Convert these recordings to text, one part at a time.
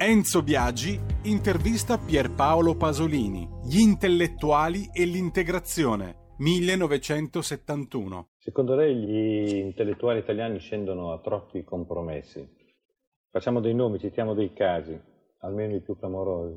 Enzo Biagi intervista Pierpaolo Pasolini, Gli intellettuali e l'integrazione, 1971. Secondo lei gli intellettuali italiani scendono a troppi compromessi? Facciamo dei nomi, citiamo dei casi, almeno i più clamorosi.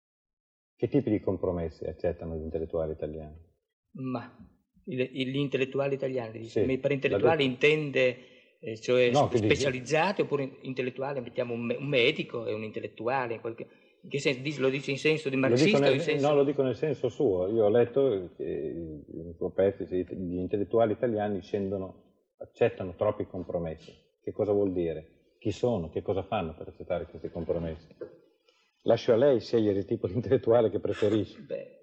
Che tipi di compromessi accettano gli intellettuali italiani? Ma gli intellettuali italiani, sì, per intellettuali intende cioè no, specializzati, oppure intellettuale mettiamo un medico e un intellettuale, in che senso? Lo dice in senso di marxista? No, lo dico nel senso suo. Io ho letto che in suo pezzo gli intellettuali italiani accettano troppi compromessi. Che cosa vuol dire? Chi sono? Che cosa fanno per accettare questi compromessi? Lascio a lei scegliere il tipo di intellettuale che preferisce.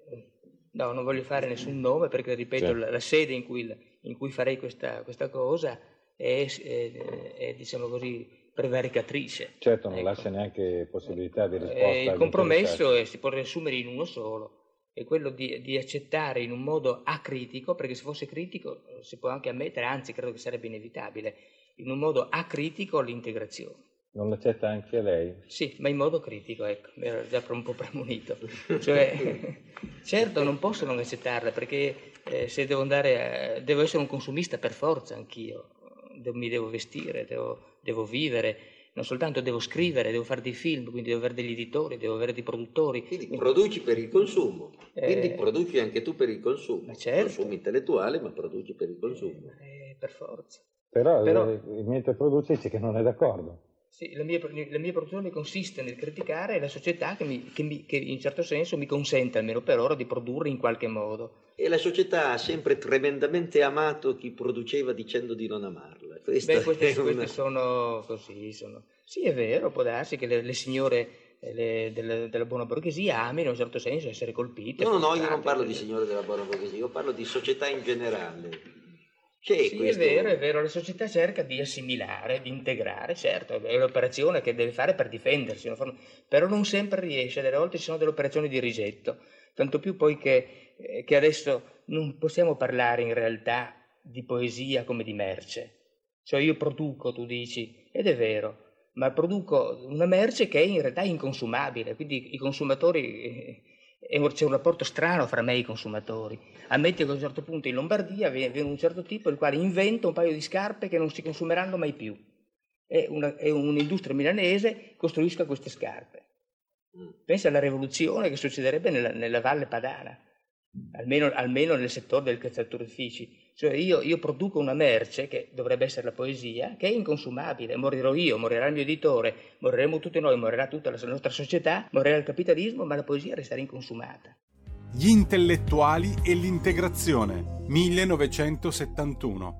No, non voglio fare nessun nome perché, ripeto, certo, la sede in cui farei questa cosa è diciamo così, prevaricatrice. Certo, non lascia neanche possibilità di risposta. Il compromesso si può riassumere in uno solo, è quello di accettare in un modo acritico, perché se fosse critico si può anche ammettere, anzi credo che sarebbe inevitabile, in un modo acritico l'integrazione. Non l'accetta anche lei? Sì, ma in modo critico, ecco, mi ero già un po' premunito. Cioè, certo non posso non accettarla, perché se devo essere un consumista per forza anch'io. Mi devo vestire, devo vivere, non soltanto devo scrivere, devo fare dei film, quindi devo avere degli editori, devo avere dei produttori. Quindi produci per il consumo, quindi produci anche tu per il consumo. Certo. Consumo intellettuale, ma produci per il consumo. Per forza. Però mentre produce dice che non è d'accordo. Sì, la mia produzione consiste nel criticare la società che in un certo senso mi consente, almeno per ora, di produrre in qualche modo. E la società ha sempre tremendamente amato chi produceva dicendo di non amarla. Queste sono così. Sì, è vero, può darsi che le signore della buona borghesia amino in un certo senso essere colpite. No, io non parlo di signore della buona borghesia, io parlo di società in generale. Sì, è vero, la società cerca di assimilare, di integrare, certo, è l'operazione che deve fare per difendersi, però non sempre riesce, delle volte ci sono delle operazioni di rigetto, tanto più poi che adesso non possiamo parlare in realtà di poesia come di merce, cioè io produco, tu dici, ed è vero, ma produco una merce che è in realtà inconsumabile, quindi i consumatori... c'è un rapporto strano fra me e i consumatori. Ammetti che a un certo punto in Lombardia viene un certo tipo il quale inventa un paio di scarpe che non si consumeranno mai più. È un'industria milanese costruisca queste scarpe. Pensa alla rivoluzione che succederebbe nella Valle Padana, almeno nel settore del calzaturifici. Cioè io produco una merce che dovrebbe essere la poesia, che è inconsumabile. Morirò io, morirà il mio editore, moriremo tutti noi, morirà tutta la nostra società, morirà il capitalismo, ma la poesia resterà inconsumata. Gli intellettuali e l'integrazione, 1971.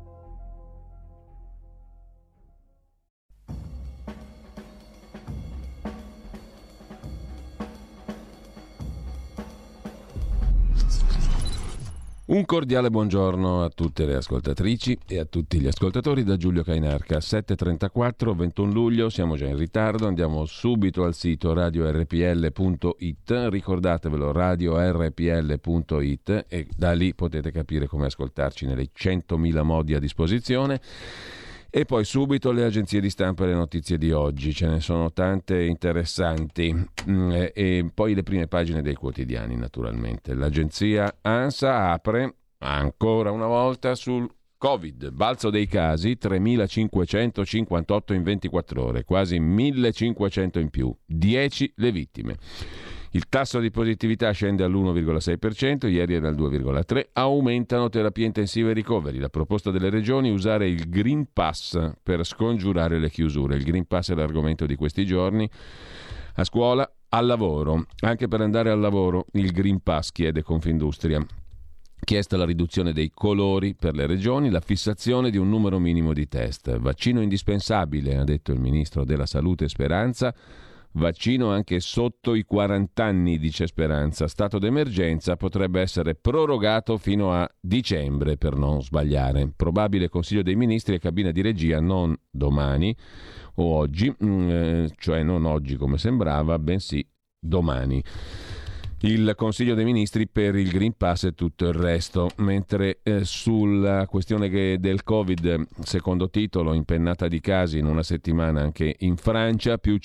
Un cordiale buongiorno a tutte le ascoltatrici e a tutti gli ascoltatori da Giulio Cainarca. 7:34, 21 luglio, siamo già in ritardo, andiamo subito al sito radiorpl.it, ricordatevelo, radiorpl.it, e da lì potete capire come ascoltarci nelle 100.000 modi a disposizione. E poi subito le agenzie di stampa e le notizie di oggi, ce ne sono tante interessanti, e poi le prime pagine dei quotidiani naturalmente. L'agenzia ANSA apre ancora una volta sul Covid, balzo dei casi, 3.558 in 24 ore, quasi 1.500 in più, 10 le vittime. Il tasso di positività scende all'1,6%, ieri era al 2,3%, aumentano terapie intensive e ricoveri. La proposta delle regioni è usare il Green Pass per scongiurare le chiusure. Il Green Pass è l'argomento di questi giorni. A scuola, al lavoro. Anche per andare al lavoro, il Green Pass, chiede Confindustria. Chiesta la riduzione dei colori per le regioni, la fissazione di un numero minimo di test. Vaccino indispensabile, ha detto il ministro della Salute Speranza. Vaccino anche sotto i 40 anni, dice Speranza. Stato d'emergenza potrebbe essere prorogato fino a dicembre, per non sbagliare. Probabile Consiglio dei Ministri e cabina di regia non domani o oggi, cioè non oggi come sembrava, bensì domani. il Consiglio dei Ministri per il Green Pass e tutto il resto, mentre sulla questione del Covid, secondo titolo, impennata di casi in una settimana anche in Francia, più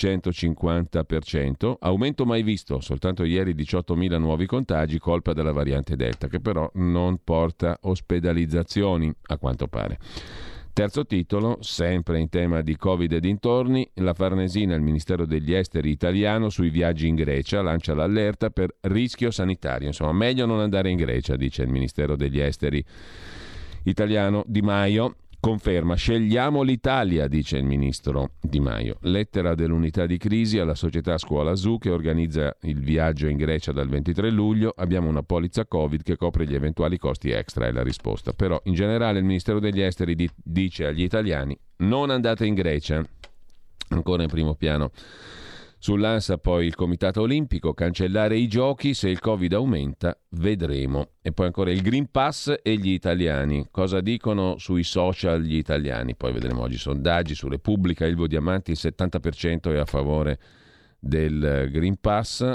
150%, aumento mai visto, soltanto ieri 18.000 nuovi contagi, colpa della variante Delta, che però non porta ospedalizzazioni, a quanto pare. Terzo titolo, sempre in tema di Covid e dintorni, la Farnesina, il Ministero degli Esteri italiano, sui viaggi in Grecia, lancia l'allerta per rischio sanitario. Insomma, meglio non andare in Grecia, dice il Ministero degli Esteri italiano. Di Maio conferma, scegliamo l'Italia, dice il ministro Di Maio. Lettera dell'unità di crisi alla società Scuola ZU che organizza il viaggio in Grecia dal 23 luglio. Abbiamo una polizza Covid che copre gli eventuali costi extra, è la risposta. Però in generale il Ministero degli Esteri dice agli italiani non andate in Grecia. Ancora in primo piano sull'ANSA poi il Comitato Olimpico, cancellare i giochi, se il Covid aumenta vedremo. E poi ancora il Green Pass e gli italiani, cosa dicono sui social gli italiani, poi vedremo oggi sondaggi su Repubblica, Ilvo Diamanti, il 70% è a favore del Green Pass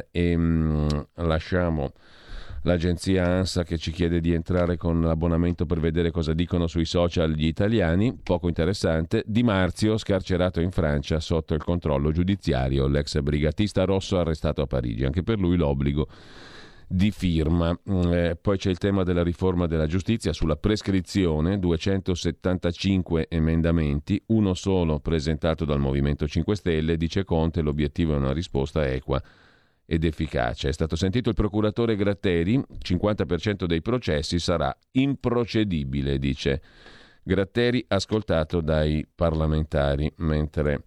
lasciamo l'agenzia ANSA che ci chiede di entrare con l'abbonamento per vedere cosa dicono sui social gli italiani, poco interessante. Di Marzio, scarcerato in Francia sotto il controllo giudiziario, l'ex brigatista rosso arrestato a Parigi, anche per lui l'obbligo di firma. Poi c'è il tema della riforma della giustizia sulla prescrizione, 275 emendamenti, uno solo presentato dal Movimento 5 Stelle, dice Conte, l'obiettivo è una risposta equa ed efficace. È stato sentito il procuratore Gratteri, 50% dei processi sarà improcedibile, dice Gratteri, ascoltato dai parlamentari, mentre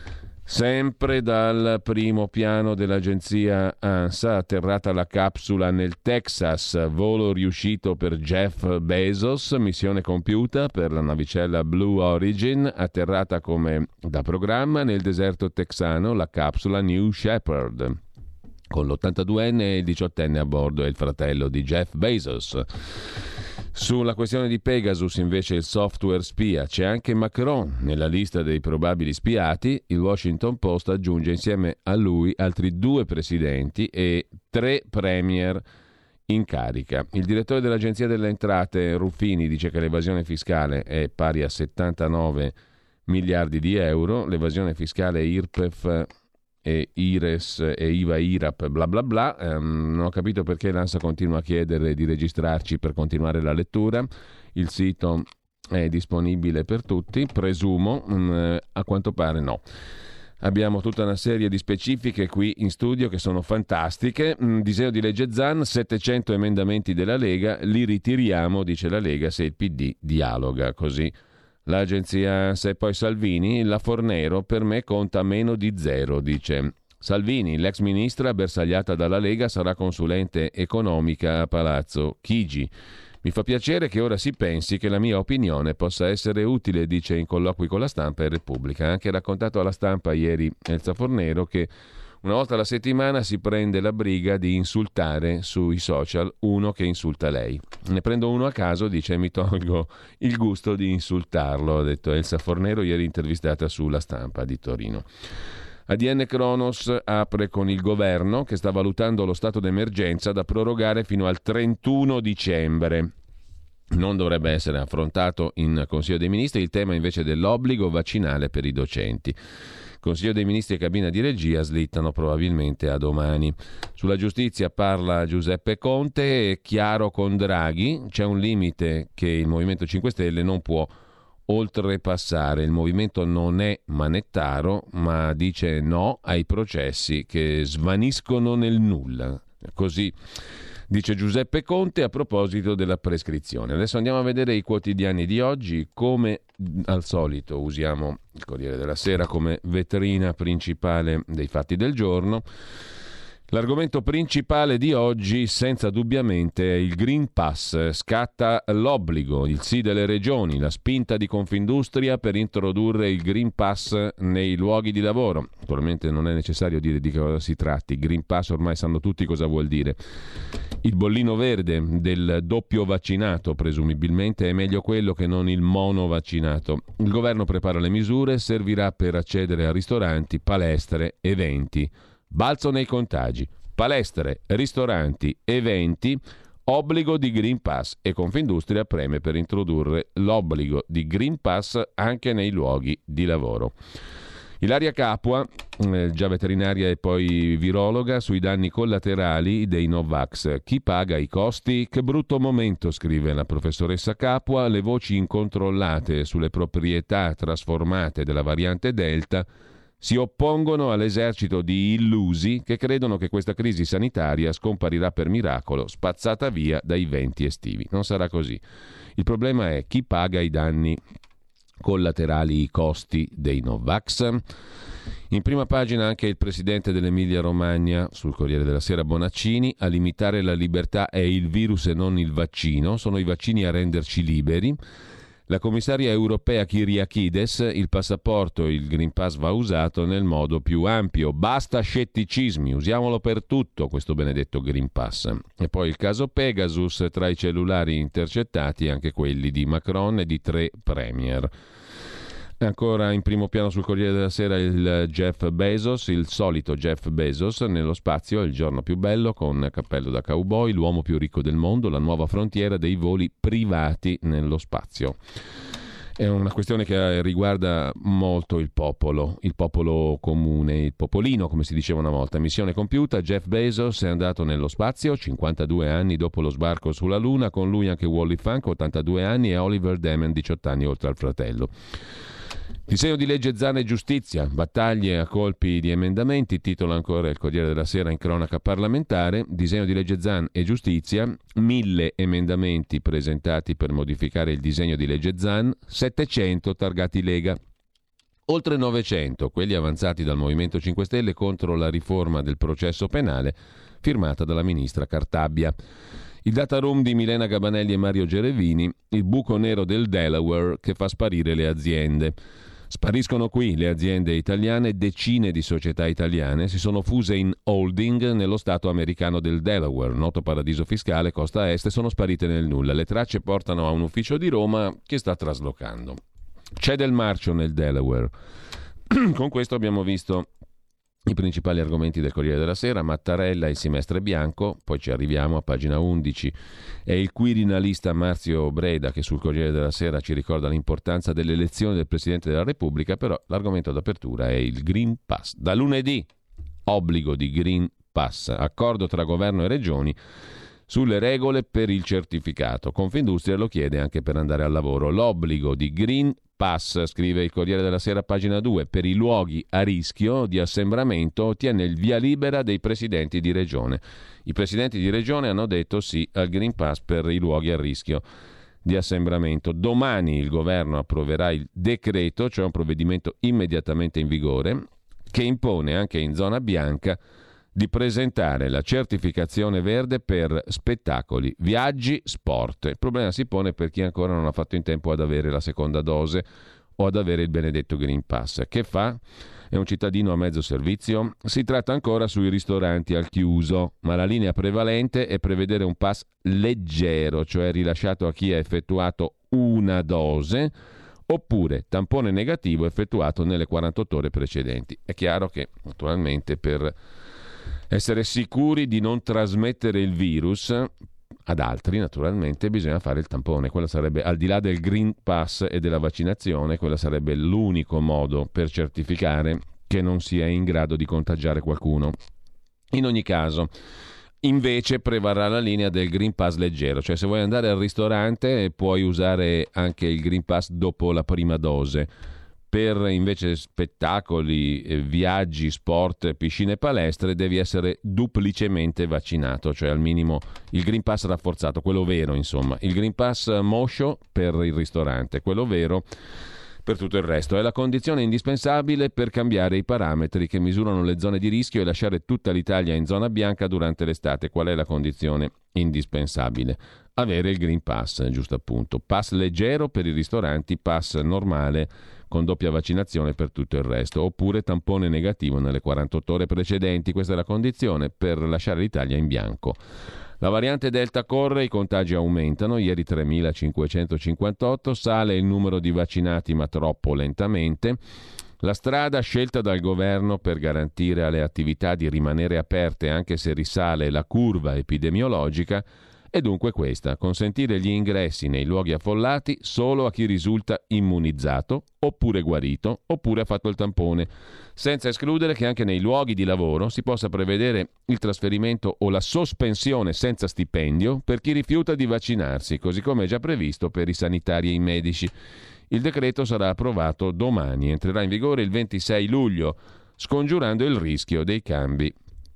sempre dal primo piano dell'agenzia ANSA, atterrata la capsula nel Texas, volo riuscito per Jeff Bezos, missione compiuta per la navicella Blue Origin, atterrata come da programma nel deserto texano la capsula New Shepard, con l'82enne e il 18enne a bordo e il fratello di Jeff Bezos. Sulla questione di Pegasus, invece, il software spia, c'è anche Macron nella lista dei probabili spiati. Il Washington Post aggiunge insieme a lui altri 2 presidenti e 3 premier in carica. Il direttore dell'Agenzia delle Entrate, Ruffini, dice che l'evasione fiscale è pari a 79 miliardi di euro, l'evasione fiscale IRPEF e IRES e IVA IRAP bla bla bla. Non ho capito perché l'ANSA continua a chiedere di registrarci per continuare la lettura. Il sito è disponibile per tutti, presumo, a quanto pare no. Abbiamo tutta una serie di specifiche qui in studio che sono fantastiche. Disegno di legge Zan, 700 emendamenti della Lega, li ritiriamo, dice la Lega, se il PD dialoga, così l'agenzia. Se poi Salvini, la Fornero per me conta meno di 0, dice Salvini. L'ex ministra bersagliata dalla Lega sarà consulente economica a Palazzo Chigi. Mi fa piacere che ora si pensi che la mia opinione possa essere utile, dice in colloqui con la Stampa e Repubblica. Ha anche raccontato alla Stampa ieri Elsa Fornero che una volta alla settimana si prende la briga di insultare sui social uno che insulta lei. Ne prendo uno a caso, dice, e mi tolgo il gusto di insultarlo, ha detto Elsa Fornero ieri intervistata sulla Stampa di Torino. ADN Cronos apre con il governo che sta valutando lo stato d'emergenza da prorogare fino al 31 dicembre. Non dovrebbe essere affrontato in Consiglio dei Ministri il tema invece dell'obbligo vaccinale per i docenti. Consiglio dei Ministri e cabina di regia slittano probabilmente a domani. Sulla giustizia parla Giuseppe Conte, è chiaro con Draghi, c'è un limite che il Movimento 5 Stelle non può oltrepassare. Il movimento non è manettaro, ma dice no ai processi che svaniscono nel nulla. Così dice Giuseppe Conte a proposito della prescrizione. Adesso andiamo a vedere i quotidiani di oggi. Come al solito usiamo il Corriere della Sera come vetrina principale dei fatti del giorno. L'argomento principale di oggi, senza dubbiamente, è il Green Pass. Scatta l'obbligo, il sì delle regioni, la spinta di Confindustria per introdurre il Green Pass nei luoghi di lavoro. Naturalmente non è necessario dire di cosa si tratti. Green Pass ormai sanno tutti cosa vuol dire. Il bollino verde del doppio vaccinato, presumibilmente, è meglio quello che non il mono vaccinato. Il governo prepara le misure, servirà per accedere a ristoranti, palestre, eventi. Balzo nei contagi. palestre, ristoranti, eventi, obbligo di Green Pass, e Confindustria preme per introdurre l'obbligo di Green Pass anche nei luoghi di lavoro. Ilaria Capua, già veterinaria e poi virologa, sui danni collaterali dei Novax. Chi paga i costi? Che brutto momento, scrive la professoressa Capua. Le voci incontrollate sulle proprietà trasformate della variante Delta si oppongono all'esercito di illusi che credono che questa crisi sanitaria scomparirà per miracolo, spazzata via dai venti estivi. Non sarà così. Il problema è chi paga i danni collaterali, i costi dei Novax. In prima pagina anche il presidente dell'Emilia Romagna, sul Corriere della Sera, Bonaccini: a limitare la libertà è il virus e non il vaccino, sono i vaccini a renderci liberi. La commissaria europea Kyriakides: il passaporto, il Green Pass va usato nel modo più ampio, basta scetticismi, usiamolo per tutto questo benedetto Green Pass. E poi il caso Pegasus, tra i cellulari intercettati anche quelli di Macron e di 3 premier. Ancora in primo piano sul Corriere della Sera il Jeff Bezos, il solito Jeff Bezos nello spazio, il giorno più bello con cappello da cowboy, l'uomo più ricco del mondo, la nuova frontiera dei voli privati nello spazio. È una questione che riguarda molto il popolo comune, il popolino, come si diceva una volta. Missione compiuta, Jeff Bezos è andato nello spazio 52 anni dopo lo sbarco sulla Luna, con lui anche Wally Funk, 82 anni, e Oliver Damon, 18 anni oltre al fratello. Disegno di legge Zan e giustizia, battaglie a colpi di emendamenti, titola ancora il Corriere della Sera in cronaca parlamentare. Disegno di legge Zan e giustizia, 1000 emendamenti presentati per modificare il disegno di legge Zan, 700 targati Lega. Oltre 900 quelli avanzati dal Movimento 5 Stelle contro la riforma del processo penale firmata dalla ministra Cartabia. Il data room di Milena Gabanelli e Mario Gerevini, il buco nero del Delaware che fa sparire le aziende. Spariscono qui le aziende italiane, decine di società italiane si sono fuse in holding nello stato americano del Delaware, noto paradiso fiscale, costa est, sono sparite nel nulla. Le tracce portano a un ufficio di Roma che sta traslocando. C'è del marcio nel Delaware. Con questo abbiamo visto i principali argomenti del Corriere della Sera. Mattarella e il semestre bianco, poi ci arriviamo a pagina 11. È il quirinalista Marzio Breda che sul Corriere della Sera ci ricorda l'importanza dell'elezione del Presidente della Repubblica, però l'argomento d'apertura è il Green Pass. Da lunedì, obbligo di Green Pass, accordo tra governo e regioni sulle regole per il certificato. Confindustria lo chiede anche per andare al lavoro. L'obbligo di Green Pass, scrive il Corriere della Sera, pagina 2, per i luoghi a rischio di assembramento ottiene il via libera dei presidenti di regione. I presidenti di regione hanno detto sì al Green Pass per i luoghi a rischio di assembramento. Domani il governo approverà il decreto, cioè un provvedimento immediatamente in vigore, che impone anche in zona bianca di presentare la certificazione verde per spettacoli, viaggi, sport. Il problema si pone per chi ancora non ha fatto in tempo ad avere la seconda dose o ad avere il benedetto Green Pass. Che fa? È un cittadino a mezzo servizio? Si tratta ancora sui ristoranti al chiuso, ma la linea prevalente è prevedere un pass leggero, cioè rilasciato a chi ha effettuato una dose, oppure tampone negativo effettuato nelle 48 ore precedenti. È chiaro che, naturalmente, per essere sicuri di non trasmettere il virus ad altri, naturalmente, bisogna fare il tampone. Quello sarebbe, al di là del Green Pass e della vaccinazione, quello sarebbe l'unico modo per certificare che non si è in grado di contagiare qualcuno. In ogni caso, invece, prevarrà la linea del Green Pass leggero, cioè se vuoi andare al ristorante puoi usare anche il Green Pass dopo la prima dose. Per invece spettacoli, viaggi, sport, piscine e palestre devi essere duplicemente vaccinato, cioè al minimo il Green Pass rafforzato, quello vero insomma. Il Green Pass moscio per il ristorante, quello vero per tutto il resto. È la condizione indispensabile per cambiare i parametri che misurano le zone di rischio e lasciare tutta l'Italia in zona bianca durante l'estate. Qual è la condizione indispensabile? Avere il Green Pass, giusto appunto. Pass leggero per i ristoranti, pass normale con doppia vaccinazione per tutto il resto, oppure tampone negativo nelle 48 ore precedenti. Questa è la condizione per lasciare l'Italia in bianco. La variante Delta corre, i contagi aumentano, ieri 3.558, sale il numero di vaccinati ma troppo lentamente. La strada scelta dal governo per garantire alle attività di rimanere aperte anche se risale la curva epidemiologica è dunque questa: consentire gli ingressi nei luoghi affollati solo a chi risulta immunizzato, oppure guarito, oppure ha fatto il tampone, senza escludere che anche nei luoghi di lavoro si possa prevedere il trasferimento o la sospensione senza stipendio per chi rifiuta di vaccinarsi, così come è già previsto per i sanitari e i medici. Il decreto sarà approvato domani, entrerà in vigore il 26 luglio, scongiurando il rischio dei cambi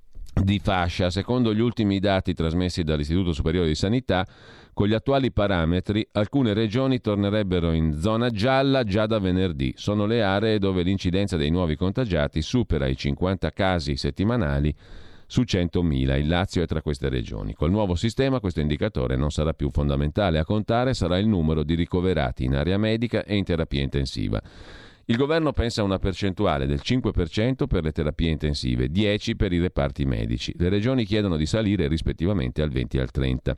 di fascia. Secondo gli ultimi dati trasmessi dall'Istituto Superiore di Sanità, con gli attuali parametri, alcune regioni tornerebbero in zona gialla già da venerdì. Sono le aree dove l'incidenza dei nuovi contagiati supera i 50 casi settimanali su 100.000. Il Lazio è tra queste regioni. Col nuovo sistema questo indicatore non sarà più fondamentale, a contare sarà il numero di ricoverati in area medica e in terapia intensiva. Il governo pensa a una percentuale del 5% per le terapie intensive, 10% per i reparti medici. Le regioni chiedono di salire rispettivamente al 20% e al 30%.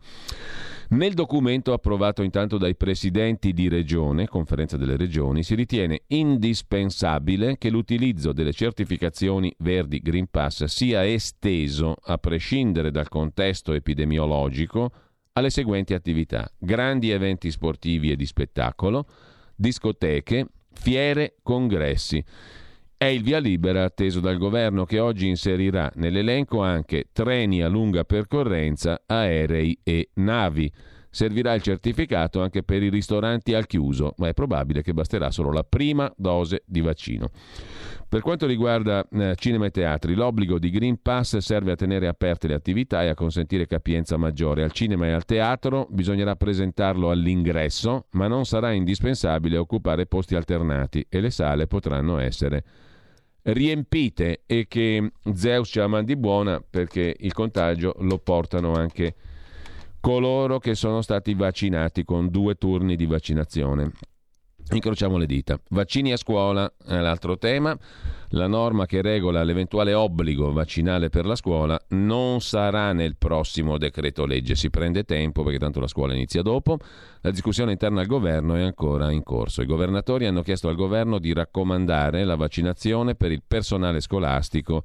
Nel documento approvato intanto dai presidenti di regione, Conferenza delle Regioni, si ritiene indispensabile che l'utilizzo delle certificazioni verdi Green Pass sia esteso, a prescindere dal contesto epidemiologico, alle seguenti attività: grandi eventi sportivi e di spettacolo, discoteche, fiere, congressi. È il via libera atteso dal governo, che oggi inserirà nell'elenco anche treni a lunga percorrenza, aerei e navi. Servirà il certificato anche per i ristoranti al chiuso, ma è probabile che basterà solo la prima dose di vaccino. Per quanto riguarda cinema e teatri, l'obbligo di Green Pass serve a tenere aperte le attività e a consentire capienza maggiore. Al cinema e al teatro bisognerà presentarlo all'ingresso, ma non sarà indispensabile occupare posti alternati e le sale potranno essere riempite, e che Zeus ce la mandi buona, perché il contagio lo portano anche coloro che sono stati vaccinati con 2 turni di vaccinazione. Incrociamo le dita. Vaccini a scuola è l'altro tema. La norma che regola l'eventuale obbligo vaccinale per la scuola non sarà nel prossimo decreto legge. Si prende tempo perché tanto la scuola inizia dopo. La discussione interna al governo è ancora in corso. I governatori hanno chiesto al governo di raccomandare la vaccinazione per il personale scolastico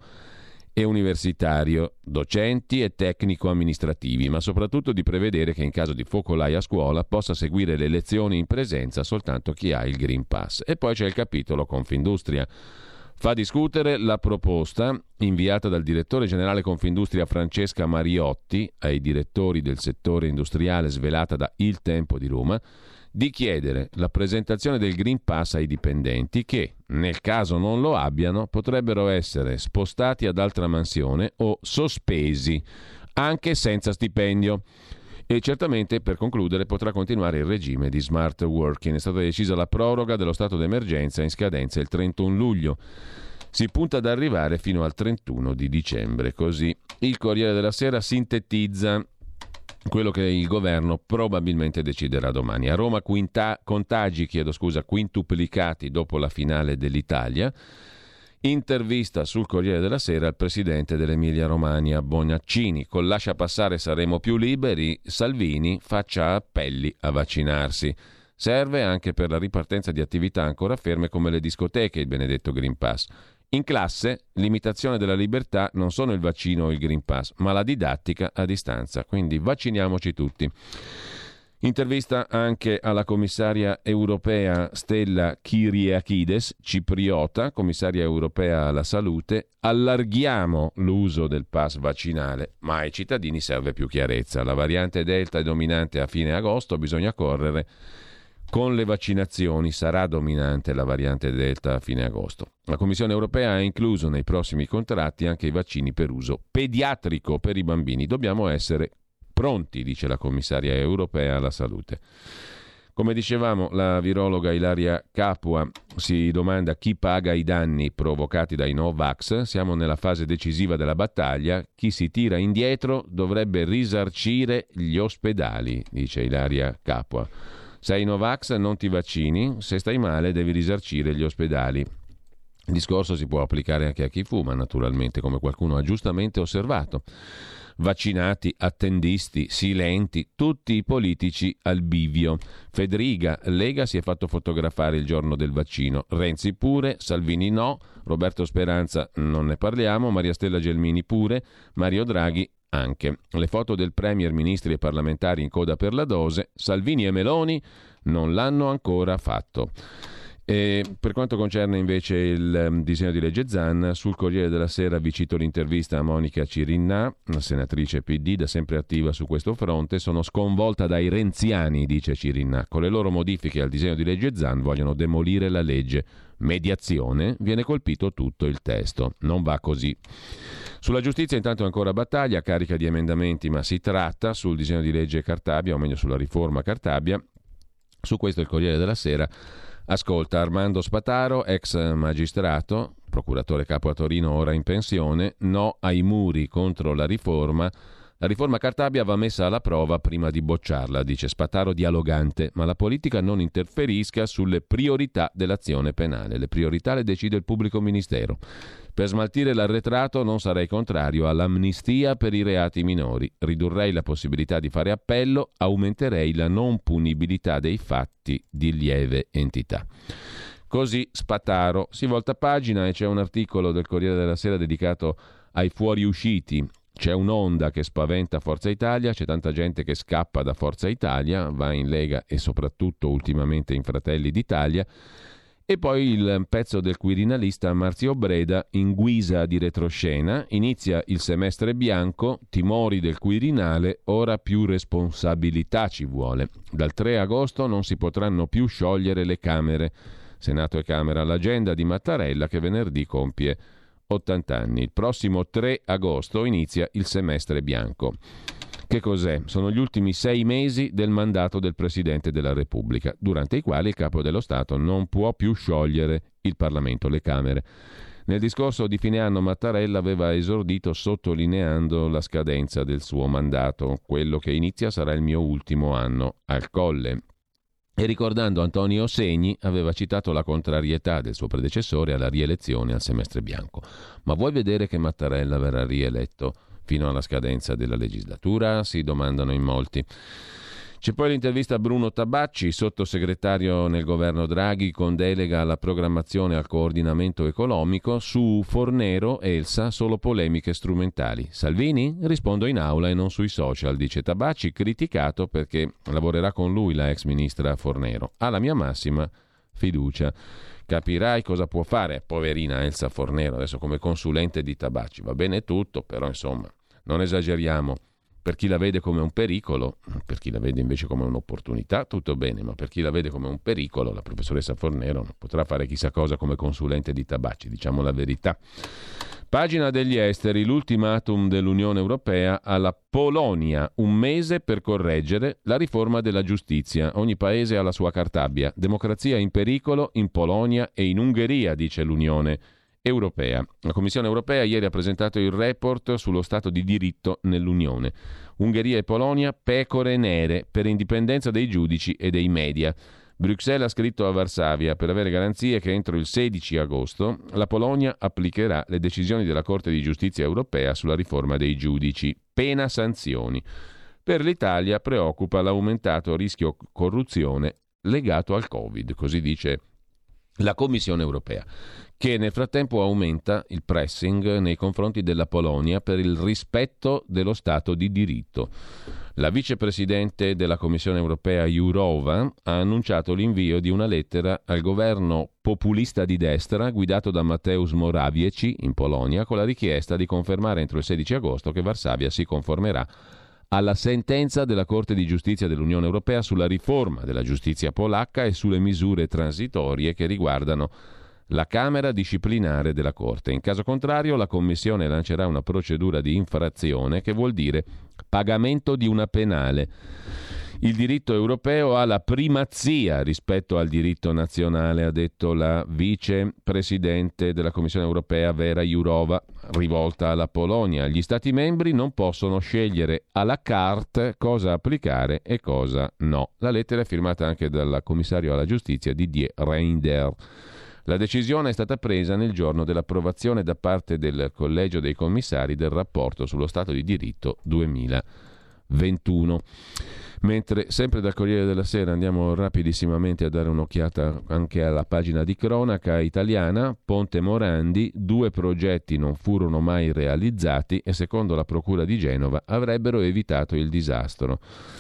e universitario, docenti e tecnico-amministrativi, ma soprattutto di prevedere che in caso di focolai a scuola possa seguire le lezioni in presenza soltanto chi ha il Green Pass. E poi c'è il capitolo Confindustria. Fa discutere la proposta inviata dal direttore generale Confindustria Francesca Mariotti ai direttori del settore industriale, svelata da Il Tempo di Roma, di chiedere la presentazione del Green Pass ai dipendenti che, nel caso non lo abbiano, potrebbero essere spostati ad altra mansione o sospesi, anche senza stipendio. E certamente, per concludere, potrà continuare il regime di smart working. È stata decisa la proroga dello stato d'emergenza in scadenza il 31 luglio. Si punta ad arrivare fino al 31 di dicembre. Così il Corriere della Sera sintetizza quello che il governo probabilmente deciderà domani. A Roma contagi quintuplicati dopo la finale dell'Italia. Intervista sul Corriere della Sera al presidente dell'Emilia Romagna Bonaccini. Col lascia passare saremo più liberi, Salvini faccia appelli a vaccinarsi. Serve anche per la ripartenza di attività ancora ferme come le discoteche, il benedetto Green Pass. In classe, limitazione della libertà non sono il vaccino o il Green Pass, ma la didattica a distanza. Quindi vacciniamoci tutti. Intervista anche alla commissaria europea Stella Kyriakides, cipriota, commissaria europea alla salute. Allarghiamo l'uso del pass vaccinale, ma ai cittadini serve più chiarezza. La variante Delta è dominante a fine agosto, bisogna correre con le vaccinazioni. Sarà dominante la variante Delta a fine agosto. La Commissione europea ha incluso nei prossimi contratti anche i vaccini per uso pediatrico per i bambini. Dobbiamo essere pronti, dice la commissaria europea alla salute. Come dicevamo, la virologa Ilaria Capua si domanda chi paga i danni provocati dai Novax. Siamo nella fase decisiva della battaglia. Chi si tira indietro dovrebbe risarcire gli ospedali, dice Ilaria Capua. Sei Novax, non ti vaccini, se stai male devi risarcire gli ospedali. Il discorso si può applicare anche a chi fuma, naturalmente, come qualcuno ha giustamente osservato. Vaccinati, attendisti, silenti, tutti i politici al bivio. Federica, Lega, si è fatto fotografare il giorno del vaccino. Renzi pure, Salvini no, Roberto Speranza non ne parliamo, Maria Stella Gelmini pure, Mario Draghi anche. Le foto del premier, ministri e parlamentari in coda per la dose, Salvini e Meloni non l'hanno ancora fatto. E per quanto concerne invece il disegno di legge Zan, sul Corriere della Sera vi cito l'intervista a Monica Cirinnà, una senatrice PD da sempre attiva su questo fronte. Sono sconvolta dai renziani, dice Cirinnà. Con le loro modifiche al disegno di legge Zan vogliono demolire la legge mediazione, viene colpito tutto il testo. Non va così. Sulla giustizia intanto è ancora battaglia, carica di emendamenti, ma si tratta sul disegno di legge Cartabia, o meglio sulla riforma Cartabia. Su questo il Corriere della Sera ascolta Armando Spataro, ex magistrato, procuratore capo a Torino, ora in pensione. No ai muri contro la riforma. La riforma Cartabia va messa alla prova prima di bocciarla, dice Spataro dialogante, ma la politica non interferisca sulle priorità dell'azione penale. Le priorità le decide il pubblico ministero. Per smaltire l'arretrato non sarei contrario all'amnistia per i reati minori. Ridurrei la possibilità di fare appello, aumenterei la non punibilità dei fatti di lieve entità. Così Spataro. Si volta pagina e c'è un articolo del Corriere della Sera dedicato ai fuoriusciti. C'è un'onda che spaventa Forza Italia, c'è tanta gente che scappa da Forza Italia, va in Lega e soprattutto ultimamente in Fratelli d'Italia. E poi il pezzo del quirinalista Marzio Breda in guisa di retroscena. Inizia il semestre bianco, timori del Quirinale, ora più responsabilità ci vuole. Dal 3 agosto non si potranno più sciogliere le Camere, Senato e Camera. L'agenda di Mattarella che venerdì compie 80 anni. Il prossimo 3 agosto inizia il semestre bianco. Che cos'è? Sono gli ultimi 6 mesi del mandato del Presidente della Repubblica, durante i quali il Capo dello Stato non può più sciogliere il Parlamento, le Camere. Nel discorso di fine anno Mattarella aveva esordito sottolineando la scadenza del suo mandato. Quello che inizia sarà il mio ultimo anno al Colle. E ricordando Antonio Segni aveva citato la contrarietà del suo predecessore alla rielezione al semestre bianco. Ma vuoi vedere che Mattarella verrà rieletto fino alla scadenza della legislatura? Si domandano in molti. C'è poi l'intervista a Bruno Tabacci, sottosegretario nel governo Draghi con delega alla programmazione e al coordinamento economico. Su Fornero, Elsa, solo polemiche strumentali. Salvini? Rispondo in aula e non sui social, dice Tabacci, criticato perché lavorerà con lui la ex ministra Fornero. Ha la mia massima fiducia. Capirai cosa può fare, poverina Elsa Fornero, adesso come consulente di Tabacci. Va bene tutto, però insomma, non esageriamo. Per chi la vede come un pericolo, per chi la vede invece come un'opportunità, tutto bene, ma per chi la vede come un pericolo, la professoressa Fornero non potrà fare chissà cosa come consulente di Tabacci, diciamo la verità. Pagina degli esteri, l'ultimatum dell'Unione Europea alla Polonia, 1 mese per correggere la riforma della giustizia. Ogni paese ha la sua Cartabia. Democrazia in pericolo in Polonia e in Ungheria, dice l'Unione Europea. La Commissione Europea ieri ha presentato il report sullo Stato di diritto nell'Unione. Ungheria e Polonia, pecore nere per indipendenza dei giudici e dei media. Bruxelles ha scritto a Varsavia per avere garanzie che entro il 16 agosto la Polonia applicherà le decisioni della Corte di Giustizia Europea sulla riforma dei giudici, pena sanzioni. Per l'Italia preoccupa l'aumentato rischio corruzione legato al Covid, così dice la Commissione Europea, che nel frattempo aumenta il pressing nei confronti della Polonia per il rispetto dello Stato di diritto. La vicepresidente della Commissione Europea Jourova ha annunciato l'invio di una lettera al governo populista di destra guidato da Mateusz Morawiecki in Polonia con la richiesta di confermare entro il 16 agosto che Varsavia si conformerà alla sentenza della Corte di Giustizia dell'Unione Europea sulla riforma della giustizia polacca e sulle misure transitorie che riguardano la Camera disciplinare della Corte. In caso contrario, la Commissione lancerà una procedura di infrazione che vuol dire pagamento di una penale. Il diritto europeo ha la primazia rispetto al diritto nazionale, ha detto la vicepresidente della Commissione Europea Vera Jourova, rivolta alla Polonia. Gli Stati membri non possono scegliere à la carte cosa applicare e cosa no. La lettera è firmata anche dal commissario alla giustizia Didier Reynders. La decisione è stata presa nel giorno dell'approvazione da parte del Collegio dei Commissari del rapporto sullo Stato di diritto 2021. Mentre sempre dal Corriere della Sera andiamo rapidissimamente a dare un'occhiata anche alla pagina di cronaca italiana. Ponte Morandi, 2 progetti non furono mai realizzati e secondo la Procura di Genova avrebbero evitato il disastro.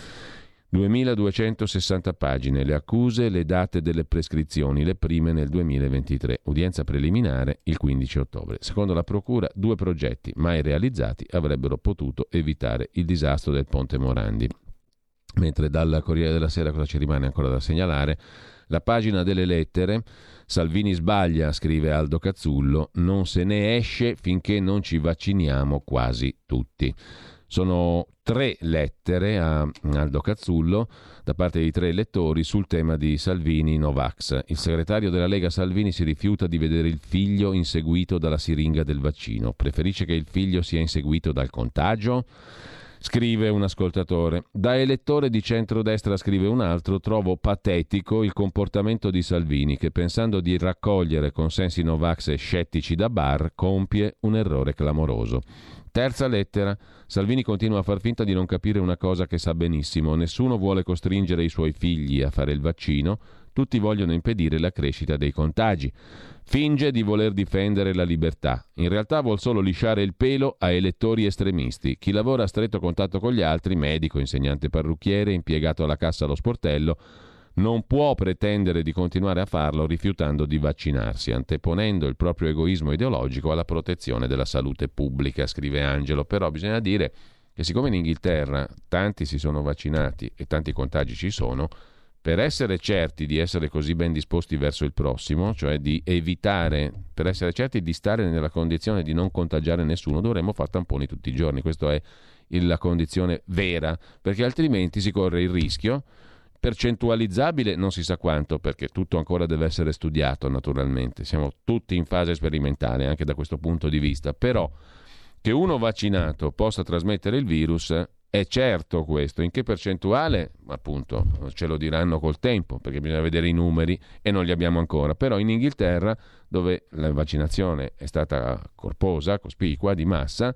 2260 pagine, le accuse, le date delle prescrizioni, le prime nel 2023, udienza preliminare il 15 ottobre. Secondo la Procura, 2 progetti mai realizzati avrebbero potuto evitare il disastro del Ponte Morandi. Mentre dal Corriere della Sera cosa ci rimane ancora da segnalare? La pagina delle lettere. Salvini sbaglia, scrive Aldo Cazzullo, non se ne esce finché non ci vacciniamo quasi tutti. Sono 3 lettere a Aldo Cazzullo da parte di 3 elettori sul tema di Salvini Novax. Il segretario della Lega Salvini si rifiuta di vedere il figlio inseguito dalla siringa del vaccino. Preferisce che il figlio sia inseguito dal contagio? Scrive un ascoltatore. Da elettore di centrodestra, scrive un altro, trovo patetico il comportamento di Salvini che, pensando di raccogliere consensi Novax e scettici da bar, compie un errore clamoroso. Terza lettera. Salvini continua a far finta di non capire una cosa che sa benissimo. Nessuno vuole costringere i suoi figli a fare il vaccino, tutti vogliono impedire la crescita dei contagi. Finge di voler difendere la libertà. In realtà vuol solo lisciare il pelo a elettori estremisti. Chi lavora a stretto contatto con gli altri, medico, insegnante parrucchiere, impiegato alla cassa allo sportello, non può pretendere di continuare a farlo rifiutando di vaccinarsi, anteponendo il proprio egoismo ideologico alla protezione della salute pubblica, scrive Angelo. Però bisogna dire che siccome in Inghilterra tanti si sono vaccinati e tanti contagi ci sono, per essere certi di essere così ben disposti verso il prossimo, cioè di evitare, per essere certi di stare nella condizione di non contagiare nessuno, dovremmo fare tamponi tutti i giorni. Questa è la condizione vera, perché altrimenti si corre il rischio, percentualizzabile non si sa quanto, perché tutto ancora deve essere studiato naturalmente, siamo tutti in fase sperimentale anche da questo punto di vista, però che uno vaccinato possa trasmettere il virus è certo. Questo in che percentuale appunto ce lo diranno col tempo, perché bisogna vedere i numeri e non li abbiamo ancora. Però in Inghilterra, dove la vaccinazione è stata corposa, cospicua, di massa,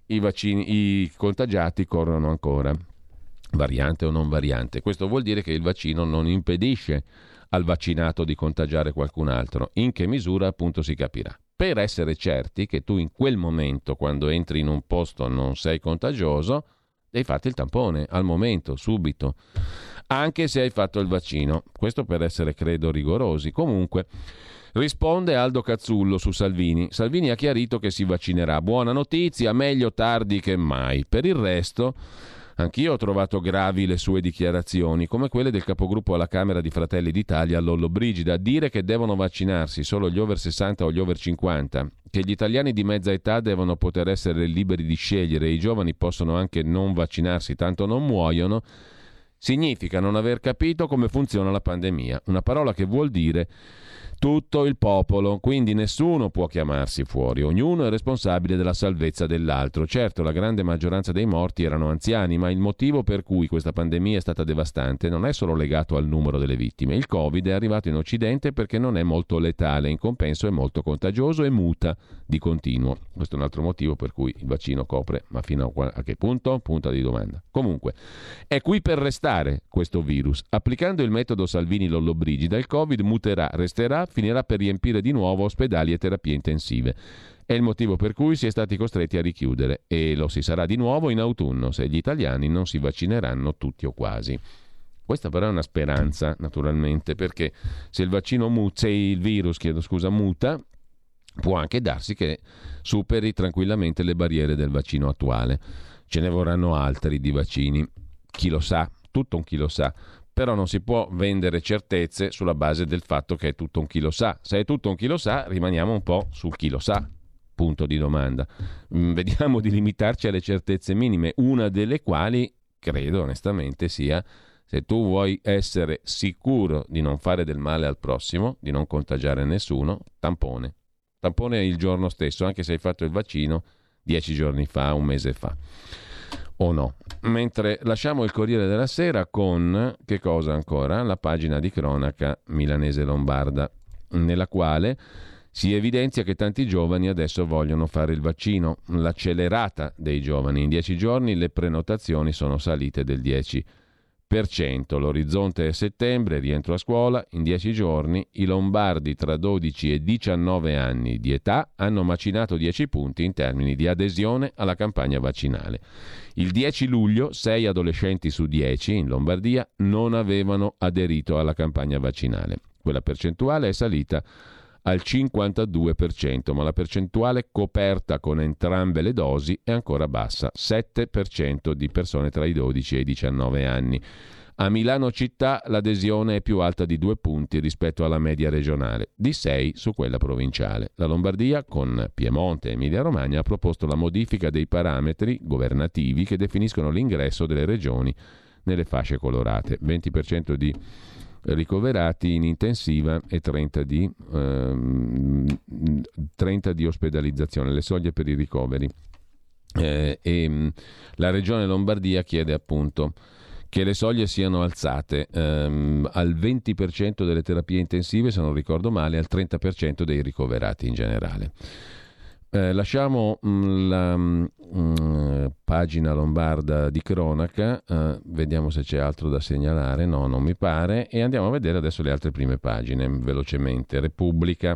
i contagiati corrono ancora, variante o non variante. Questo vuol dire che il vaccino non impedisce al vaccinato di contagiare qualcun altro. In che misura appunto si capirà. Per essere certi che tu in quel momento, quando entri in un posto, non sei contagioso, devi farti il tampone al momento, subito, anche se hai fatto il vaccino. Questo per essere, credo, rigorosi. Comunque, risponde Aldo Cazzullo su Salvini. Salvini ha chiarito che si vaccinerà. Buona notizia, meglio tardi che mai. Per il resto, anch'io ho trovato gravi le sue dichiarazioni, come quelle del capogruppo alla Camera di Fratelli d'Italia, Lollobrigida. Dire che devono vaccinarsi solo gli over 60 o gli over 50, che gli italiani di mezza età devono poter essere liberi di scegliere e i giovani possono anche non vaccinarsi, tanto non muoiono, significa non aver capito come funziona la pandemia. Una parola che vuol dire tutto il popolo, quindi nessuno può chiamarsi fuori, ognuno è responsabile della salvezza dell'altro. Certo, la grande maggioranza dei morti erano anziani, ma il motivo per cui questa pandemia è stata devastante non è solo legato al numero delle vittime. Il Covid è arrivato in Occidente perché non è molto letale, in compenso è molto contagioso e muta di continuo. Questo è un altro motivo per cui il vaccino copre, ma fino a che punto? Punta di domanda. Comunque, è qui per restare questo virus. Applicando il metodo Salvini-Lollobrigida, il Covid muterà, resterà, finirà per riempire di nuovo ospedali e terapie intensive. È il motivo per cui si è stati costretti a richiudere, e lo si sarà di nuovo in autunno se gli italiani non si vaccineranno tutti o quasi. Questa però è una speranza, naturalmente, perché se il virus muta, può anche darsi che superi tranquillamente le barriere del vaccino attuale. Ce ne vorranno altri di vaccini, chi lo sa, tutto un chi lo sa. Però non si può vendere certezze sulla base del fatto che è tutto un chi lo sa. Se è tutto un chi lo sa, rimaniamo un po' sul chi lo sa, punto di domanda. Vediamo di limitarci alle certezze minime, una delle quali, credo onestamente, sia: se tu vuoi essere sicuro di non fare del male al prossimo, di non contagiare nessuno, tampone. Tampone il giorno stesso, anche se hai fatto il vaccino 10 giorni fa, un mese fa. O no. Mentre lasciamo il Corriere della Sera con, che cosa ancora? La pagina di cronaca milanese lombarda. nella quale si evidenzia che tanti giovani adesso vogliono fare il vaccino, l'accelerata dei giovani. In 10 giorni le prenotazioni sono salite del 10%. L'orizzonte è settembre, rientro a scuola. In 10 giorni i lombardi tra 12 e 19 anni di età hanno macinato 10 punti in termini di adesione alla campagna vaccinale. Il 10 luglio 6 adolescenti su 10 in Lombardia non avevano aderito alla campagna vaccinale. Quella percentuale è salita al 52%, ma la percentuale coperta con entrambe le dosi è ancora bassa, 7% di persone tra i 12 e i 19 anni. A Milano città l'adesione è più alta di 2 punti rispetto alla media regionale, di 6 su quella provinciale. La Lombardia, con Piemonte e Emilia-Romagna, ha proposto la modifica dei parametri governativi che definiscono l'ingresso delle regioni nelle fasce colorate, 20% di ricoverati in intensiva e 30 di ospedalizzazione, le soglie per i ricoveri. La regione Lombardia chiede appunto che le soglie siano alzate al 20% delle terapie intensive, se non ricordo male, al 30% dei ricoverati in generale. Lasciamo la pagina lombarda di cronaca, vediamo se c'è altro da segnalare, no, non mi pare, e andiamo a vedere adesso le altre prime pagine velocemente. Repubblica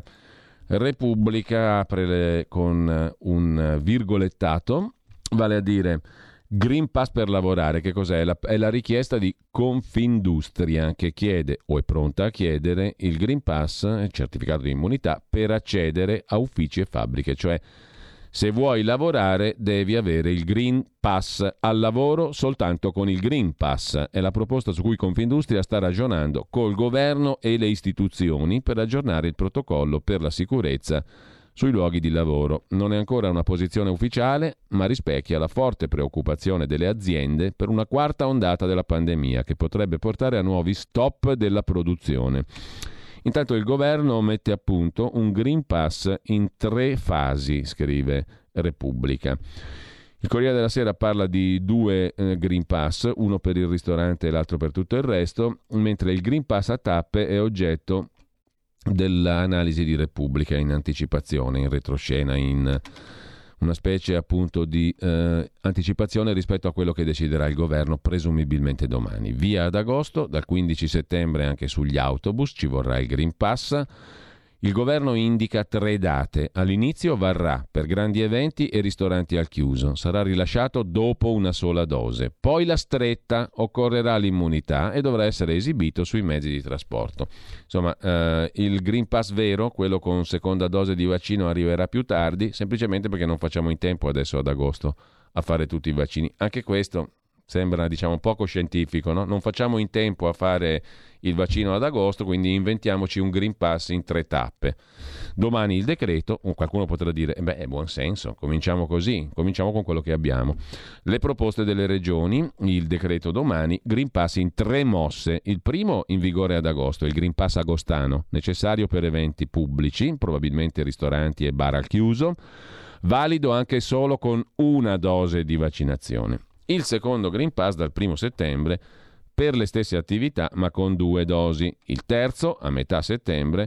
apre con un virgolettato, vale a dire Green Pass per lavorare. Che cos'è? È la richiesta di Confindustria, che chiede o è pronta a chiedere il Green Pass, il certificato di immunità, per accedere a uffici e fabbriche. Cioè, se vuoi lavorare devi avere il Green Pass, al lavoro soltanto con il Green Pass. È la proposta su cui Confindustria sta ragionando col governo e le istituzioni per aggiornare il protocollo per la sicurezza sui luoghi di lavoro. Non è ancora una posizione ufficiale, ma rispecchia la forte preoccupazione delle aziende per una quarta ondata della pandemia che potrebbe portare a nuovi stop della produzione. Intanto il governo mette a punto un Green Pass in 3 fasi, scrive Repubblica. Il Corriere della Sera parla di 2 Green Pass, uno per il ristorante e l'altro per tutto il resto, mentre il Green Pass a tappe è oggetto dell'analisi di Repubblica in anticipazione, in retroscena, in una specie appunto di anticipazione rispetto a quello che deciderà il governo presumibilmente domani. Via ad agosto, dal 15 settembre anche sugli autobus ci vorrà il Green Pass. Il governo indica 3 date. All'inizio varrà per grandi eventi e ristoranti al chiuso. Sarà rilasciato dopo una sola dose. Poi la stretta, occorrerà l'immunità e dovrà essere esibito sui mezzi di trasporto. Insomma, il Green Pass vero, quello con seconda dose di vaccino, arriverà più tardi, semplicemente perché non facciamo in tempo adesso ad agosto a fare tutti i vaccini. Anche questo sembra, poco scientifico, no? Non facciamo in tempo a fare il vaccino ad agosto, quindi inventiamoci un Green Pass in 3 tappe. Domani il decreto, qualcuno potrà dire, è buon senso, cominciamo così, cominciamo con quello che abbiamo. Le proposte delle regioni, il decreto domani, Green Pass in 3 mosse. Il primo in vigore ad agosto, il Green Pass agostano, necessario per eventi pubblici, probabilmente ristoranti e bar al chiuso, valido anche solo con una dose di vaccinazione. Il secondo Green Pass dal 1 settembre per le stesse attività ma con 2 dosi. Il terzo a metà settembre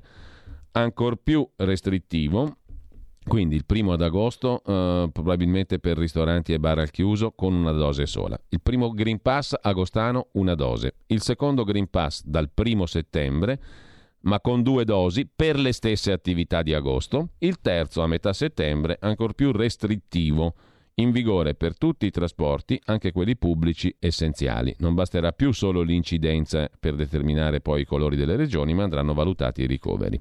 ancor più restrittivo, quindi il 1 ad agosto probabilmente per ristoranti e bar al chiuso con una dose sola. Il primo Green Pass agostano, una dose. Il secondo Green Pass dal 1 settembre ma con 2 dosi per le stesse attività di agosto. Il terzo a metà settembre ancor più restrittivo, in vigore per tutti i trasporti, anche quelli pubblici essenziali. Non basterà più solo l'incidenza per determinare poi i colori delle regioni, ma andranno valutati i ricoveri.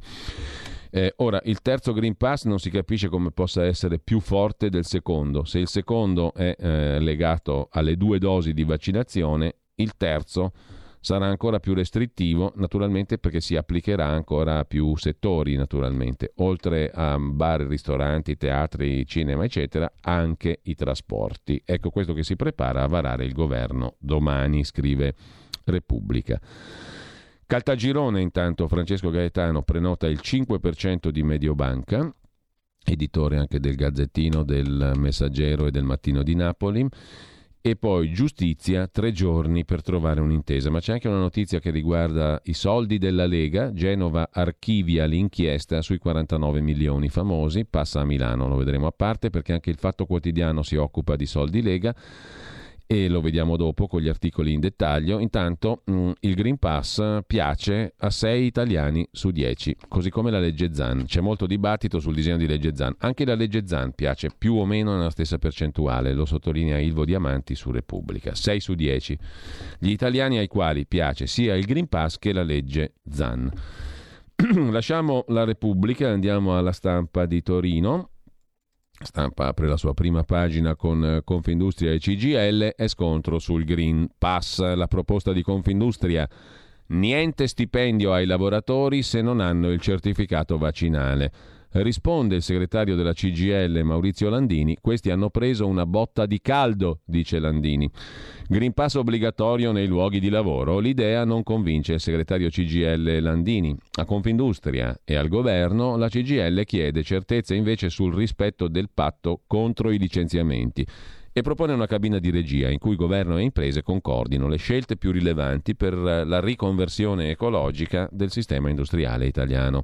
Ora, il terzo Green Pass non si capisce come possa essere più forte del secondo. Se il secondo è legato alle 2 dosi di vaccinazione, il terzo sarà ancora più restrittivo, naturalmente, perché si applicherà ancora a più settori, naturalmente. Oltre a bar, ristoranti, teatri, cinema, eccetera, anche i trasporti. Ecco questo che si prepara a varare il governo domani, scrive Repubblica. Caltagirone, intanto, Francesco Gaetano prenota il 5% di Mediobanca, editore anche del Gazzettino, del Messaggero e del Mattino di Napoli. e poi giustizia, 3 giorni per trovare un'intesa. Ma c'è anche una notizia che riguarda i soldi della Lega. Genova archivia l'inchiesta sui 49 milioni famosi, passa a Milano, lo vedremo a parte perché anche il Fatto Quotidiano si occupa di soldi Lega e lo vediamo dopo con gli articoli in dettaglio. Intanto il Green Pass piace a 6 italiani su 10, così come la legge Zan. C'è molto dibattito sul disegno di legge Zan. Anche la legge Zan piace più o meno nella stessa percentuale, lo sottolinea Ilvo Diamanti su Repubblica. 6 su 10 gli italiani ai quali piace sia il Green Pass che la legge Zan. Lasciamo la Repubblica e andiamo alla Stampa di Torino. Stampa apre la sua prima pagina con Confindustria e CGIL e scontro sul Green Pass. La proposta di Confindustria: niente stipendio ai lavoratori se non hanno il certificato vaccinale. Risponde il segretario della CGIL Maurizio Landini: questi hanno preso una botta di caldo, dice Landini. Green Pass obbligatorio nei luoghi di lavoro. L'idea non convince il segretario CGIL Landini. A Confindustria e al governo la CGIL chiede certezze invece sul rispetto del patto contro i licenziamenti e propone una cabina di regia in cui governo e imprese concordino le scelte più rilevanti per la riconversione ecologica del sistema industriale italiano.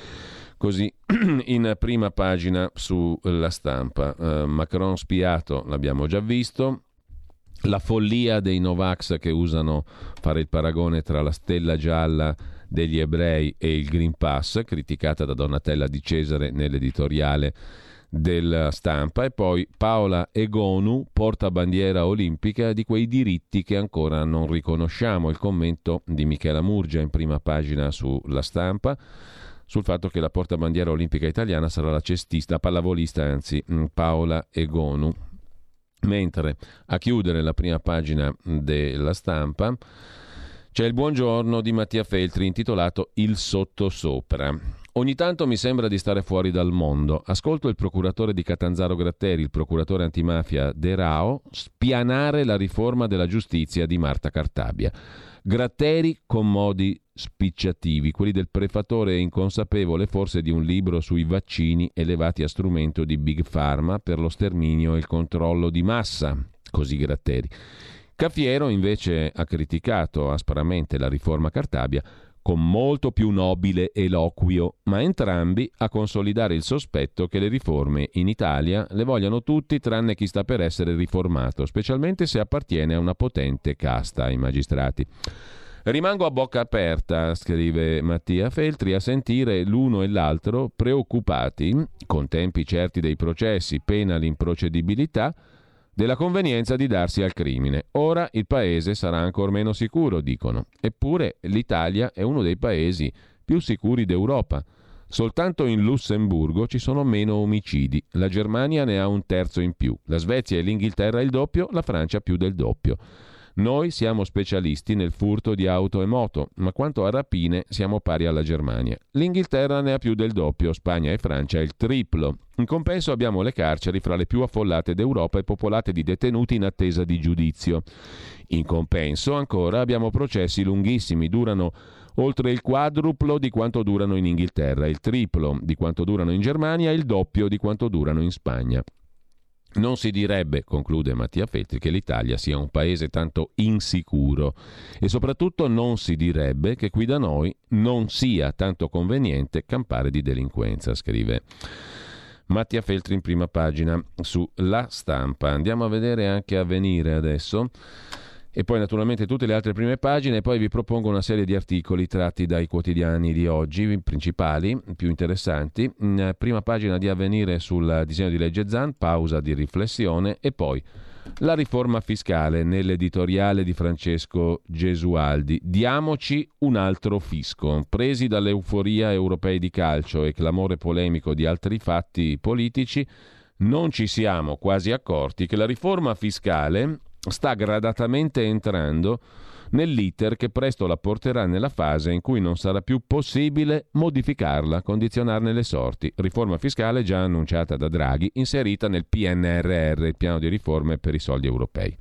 Così in prima pagina sulla Stampa. Macron spiato, l'abbiamo già visto. La follia dei Novax che usano fare il paragone tra la stella gialla degli ebrei e il Green Pass, criticata da Donatella Di Cesare nell'editoriale della Stampa. E poi Paola Egonu, portabandiera olimpica di quei diritti che ancora non riconosciamo. Il commento di Michela Murgia in prima pagina sulla Stampa sul fatto che la portabandiera olimpica italiana sarà la cestista, la pallavolista anzi, Paola Egonu. Mentre a chiudere la prima pagina della Stampa c'è il buongiorno di Mattia Feltri intitolato Il sottosopra. Ogni tanto mi sembra di stare fuori dal mondo. Ascolto il procuratore di Catanzaro Gratteri, il procuratore antimafia De Rao, spianare la riforma della giustizia di Marta Cartabia. Gratteri con modi spicciativi, quelli del prefatore inconsapevole forse di un libro sui vaccini elevati a strumento di Big Pharma per lo sterminio e il controllo di massa, così Gratteri. Caffiero invece ha criticato aspramente la riforma Cartabia con molto più nobile eloquio, ma entrambi a consolidare il sospetto che le riforme in Italia le vogliano tutti tranne chi sta per essere riformato, specialmente se appartiene a una potente casta ai magistrati. Rimango a bocca aperta, scrive Mattia Feltri, a sentire l'uno e l'altro preoccupati, con tempi certi dei processi, pena l'improcedibilità, della convenienza di darsi al crimine. Ora il paese sarà ancor meno sicuro, dicono. Eppure l'Italia è uno dei paesi più sicuri d'Europa. Soltanto in Lussemburgo ci sono meno omicidi. La Germania ne ha un terzo in più. La Svezia e l'Inghilterra il doppio, la Francia più del doppio. Noi siamo specialisti nel furto di auto e moto, ma quanto a rapine siamo pari alla Germania. L'Inghilterra ne ha più del doppio, Spagna e Francia il triplo. In compenso abbiamo le carceri fra le più affollate d'Europa e popolate di detenuti in attesa di giudizio. In compenso ancora abbiamo processi lunghissimi, durano oltre il quadruplo di quanto durano in Inghilterra, il triplo di quanto durano in Germania e il doppio di quanto durano in Spagna. Non si direbbe, conclude Mattia Feltri, che l'Italia sia un paese tanto insicuro e soprattutto non si direbbe che qui da noi non sia tanto conveniente campare di delinquenza, scrive Mattia Feltri in prima pagina su La Stampa. Andiamo a vedere anche Avvenire adesso e poi naturalmente tutte le altre prime pagine e poi vi propongo una serie di articoli tratti dai quotidiani di oggi, principali, più interessanti. In prima pagina di Avvenire sul disegno di legge Zan, pausa di riflessione e poi la riforma fiscale nell'editoriale di Francesco Gesualdi. Diamoci un altro fisco. Presi dall'euforia europei di calcio e clamore polemico di altri fatti politici, non ci siamo quasi accorti che la riforma fiscale sta gradatamente entrando nell'iter che presto la porterà nella fase in cui non sarà più possibile modificarla, condizionarne le sorti. Riforma fiscale già annunciata da Draghi, inserita nel PNRR, il piano di riforme per i soldi europei.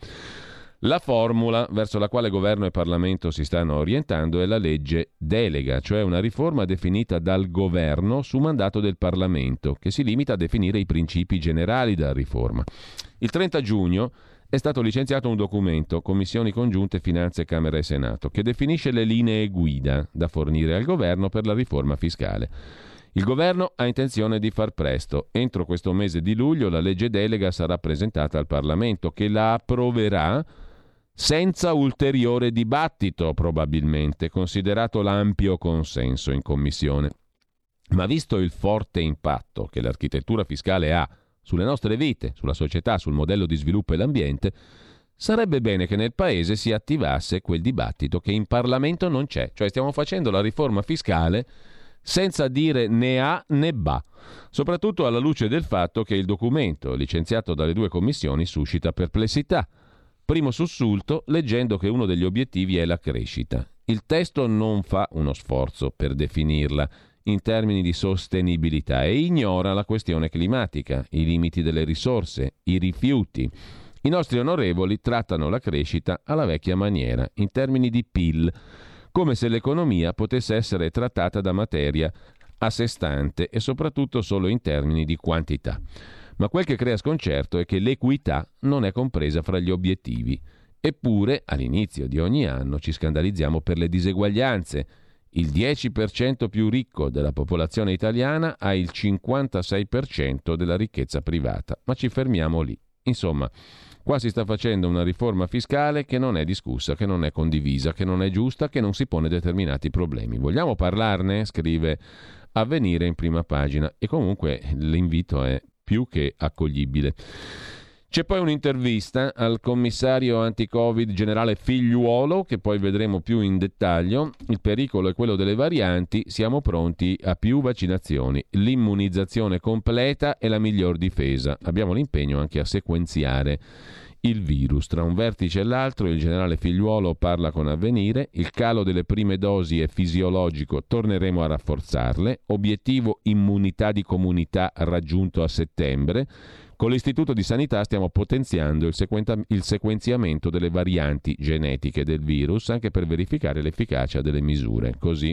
La formula verso la quale governo e Parlamento si stanno orientando è la legge delega, cioè una riforma definita dal governo su mandato del Parlamento, che si limita a definire i principi generali della riforma. Il 30 giugno è stato licenziato un documento, Commissioni Congiunte Finanze Camera e Senato, che definisce le linee guida da fornire al governo per la riforma fiscale. Il governo ha intenzione di far presto. Entro questo mese di luglio la legge delega sarà presentata al Parlamento, che la approverà senza ulteriore dibattito, probabilmente, considerato l'ampio consenso in Commissione. Ma visto il forte impatto che l'architettura fiscale ha sulle nostre vite, sulla società, sul modello di sviluppo e l'ambiente, sarebbe bene che nel Paese si attivasse quel dibattito che in Parlamento non c'è. Cioè stiamo facendo la riforma fiscale senza dire né A né ba, soprattutto alla luce del fatto che il documento licenziato dalle due commissioni suscita perplessità. Primo sussulto, leggendo che uno degli obiettivi è la crescita. Il testo non fa uno sforzo per definirla in termini di sostenibilità e ignora la questione climatica, i limiti delle risorse, i rifiuti. I nostri onorevoli trattano la crescita alla vecchia maniera, in termini di PIL, come se l'economia potesse essere trattata da materia a sé stante e soprattutto solo in termini di quantità. Ma quel che crea sconcerto è che l'equità non è compresa fra gli obiettivi. Eppure, all'inizio di ogni anno ci scandalizziamo per le diseguaglianze. Il 10% più ricco della popolazione italiana ha il 56% della ricchezza privata, ma ci fermiamo lì. Insomma, qua si sta facendo una riforma fiscale che non è discussa, che non è condivisa, che non è giusta, che non si pone determinati problemi. Vogliamo parlarne? Scrive Avvenire in prima pagina e comunque l'invito è più che accoglibile. C'è poi un'intervista al commissario anti-Covid generale Figliuolo, che poi vedremo più in dettaglio. Il pericolo è quello delle varianti, siamo pronti a più vaccinazioni. L'immunizzazione completa è la miglior difesa. Abbiamo l'impegno anche a sequenziare il virus. Tra un vertice e l'altro il generale Figliuolo parla con Avvenire. Il calo delle prime dosi è fisiologico, torneremo a rafforzarle. Obiettivo immunità di comunità raggiunto a settembre. Con l'Istituto di Sanità stiamo potenziando il sequenziamento delle varianti genetiche del virus anche per verificare l'efficacia delle misure. Così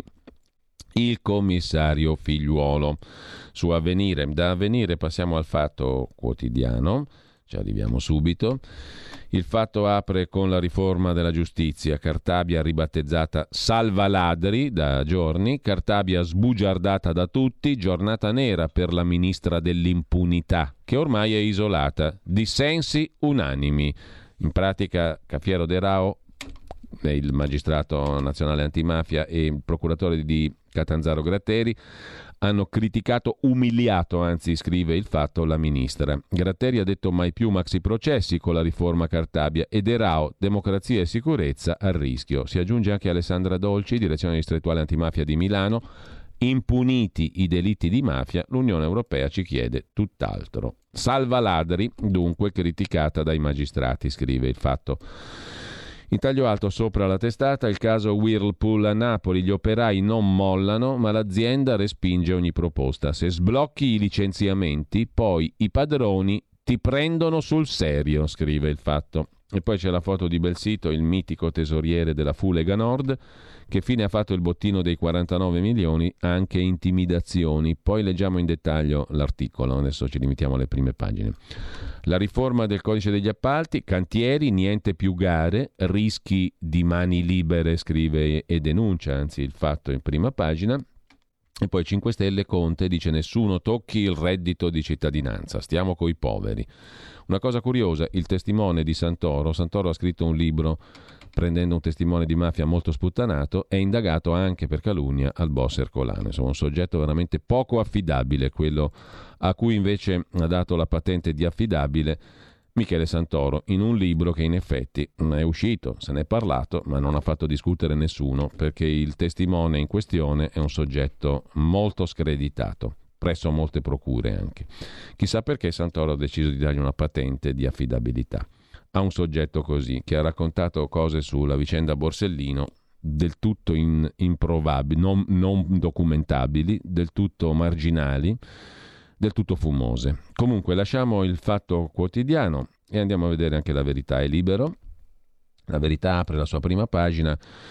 il commissario Figliuolo su Avvenire. Da Avvenire passiamo al Fatto Quotidiano. Ci arriviamo subito. Il Fatto apre con la riforma della giustizia. Cartabia ribattezzata Salva Ladri da giorni, Cartabia sbugiardata da tutti, giornata nera per la ministra dell'impunità, che ormai è isolata. Dissensi unanimi. In pratica Cafiero De Rao, il magistrato nazionale antimafia, e il procuratore di Catanzaro Gratteri hanno criticato, umiliato, anzi, scrive il Fatto, la ministra. Gratteri ha detto mai più maxi processi con la riforma Cartabia e De Rao, democrazia e sicurezza a rischio. Si aggiunge anche Alessandra Dolci, direzione distrettuale antimafia di Milano. Impuniti i delitti di mafia, l'Unione Europea ci chiede tutt'altro. Salva Ladri, dunque, criticata dai magistrati, scrive il Fatto. In taglio alto sopra la testata il caso Whirlpool a Napoli, gli operai non mollano ma l'azienda respinge ogni proposta. Se sblocchi i licenziamenti poi i padroni ti prendono sul serio, scrive il Fatto. E poi c'è la foto di Belsito, il mitico tesoriere della Fulega Nord. Che fine ha fatto il bottino dei 49 milioni? Anche intimidazioni. Poi leggiamo in dettaglio l'articolo, adesso ci limitiamo alle prime pagine. La riforma del codice degli appalti, cantieri, niente più gare, rischi di mani libere, scrive e denuncia, anzi, il Fatto in prima pagina. E poi 5 Stelle, Conte dice nessuno tocchi il reddito di cittadinanza, stiamo coi poveri. Una cosa curiosa, il testimone di Santoro ha scritto un libro prendendo un testimone di mafia molto sputtanato, è indagato anche per calunnia al boss Ercolano. Insomma, un soggetto veramente poco affidabile, quello a cui invece ha dato la patente di affidabile Michele Santoro, in un libro che in effetti è uscito, se ne è parlato, ma non ha fatto discutere nessuno, perché il testimone in questione è un soggetto molto screditato, presso molte procure anche. Chissà perché Santoro ha deciso di dargli una patente di affidabilità a un soggetto così, che ha raccontato cose sulla vicenda Borsellino del tutto improbabili, non documentabili, del tutto marginali, del tutto fumose. Comunque lasciamo il Fatto Quotidiano e andiamo a vedere anche La Verità è Libero. La Verità apre la sua prima pagina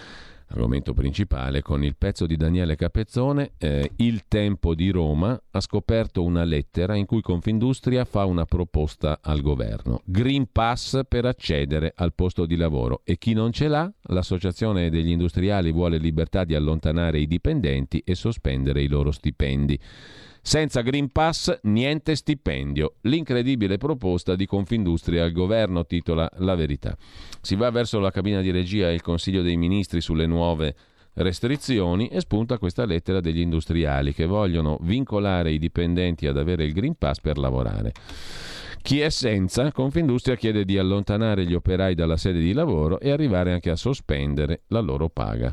argomento principale, con il pezzo di Daniele Capezzone. Il Tempo di Roma ha scoperto una lettera in cui Confindustria fa una proposta al governo: Green Pass per accedere al posto di lavoro, e chi non ce l'ha, l'associazione degli industriali vuole libertà di allontanare i dipendenti e sospendere i loro stipendi. Senza Green Pass niente stipendio. L'incredibile proposta di Confindustria al governo, titola La Verità. Si va verso la cabina di regia e il Consiglio dei Ministri sulle nuove restrizioni e spunta questa lettera degli industriali che vogliono vincolare i dipendenti ad avere il Green Pass per lavorare. Chi è senza, Confindustria chiede di allontanare gli operai dalla sede di lavoro e arrivare anche a sospendere la loro paga.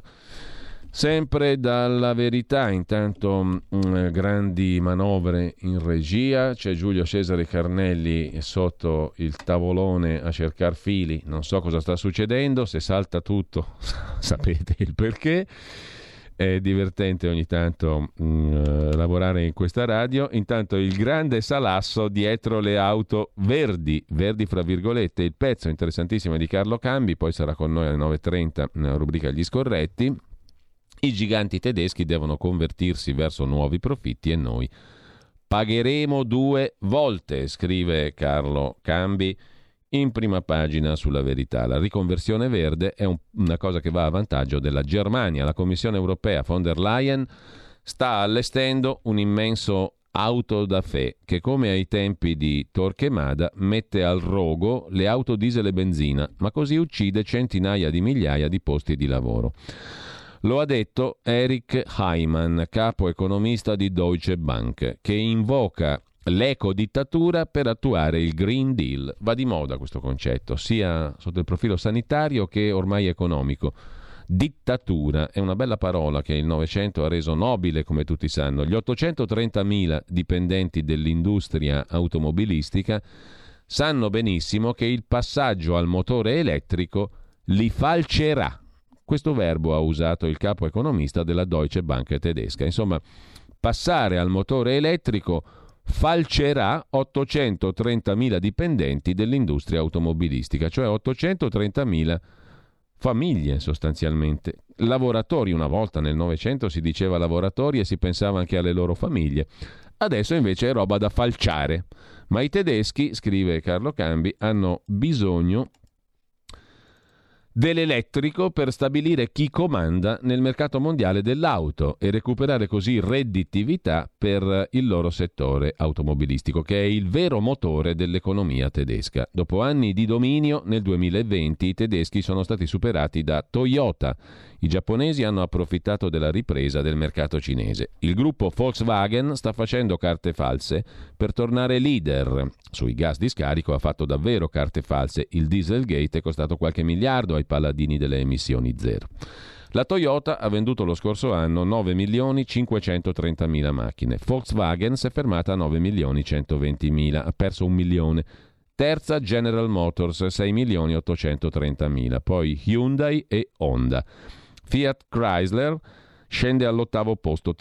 Sempre dalla Verità, intanto grandi manovre in regia, c'è Giulio Cesare Carnelli sotto il tavolone a cercar fili, non so cosa sta succedendo, se salta tutto sapete il perché, è divertente ogni tanto lavorare in questa radio. Intanto il grande salasso dietro le auto verdi fra virgolette, il pezzo interessantissimo di Carlo Cambi, poi sarà con noi alle 9.30 nella rubrica Gli Scorretti. I giganti tedeschi devono convertirsi verso nuovi profitti e noi pagheremo 2 volte, scrive Carlo Cambi in prima pagina sulla Verità. La riconversione verde è una cosa che va a vantaggio della Germania. La Commissione europea von der Leyen sta allestendo un immenso auto da fè che, come ai tempi di Torquemada, mette al rogo le auto diesel e benzina, ma così uccide centinaia di migliaia di posti di lavoro. Lo ha detto Eric Heimann, capo economista di Deutsche Bank, che invoca l'ecodittatura per attuare il Green Deal. Va di moda questo concetto, sia sotto il profilo sanitario che ormai economico. Dittatura è una bella parola che il Novecento ha reso nobile, come tutti sanno. Gli 830.000 dipendenti dell'industria automobilistica sanno benissimo che il passaggio al motore elettrico li falcerà. Questo verbo ha usato il capo economista della Deutsche Bank tedesca. Insomma, passare al motore elettrico falcerà 830.000 dipendenti dell'industria automobilistica, cioè 830.000 famiglie sostanzialmente. Lavoratori, una volta nel Novecento si diceva lavoratori e si pensava anche alle loro famiglie. Adesso invece è roba da falciare. Ma i tedeschi, scrive Carlo Cambi, hanno bisogno dell'elettrico per stabilire chi comanda nel mercato mondiale dell'auto e recuperare così redditività per il loro settore automobilistico, che è il vero motore dell'economia tedesca. Dopo anni di dominio, nel 2020 i tedeschi sono stati superati da Toyota. I giapponesi hanno approfittato della ripresa del mercato cinese. Il gruppo Volkswagen sta facendo carte false per tornare leader. Sui gas di scarico ha fatto davvero carte false. Il Dieselgate è costato qualche miliardo ai paladini delle emissioni zero. La Toyota ha venduto lo scorso anno 9.530.000 macchine. Volkswagen si è fermata a 9.120.000, ha perso 1 milione. Terza General Motors, 6.830.000. Poi Hyundai e Honda. Fiat Chrysler scende all'8° posto,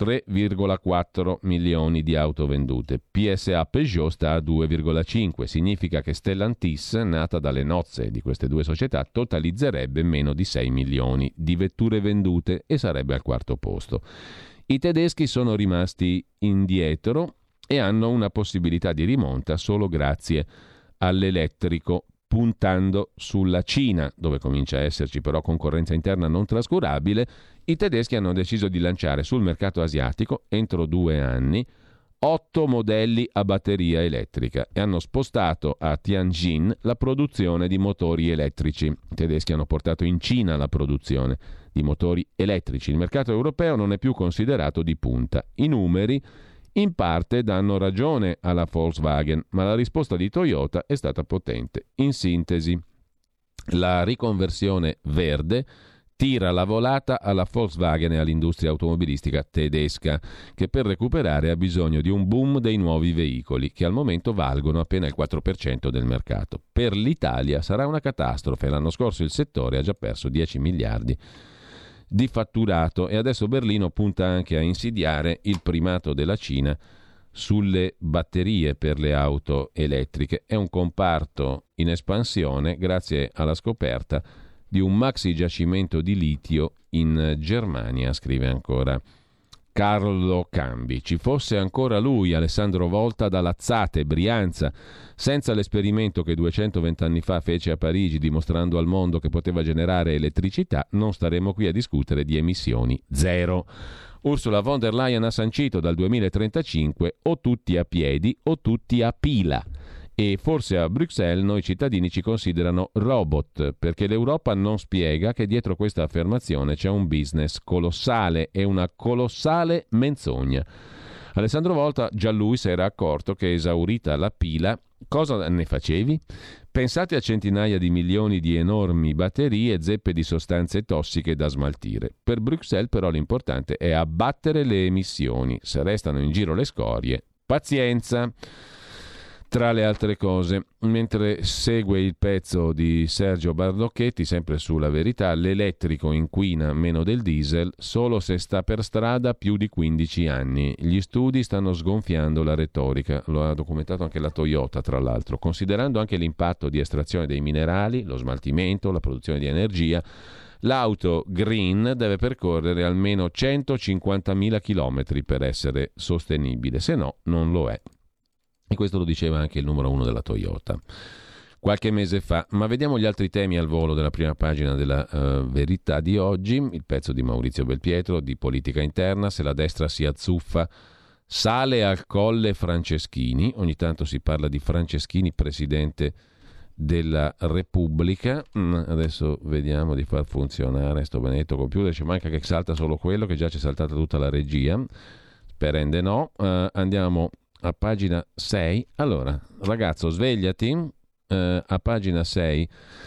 3,4 milioni di auto vendute. PSA Peugeot sta a 2,5. Significa che Stellantis, nata dalle nozze di queste due società, totalizzerebbe meno di 6 milioni di vetture vendute e sarebbe al 4° posto. I tedeschi sono rimasti indietro e hanno una possibilità di rimonta solo grazie all'elettrico, puntando sulla Cina, dove comincia a esserci però concorrenza interna non trascurabile. I tedeschi hanno deciso di lanciare sul mercato asiatico, entro 2 anni, 8 modelli a batteria elettrica e hanno spostato a Tianjin la produzione di motori elettrici. I tedeschi hanno portato in Cina la produzione di motori elettrici. Il mercato europeo non è più considerato di punta. I numeri in parte danno ragione alla Volkswagen, ma la risposta di Toyota è stata potente. In sintesi, la riconversione verde tira la volata alla Volkswagen e all'industria automobilistica tedesca, che per recuperare ha bisogno di un boom dei nuovi veicoli, che al momento valgono appena il 4% del mercato. Per l'Italia sarà una catastrofe. L'anno scorso il settore ha già perso 10 miliardi di fatturato e adesso Berlino punta anche a insidiare il primato della Cina sulle batterie per le auto elettriche. È un comparto in espansione grazie alla scoperta di un maxi giacimento di litio in Germania, scrive ancora Carlo Cambi. Ci fosse ancora lui, Alessandro Volta, da Lazzate, Brianza, senza l'esperimento che 220 anni fa fece a Parigi dimostrando al mondo che poteva generare elettricità, non staremmo qui a discutere di emissioni zero. Ursula von der Leyen ha sancito dal 2035 o tutti a piedi o tutti a pila. E forse a Bruxelles noi cittadini ci considerano robot, perché l'Europa non spiega che dietro questa affermazione c'è un business colossale e una colossale menzogna. Alessandro Volta già lui si era accorto che esaurita la pila, cosa ne facevi? Pensate a centinaia di milioni di enormi batterie e zeppe di sostanze tossiche da smaltire. Per Bruxelles però l'importante è abbattere le emissioni. Se restano in giro le scorie, pazienza. Tra le altre cose, mentre segue il pezzo di Sergio Bardocchetti, sempre sulla Verità, l'elettrico inquina meno del diesel solo se sta per strada più di 15 anni. Gli studi stanno sgonfiando la retorica, lo ha documentato anche la Toyota tra l'altro, considerando anche l'impatto di estrazione dei minerali, lo smaltimento, la produzione di energia. L'auto green deve percorrere almeno 150.000 chilometri per essere sostenibile, se no non lo è. E questo lo diceva anche il numero 1 della Toyota qualche mese fa. Ma vediamo gli altri temi al volo della prima pagina della Verità di oggi. Il pezzo di Maurizio Belpietro di politica interna, se la destra si azzuffa, sale al colle Franceschini. Ogni tanto si parla di Franceschini, presidente della Repubblica. Adesso vediamo di far funzionare sto benedetto computer, ci manca che salta solo quello, che già c'è saltata tutta la regia, sperende no. Andiamo a pagina 6. Allora, ragazzo, svegliati, a pagina 6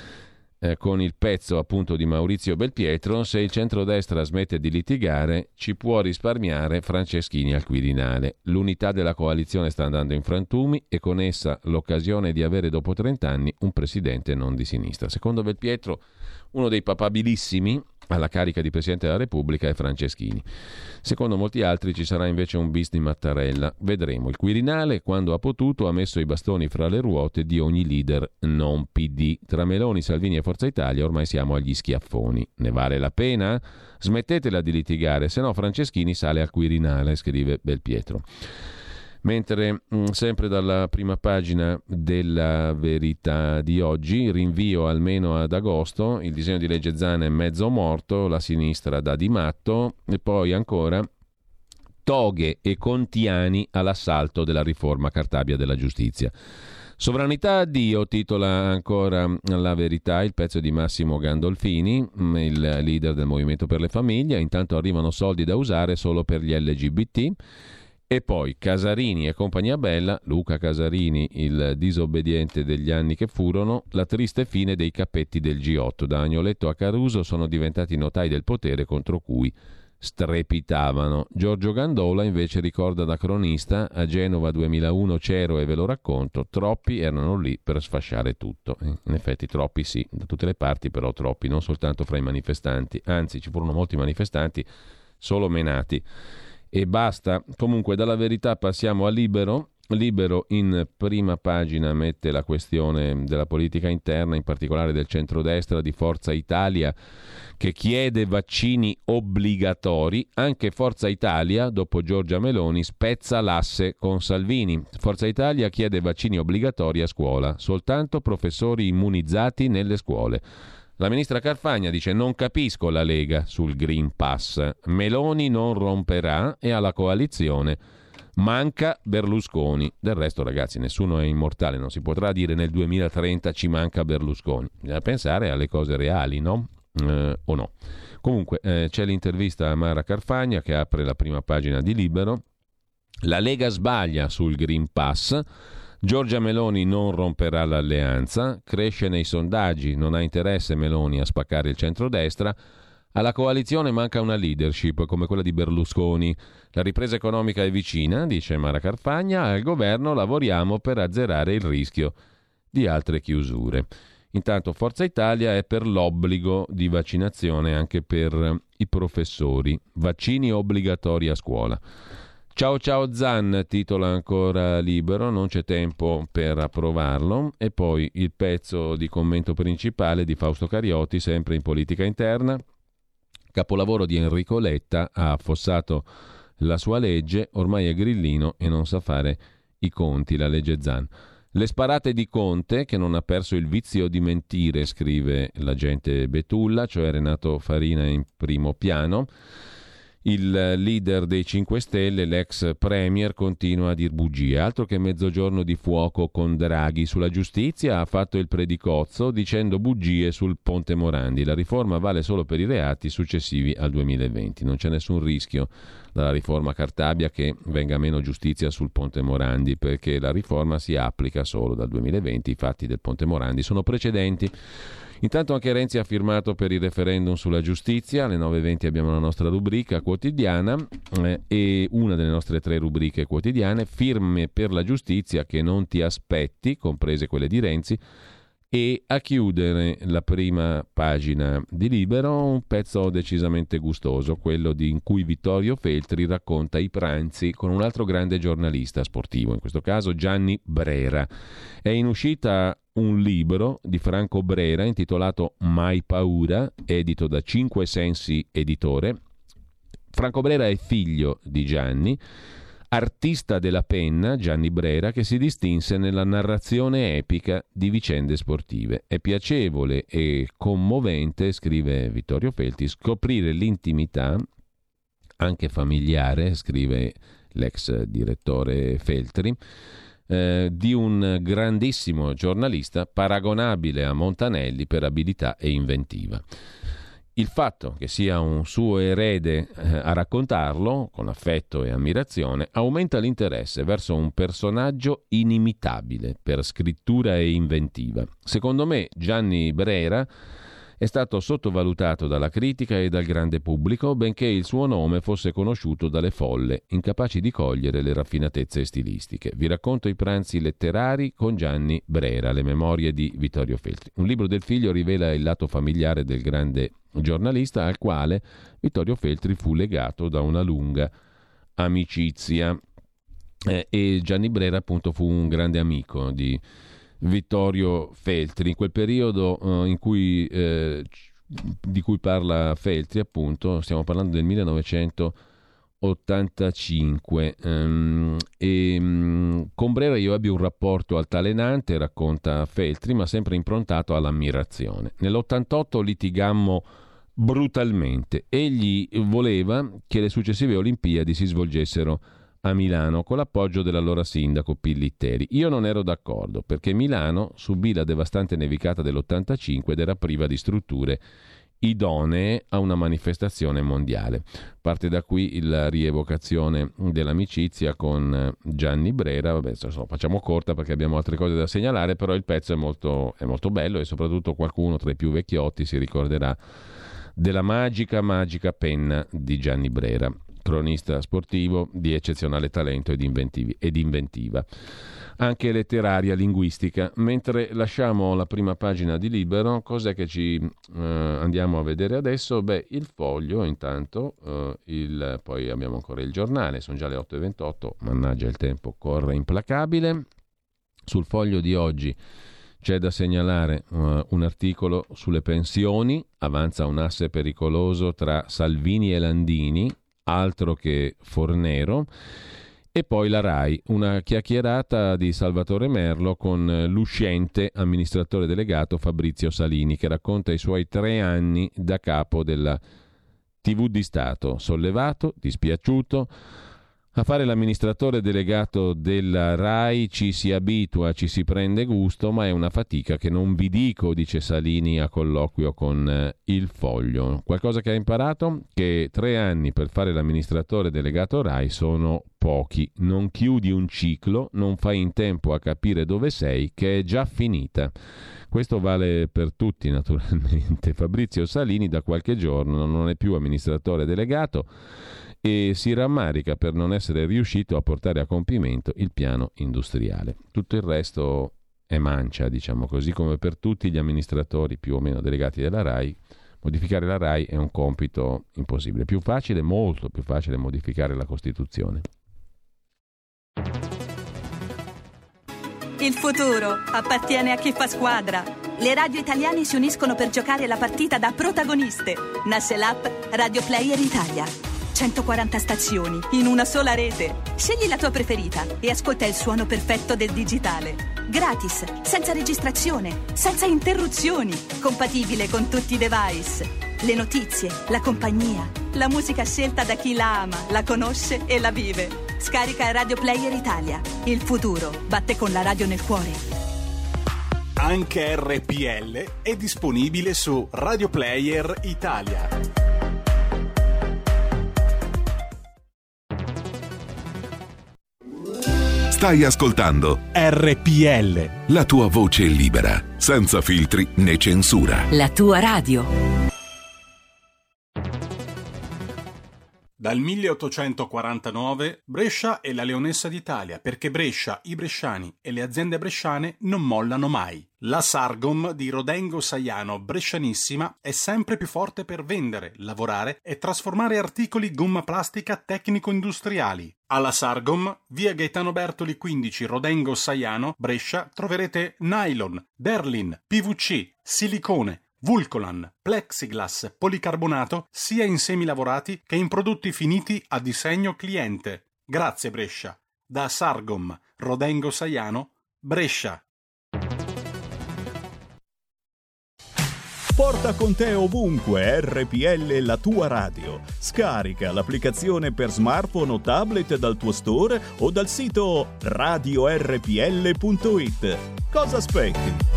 con il pezzo appunto di Maurizio Belpietro, se il centrodestra smette di litigare ci può risparmiare Franceschini al Quirinale. L'unità della coalizione sta andando in frantumi e con essa l'occasione di avere dopo 30 anni un presidente non di sinistra. Secondo Belpietro, uno dei papabilissimi alla carica di Presidente della Repubblica è Franceschini. Secondo molti altri ci sarà invece un bis di Mattarella. Vedremo. Il Quirinale, quando ha potuto, ha messo i bastoni fra le ruote di ogni leader non PD. Tra Meloni, Salvini e Forza Italia ormai siamo agli schiaffoni. Ne vale la pena? Smettetela di litigare, se no Franceschini sale al Quirinale, scrive Belpietro. Mentre sempre dalla prima pagina della Verità di oggi, rinvio almeno ad agosto, il disegno di legge Zan è mezzo morto, la sinistra dà di matto, e poi ancora toghe e contiani all'assalto della riforma Cartabia della giustizia. Sovranità a Dio, titola ancora la Verità, il pezzo di Massimo Gandolfini, il leader del Movimento per le Famiglie. Intanto arrivano soldi da usare solo per gli LGBT. E poi Casarini e compagnia bella, Luca Casarini, il disobbediente degli anni che furono, la triste fine dei cappetti del G8. Da Agnoletto a Caruso sono diventati notai del potere contro cui strepitavano. Giorgio Gandola invece ricorda da cronista: a Genova 2001 c'ero e ve lo racconto, troppi erano lì per sfasciare tutto. In effetti troppi sì, da tutte le parti, però troppi, non soltanto fra i manifestanti, anzi ci furono molti manifestanti solo menati. E basta. Comunque dalla Verità passiamo a Libero. Libero in prima pagina mette la questione della politica interna, in particolare del centrodestra, di Forza Italia, che chiede vaccini obbligatori. Anche Forza Italia, dopo Giorgia Meloni, spezza l'asse con Salvini. Forza Italia chiede vaccini obbligatori a scuola, soltanto professori immunizzati nelle scuole. La ministra Carfagna dice: non capisco la Lega sul Green Pass, Meloni non romperà e alla coalizione manca Berlusconi. Del resto, ragazzi, nessuno è immortale, non si potrà dire nel 2030 ci manca Berlusconi, bisogna pensare alle cose reali, no? O no? Comunque c'è l'intervista a Mara Carfagna che apre la prima pagina di Libero. La Lega sbaglia sul Green Pass, Giorgia Meloni non romperà l'alleanza, cresce nei sondaggi, non ha interesse Meloni a spaccare il centrodestra, alla coalizione manca una leadership come quella di Berlusconi, la ripresa economica è vicina, dice Mara Carfagna, al governo lavoriamo per azzerare il rischio di altre chiusure. Intanto Forza Italia è per l'obbligo di vaccinazione anche per i professori, vaccini obbligatori a scuola. Ciao ciao Zan, titola ancora Libero, non c'è tempo per approvarlo. E poi il pezzo di commento principale di Fausto Carioti, sempre in politica interna. Capolavoro di Enrico Letta, ha affossato la sua legge, ormai è grillino e non sa fare i conti, la legge Zan. Le sparate di Conte, che non ha perso il vizio di mentire, scrive l'agente Betulla, cioè Renato Farina in primo piano. Il leader dei 5 Stelle, l'ex premier, continua a dir bugie. Altro che mezzogiorno di fuoco con Draghi. Sulla giustizia ha fatto il predicozzo dicendo bugie sul Ponte Morandi. La riforma vale solo per i reati successivi al 2020. Non c'è nessun rischio dalla riforma Cartabia che venga meno giustizia sul Ponte Morandi, perché la riforma si applica solo dal 2020. I fatti del Ponte Morandi sono precedenti. Intanto anche Renzi ha firmato per il referendum sulla giustizia. Alle 9.20 abbiamo la nostra rubrica quotidiana e una delle nostre 3 rubriche quotidiane, firme per la giustizia che non ti aspetti, comprese quelle di Renzi, e a chiudere la prima pagina di Libero un pezzo decisamente gustoso, quello in cui Vittorio Feltri racconta i pranzi con un altro grande giornalista sportivo, in questo caso Gianni Brera. È in uscita un libro di Franco Brera intitolato Mai paura, edito da Cinque Sensi Editore. Franco Brera è figlio di Gianni, artista della penna, Gianni Brera, che si distinse nella narrazione epica di vicende sportive. È piacevole e commovente, scrive Vittorio Feltri, scoprire l'intimità, anche familiare, scrive l'ex direttore Feltri, di un grandissimo giornalista paragonabile a Montanelli per abilità e inventiva. Il fatto che sia un suo erede a raccontarlo, con affetto e ammirazione, aumenta l'interesse verso un personaggio inimitabile per scrittura e inventiva. Secondo me Gianni Brera è stato sottovalutato dalla critica e dal grande pubblico, benché il suo nome fosse conosciuto dalle folle, incapaci di cogliere le raffinatezze stilistiche. Vi racconto i pranzi letterari con Gianni Brera, le memorie di Vittorio Feltri. Un libro del figlio rivela il lato familiare del grande giornalista, al quale Vittorio Feltri fu legato da una lunga amicizia. E Gianni Brera appunto fu un grande amico di Vittorio Feltri. In quel periodo di cui parla Feltri, appunto, stiamo parlando del 1985, con Brera io ebbi un rapporto altalenante, racconta Feltri, ma sempre improntato all'ammirazione. Nell'88 litigammo brutalmente. Egli voleva che le successive Olimpiadi si svolgessero a Milano con l'appoggio dell'allora sindaco Pillitteri. Io non ero d'accordo perché Milano subì la devastante nevicata dell'85 ed era priva di strutture idonee a una manifestazione mondiale. Parte da qui la rievocazione dell'amicizia con Gianni Brera. Vabbè, insomma, facciamo corta perché abbiamo altre cose da segnalare, però il pezzo è molto bello e soprattutto qualcuno tra i più vecchiotti si ricorderà della magica penna di Gianni Brera, cronista sportivo di eccezionale talento ed inventiva, anche letteraria, linguistica. Mentre lasciamo la prima pagina di Libero, cos'è che ci andiamo a vedere adesso? Beh, il Foglio intanto, poi abbiamo ancora il Giornale, sono già le 8:28, mannaggia il tempo corre implacabile. Sul Foglio di oggi c'è da segnalare un articolo sulle pensioni, avanza un asse pericoloso tra Salvini e Landini, altro che Fornero, e poi la RAI, una chiacchierata di Salvatore Merlo con l'uscente amministratore delegato Fabrizio Salini, che racconta i suoi 3 anni da capo della TV di Stato, sollevato, dispiaciuto. A fare l'amministratore delegato della RAI ci si abitua, ci si prende gusto, ma è una fatica che non vi dico, dice Salini a colloquio con Il Foglio. Qualcosa che ha imparato? Che 3 anni per fare l'amministratore delegato RAI sono pochi. Non chiudi un ciclo, non fai in tempo a capire dove sei, che è già finita. Questo vale per tutti, naturalmente. Fabrizio Salini da qualche giorno non è più amministratore delegato e si rammarica per non essere riuscito a portare a compimento il piano industriale. Tutto il resto è mancia, diciamo così, come per tutti gli amministratori più o meno delegati della RAI. Modificare la RAI è un compito impossibile. Più facile, molto più facile modificare la Costituzione. Il futuro appartiene a chi fa squadra. Le radio italiane si uniscono per giocare la partita da protagoniste. Nasce l'app Radio Player Italia. 140 stazioni in una sola rete. Scegli la tua preferita e ascolta il suono perfetto del digitale. Gratis, senza registrazione, senza interruzioni. Compatibile con tutti i device. Le notizie, la compagnia, la musica scelta da chi la ama, la conosce e la vive. Scarica Radio Player Italia. Il futuro batte con la radio nel cuore. Anche RPL è disponibile su Radio Player Italia. Stai ascoltando RPL, la tua voce libera, senza filtri né censura. La tua radio. Dal 1849 Brescia è la leonessa d'Italia, perché Brescia, i bresciani e le aziende bresciane non mollano mai. La Sargom di Rodengo Saiano Brescianissima è sempre più forte per vendere, lavorare e trasformare articoli gomma plastica tecnico-industriali. Alla Sargom, via Gaetano Bertoli 15 Rodengo Saiano, Brescia, troverete nylon, derlin, PVC, silicone, Vulcolan, plexiglass, policarbonato, sia in semi lavorati che in prodotti finiti a disegno cliente. Grazie Brescia. Da Sargom, Rodengo Saiano, Brescia. Porta con te ovunque RPL, la tua radio. Scarica l'applicazione per smartphone o tablet dal tuo store o dal sito radiorpl.it. Cosa aspetti?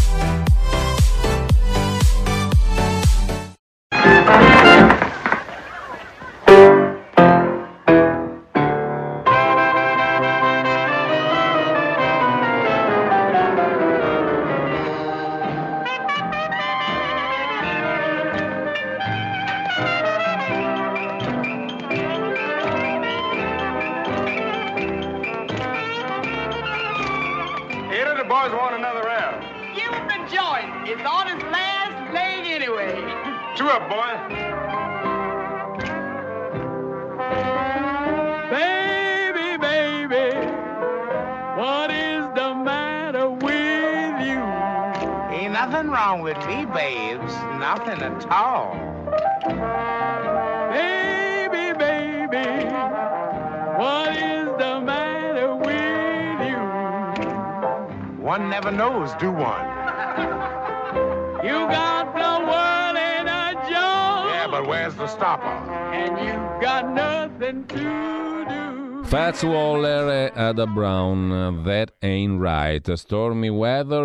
Never knows, do one? You got the world in a jar. Yeah, but where's the stopper? And you got nothing to do. Fats Waller e Ada Brown, That Ain't Right, Stormy Weather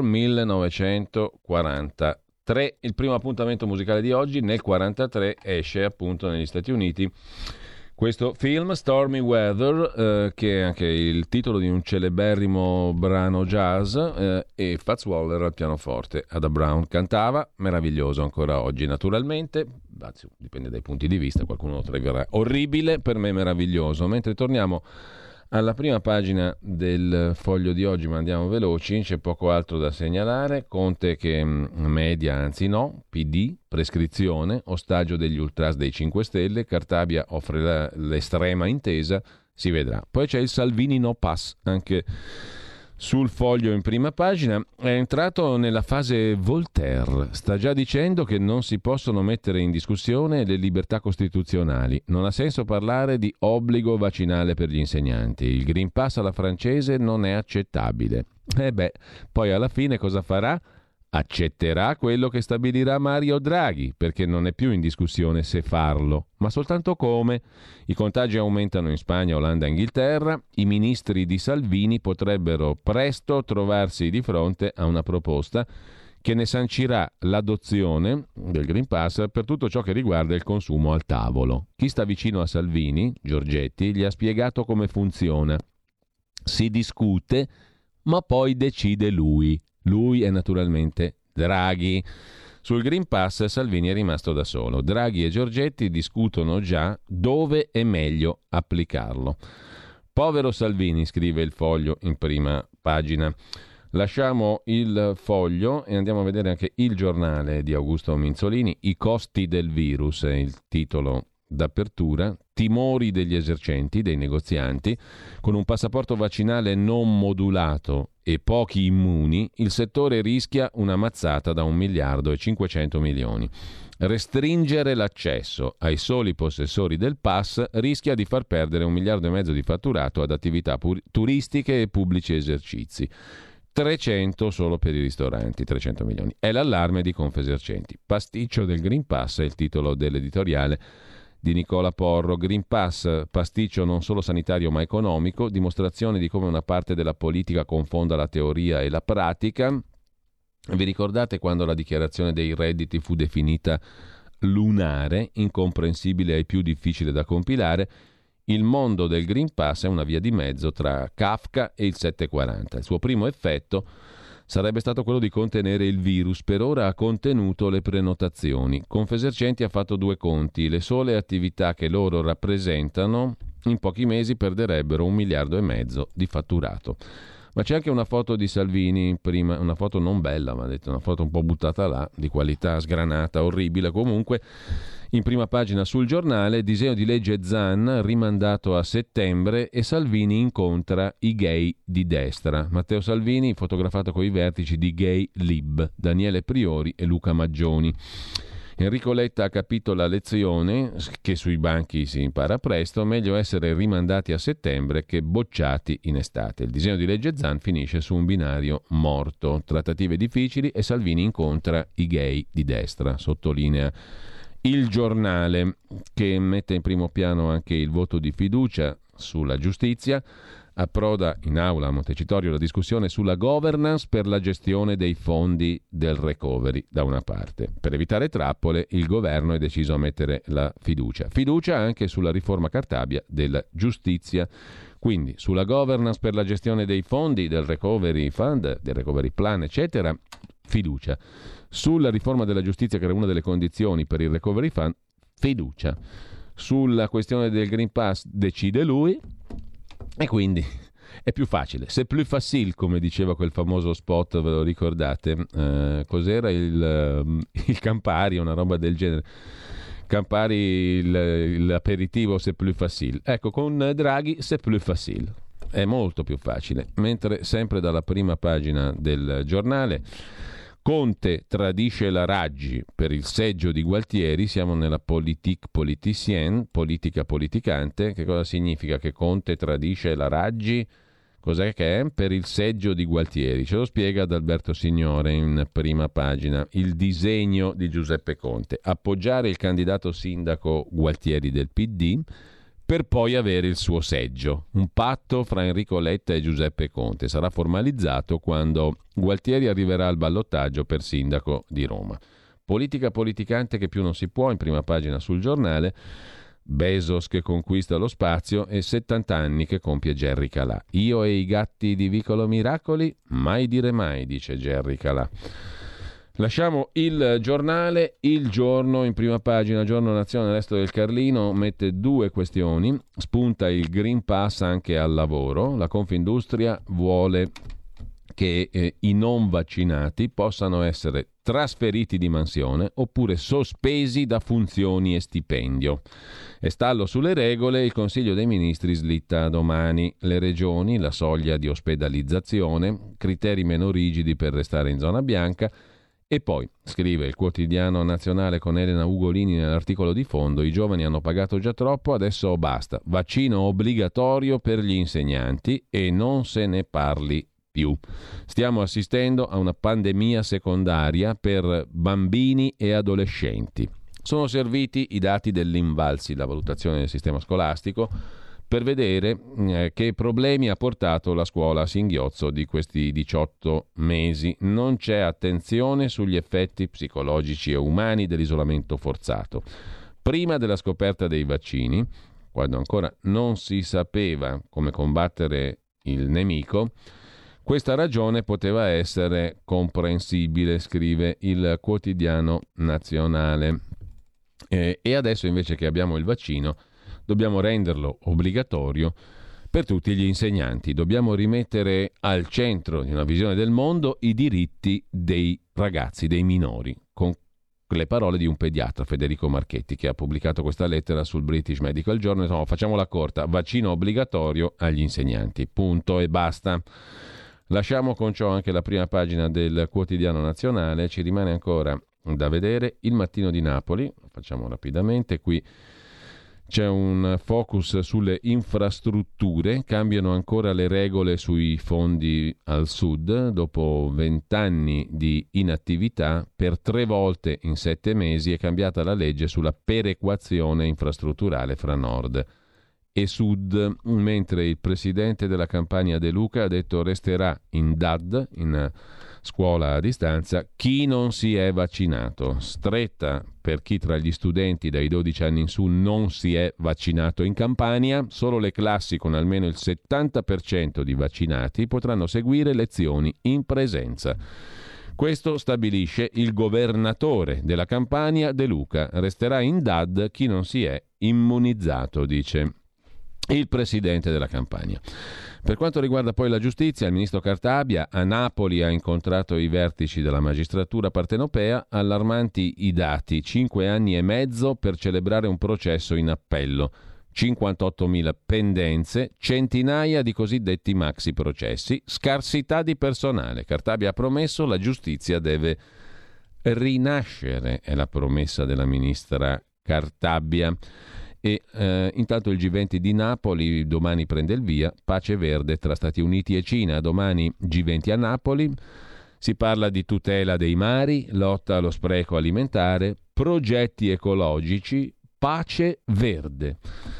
1943. Il primo appuntamento musicale di oggi, nel 1943, esce appunto negli Stati Uniti questo film, Stormy Weather, che è anche il titolo di un celeberrimo brano jazz, e Fats Waller al pianoforte. Ada Brown cantava, meraviglioso ancora oggi naturalmente, anzi, dipende dai punti di vista, qualcuno lo troverà orribile, per me meraviglioso. Mentre torniamo alla prima pagina del Foglio di oggi, ma andiamo veloci, c'è poco altro da segnalare. Conte che media, anzi no, PD, prescrizione, ostaggio degli ultras dei 5 Stelle, Cartabia offre l'estrema intesa, si vedrà. Poi c'è il Salvini no pass, anche sul Foglio in prima pagina. È entrato nella fase Voltaire, sta già dicendo che non si possono mettere in discussione le libertà costituzionali, non ha senso parlare di obbligo vaccinale per gli insegnanti, il Green Pass alla francese non è accettabile. Poi alla fine cosa farà? Accetterà quello che stabilirà Mario Draghi, perché non è più in discussione se farlo, ma soltanto come. I contagi aumentano in Spagna, Olanda e Inghilterra. I ministri di Salvini potrebbero presto trovarsi di fronte a una proposta che ne sancirà l'adozione del Green Pass per tutto ciò che riguarda il consumo al tavolo. Chi sta vicino a Salvini, Giorgetti, gli ha spiegato come funziona. Si discute, ma poi decide lui. Lui è naturalmente Draghi. Sul Green Pass Salvini è rimasto da solo. Draghi e Giorgetti discutono già dove è meglio applicarlo. Povero Salvini, scrive il Foglio in prima pagina. Lasciamo il Foglio e andiamo a vedere anche il Giornale di Augusto Minzolini. I costi del virus è il titolo d'apertura, timori degli esercenti, dei negozianti, con un passaporto vaccinale non modulato e pochi immuni, il settore rischia una mazzata da 1 miliardo e 500 milioni. Restringere l'accesso ai soli possessori del pass rischia di far perdere 1,5 miliardi di fatturato ad attività turistiche e pubblici esercizi. 300 solo per i ristoranti, 300 milioni. È l'allarme di Confesercenti. Pasticcio del Green Pass è il titolo dell'editoriale di Nicola Porro. Green Pass, pasticcio non solo sanitario ma economico, dimostrazione di come una parte della politica confonda la teoria e la pratica. Vi ricordate quando la dichiarazione dei redditi fu definita lunare, incomprensibile e più difficile da compilare? Il mondo del Green Pass è una via di mezzo tra Kafka e il 740. Il suo primo effetto sarebbe stato quello di contenere il virus. Per ora ha contenuto le prenotazioni. Confesercenti ha fatto 2 conti. Le sole attività che loro rappresentano in pochi mesi perderebbero 1,5 miliardi di fatturato. Ma c'è anche una foto di Salvini, prima, una foto non bella, ma ha detto, una foto un po' buttata là, di qualità sgranata, orribile comunque. In prima pagina sul Giornale, disegno di legge Zan rimandato a settembre e Salvini incontra i gay di destra. Matteo Salvini fotografato con i vertici di Gay Lib, Daniele Priori e Luca Maggioni. Enrico Letta ha capito la lezione, che sui banchi si impara presto, meglio essere rimandati a settembre che bocciati in estate. Il disegno di legge Zan finisce su un binario morto. Trattative difficili e Salvini incontra i gay di destra, sottolinea Il Giornale, che mette in primo piano anche il voto di fiducia sulla giustizia. Approda in aula a Montecitorio la discussione sulla governance per la gestione dei fondi del recovery da una parte. Per evitare trappole il governo è deciso a mettere la fiducia. Fiducia anche sulla riforma Cartabia della giustizia. Quindi sulla governance per la gestione dei fondi del recovery fund, del recovery plan, eccetera, fiducia. Sulla riforma della giustizia, che era una delle condizioni per il recovery fund, fiducia. Sulla questione del Green Pass decide lui. E quindi è più facile, c'est plus facile, come diceva quel famoso spot, ve lo ricordate? Cos'era il Campari, una roba del genere. Campari, l'aperitivo, c'est plus facile. Ecco, con Draghi c'est plus facile, è molto più facile. Mentre sempre dalla prima pagina del Giornale, Conte tradisce la Raggi per il seggio di Gualtieri, siamo nella politique politicienne, politica politicante. Che cosa significa che Conte tradisce la Raggi? Cos'è che è? Per il seggio di Gualtieri. Ce lo spiega Adalberto Signore in prima pagina. Il disegno di Giuseppe Conte: appoggiare il candidato sindaco Gualtieri del PD per poi avere il suo seggio. Un patto fra Enrico Letta e Giuseppe Conte sarà formalizzato quando Gualtieri arriverà al ballottaggio per sindaco di Roma. Politica politicante che più non si può, in prima pagina sul Giornale. Bezos che conquista lo spazio e 70 anni che compie Gerry Calà. Io e i gatti di Vicolo Miracoli, mai dire mai, dice Gerry Calà. Lasciamo il Giornale. Il Giorno in prima pagina, Giorno Nazione, Resto del Carlino, mette 2 questioni. Spunta il Green Pass anche al lavoro. La Confindustria vuole che i non vaccinati possano essere trasferiti di mansione oppure sospesi da funzioni e stipendio. E stallo sulle regole, il Consiglio dei Ministri slitta domani. Le regioni, la soglia di ospedalizzazione, criteri meno rigidi per restare in zona bianca. E poi, scrive il Quotidiano Nazionale con Elena Ugolini nell'articolo di fondo, i giovani hanno pagato già troppo, adesso basta. Vaccino obbligatorio per gli insegnanti e non se ne parli più. Stiamo assistendo a una pandemia secondaria per bambini e adolescenti. Sono serviti i dati dell'Invalsi, la valutazione del sistema scolastico, per vedere che problemi ha portato la scuola a singhiozzo di questi 18 mesi. Non c'è attenzione sugli effetti psicologici e umani dell'isolamento forzato. Prima della scoperta dei vaccini, quando ancora non si sapeva come combattere il nemico, questa ragione poteva essere comprensibile, scrive il Quotidiano Nazionale. E adesso invece che abbiamo il vaccino dobbiamo renderlo obbligatorio per tutti gli insegnanti. Dobbiamo rimettere al centro di una visione del mondo i diritti dei ragazzi, dei minori, con le parole di un pediatra, Federico Marchetti, che ha pubblicato questa lettera sul British Medical Journal. Insomma, facciamola corta: vaccino obbligatorio agli insegnanti, punto e basta. Lasciamo con ciò anche la prima pagina del Quotidiano Nazionale. Ci rimane ancora da vedere Il Mattino di Napoli, lo facciamo rapidamente. Qui c'è un focus sulle infrastrutture, cambiano ancora le regole sui fondi al sud, dopo 20 anni di inattività, per 3 volte in 7 mesi è cambiata la legge sulla perequazione infrastrutturale fra nord e sud, mentre il presidente della Campania De Luca ha detto resterà in DAD, in scuola a distanza, chi non si è vaccinato. Stretta per chi tra gli studenti dai 12 anni in su non si è vaccinato in Campania. Solo le classi con almeno il 70% di vaccinati potranno seguire lezioni in presenza. Questo stabilisce il governatore della Campania, De Luca. Resterà in DAD chi non si è immunizzato, dice il presidente della Campania. Per quanto riguarda poi la giustizia, il ministro Cartabia a Napoli ha incontrato i vertici della magistratura partenopea. Allarmanti i dati: 5 anni e mezzo per celebrare un processo in appello, 58.000 pendenze, centinaia di cosiddetti maxi processi, scarsità di personale. Cartabia ha promesso: la giustizia deve rinascere, è la promessa della ministra Cartabia. E intanto il G20 di Napoli domani prende il via, pace verde tra Stati Uniti e Cina. Domani G20 a Napoli, si parla di tutela dei mari, lotta allo spreco alimentare, progetti ecologici, pace verde.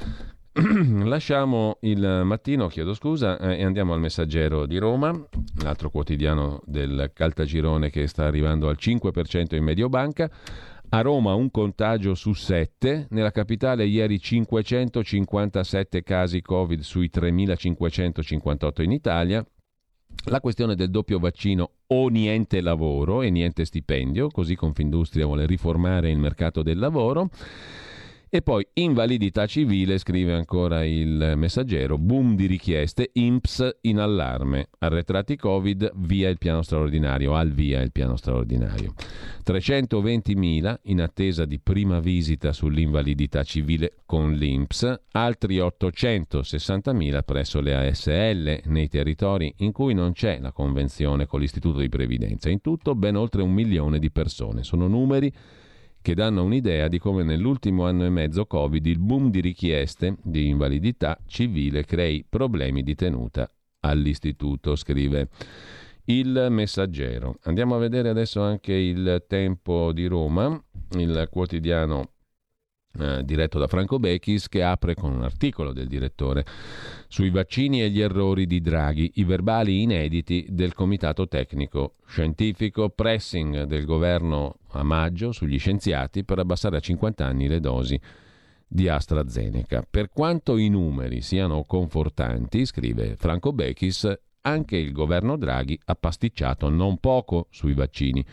Lasciamo Il Mattino, e andiamo al Messaggero di Roma, l'altro quotidiano del Caltagirone che sta arrivando al 5% in Mediobanca. A Roma un contagio su 7, nella capitale ieri 557 casi Covid sui 3.558 in Italia. La questione del doppio vaccino o niente lavoro e niente stipendio, così Confindustria vuole riformare il mercato del lavoro. E poi invalidità civile, scrive ancora Il Messaggero, boom di richieste, INPS in allarme, arretrati Covid, via il piano straordinario, al via il piano straordinario. 320.000 in attesa di prima visita sull'invalidità civile con l'INPS, altri 860.000 presso le ASL nei territori in cui non c'è la convenzione con l'Istituto di Previdenza. In tutto ben oltre 1 milione di persone. Sono numeri che danno un'idea di come nell'ultimo anno e mezzo Covid il boom di richieste di invalidità civile crei problemi di tenuta all'istituto, scrive Il Messaggero. Andiamo a vedere adesso anche Il Tempo di Roma, il quotidiano diretto da Franco Bechis, che apre con un articolo del direttore sui vaccini e gli errori di Draghi, i verbali inediti del comitato tecnico scientifico, pressing del governo a maggio sugli scienziati per abbassare a 50 anni le dosi di AstraZeneca. Per quanto i numeri siano confortanti, scrive Franco Bechis, anche il governo Draghi ha pasticciato non poco sui vaccini.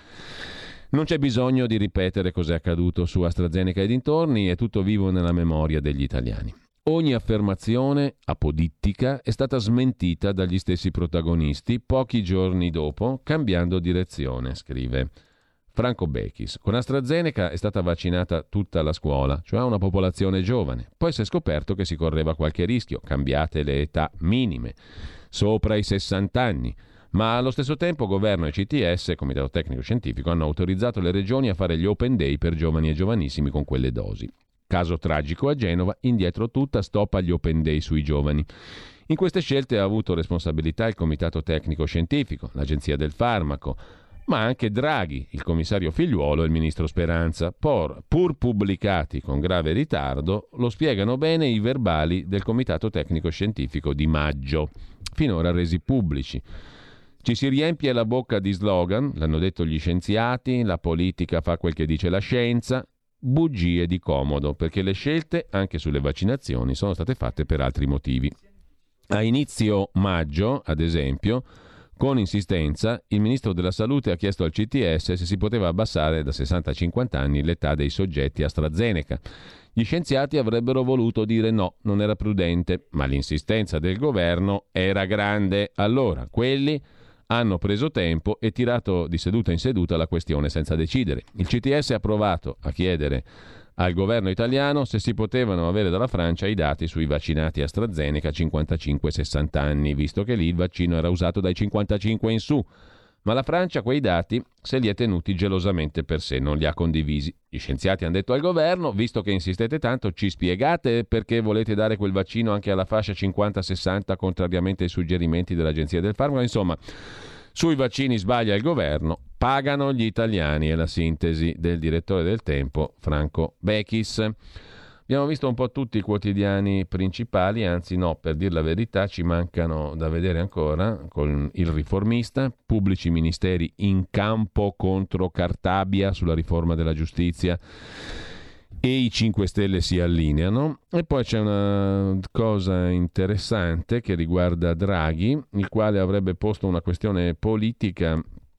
Non c'è bisogno di ripetere cos'è accaduto su AstraZeneca e dintorni, è tutto vivo nella memoria degli italiani. Ogni affermazione apodittica è stata smentita dagli stessi protagonisti pochi giorni dopo, cambiando direzione, scrive Franco Bechis. Con AstraZeneca è stata vaccinata tutta la scuola, cioè una popolazione giovane. Poi si è scoperto che si correva qualche rischio, cambiate le età minime, sopra i 60 anni. Ma allo stesso tempo governo e CTS, Comitato Tecnico Scientifico, hanno autorizzato le regioni a fare gli open day per giovani e giovanissimi con quelle dosi. Caso tragico a Genova, indietro tutta, stop agli open day sui giovani. In queste scelte ha avuto responsabilità il Comitato Tecnico Scientifico, l'Agenzia del Farmaco, ma anche Draghi, il commissario Figliuolo e il ministro Speranza. Pur pubblicati con grave ritardo, lo spiegano bene i verbali del Comitato Tecnico Scientifico di maggio, finora resi pubblici. Ci si riempie la bocca di slogan, l'hanno detto gli scienziati, la politica fa quel che dice la scienza, bugie di comodo, perché le scelte, anche sulle vaccinazioni, sono state fatte per altri motivi. A inizio maggio, ad esempio, con insistenza, il ministro della Salute ha chiesto al CTS se si poteva abbassare da 60 a 50 anni l'età dei soggetti AstraZeneca. Gli scienziati avrebbero voluto dire no, non era prudente, ma l'insistenza del governo era grande. Allora, quelli Hanno preso tempo e tirato di seduta in seduta la questione senza decidere. Il CTS ha provato a chiedere al governo italiano se si potevano avere dalla Francia i dati sui vaccinati AstraZeneca 55-60 anni, visto che lì il vaccino era usato dai 55 in su. Ma la Francia quei dati se li è tenuti gelosamente per sé, non li ha condivisi. Gli scienziati hanno detto al governo: visto che insistete tanto, ci spiegate perché volete dare quel vaccino anche alla fascia 50-60, contrariamente ai suggerimenti dell'Agenzia del Farmaco? Insomma, sui vaccini sbaglia il governo, pagano gli italiani, è la sintesi del direttore del Tempo, Franco Bechis. Abbiamo visto un po' tutti i quotidiani principali, anzi no, per dir la verità ci mancano da vedere ancora, con il Riformista, pubblici ministeri in campo contro Cartabia sulla riforma della giustizia e i 5 Stelle si allineano. E poi c'è una cosa interessante che riguarda Draghi, il quale avrebbe posto una questione politica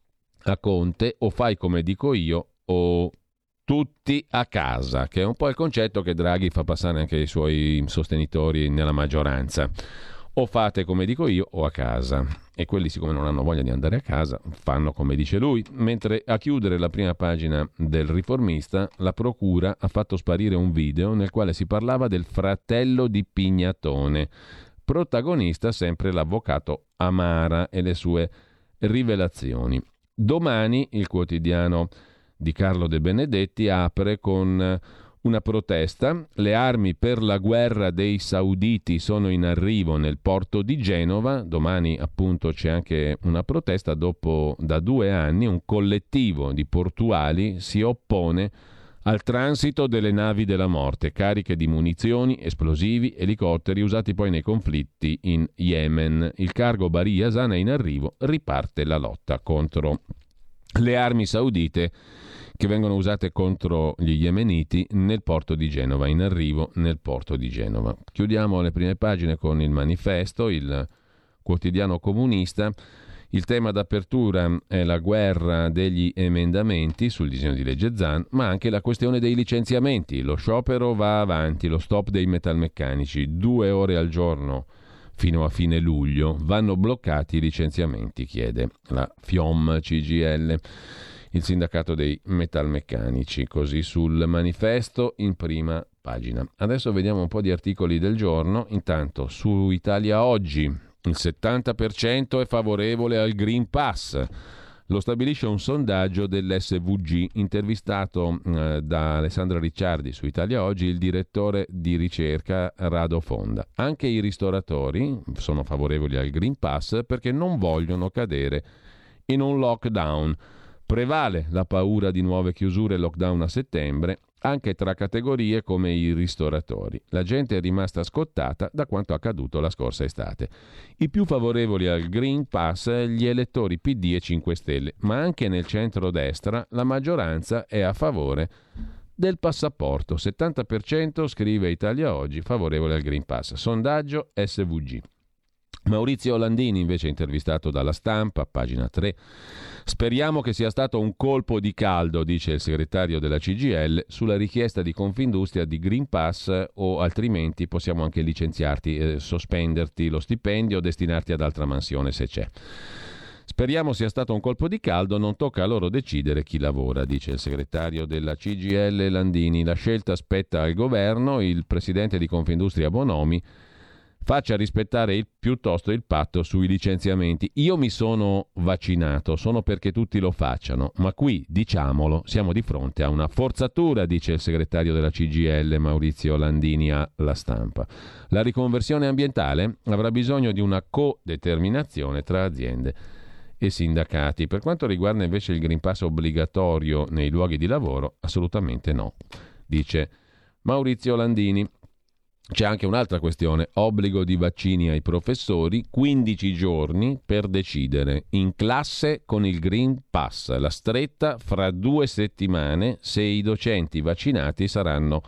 a Conte: o fai come dico io o tutti a casa, che è un po' il concetto che Draghi fa passare anche ai suoi sostenitori nella maggioranza. O fate come dico io o a casa. E quelli, siccome non hanno voglia di andare a casa, fanno come dice lui. Mentre a chiudere la prima pagina del Riformista, la procura ha fatto sparire un video nel quale si parlava del fratello di Pignatone. Protagonista sempre l'avvocato Amara e le sue rivelazioni. Domani il quotidiano di Carlo De Benedetti apre con una protesta. Le armi per la guerra dei sauditi sono in arrivo nel porto di Genova. Domani appunto c'è anche una protesta dopo da 2 anni un collettivo di portuali si oppone al transito delle navi della morte, cariche di munizioni, esplosivi, elicotteri usati poi nei conflitti in Yemen. Il cargo Bari Yasan è in arrivo, riparte la lotta contro le armi saudite che vengono usate contro gli yemeniti nel porto di Genova, in arrivo nel porto di Genova. Chiudiamo le prime pagine con il Manifesto, il quotidiano comunista. Il tema d'apertura è la guerra degli emendamenti sul disegno di legge Zan, ma anche la questione dei licenziamenti. Lo sciopero va avanti, lo stop dei metalmeccanici, 2 ore al giorno fino a fine luglio. Vanno bloccati i licenziamenti, chiede la FIOM CGIL, il sindacato dei metalmeccanici, così sul Manifesto in prima pagina. Adesso vediamo un po' di articoli del giorno. Intanto su Italia Oggi il 70% è favorevole al Green Pass. Lo stabilisce un sondaggio dell'SVG. Intervistato da Alessandra Ricciardi su Italia Oggi il direttore di ricerca Rado Fonda. Anche i ristoratori sono favorevoli al Green Pass perché non vogliono cadere in un lockdown. Prevale la paura di nuove chiusure e lockdown a settembre, anche tra categorie come i ristoratori. La gente è rimasta scottata da quanto accaduto la scorsa estate. I più favorevoli al Green Pass gli elettori PD e 5 Stelle, ma anche nel centro-destra la maggioranza è a favore del passaporto. 70% scrive Italia Oggi favorevole al Green Pass. Sondaggio SVG. Maurizio Landini invece intervistato dalla Stampa, pagina 3. Speriamo che sia stato un colpo di caldo, dice il segretario della CGIL, sulla richiesta di Confindustria di Green Pass, o altrimenti possiamo anche licenziarti, sospenderti lo stipendio o destinarti ad altra mansione se c'è. Speriamo sia stato un colpo di caldo, non tocca a loro decidere chi lavora, dice il segretario della CGIL Landini. La scelta spetta al governo, il presidente di Confindustria Bonomi faccia rispettare piuttosto il patto sui licenziamenti. Io mi sono vaccinato, sono perché tutti lo facciano, ma qui, diciamolo, siamo di fronte a una forzatura, dice il segretario della CGIL Maurizio Landini alla Stampa. La riconversione ambientale avrà bisogno di una codeterminazione tra aziende e sindacati. Per quanto riguarda invece il Green Pass obbligatorio nei luoghi di lavoro, assolutamente no, dice Maurizio Landini. C'è anche un'altra questione, obbligo di vaccini ai professori, 15 giorni per decidere, in classe con il Green Pass, la stretta fra 2 settimane se i docenti vaccinati saranno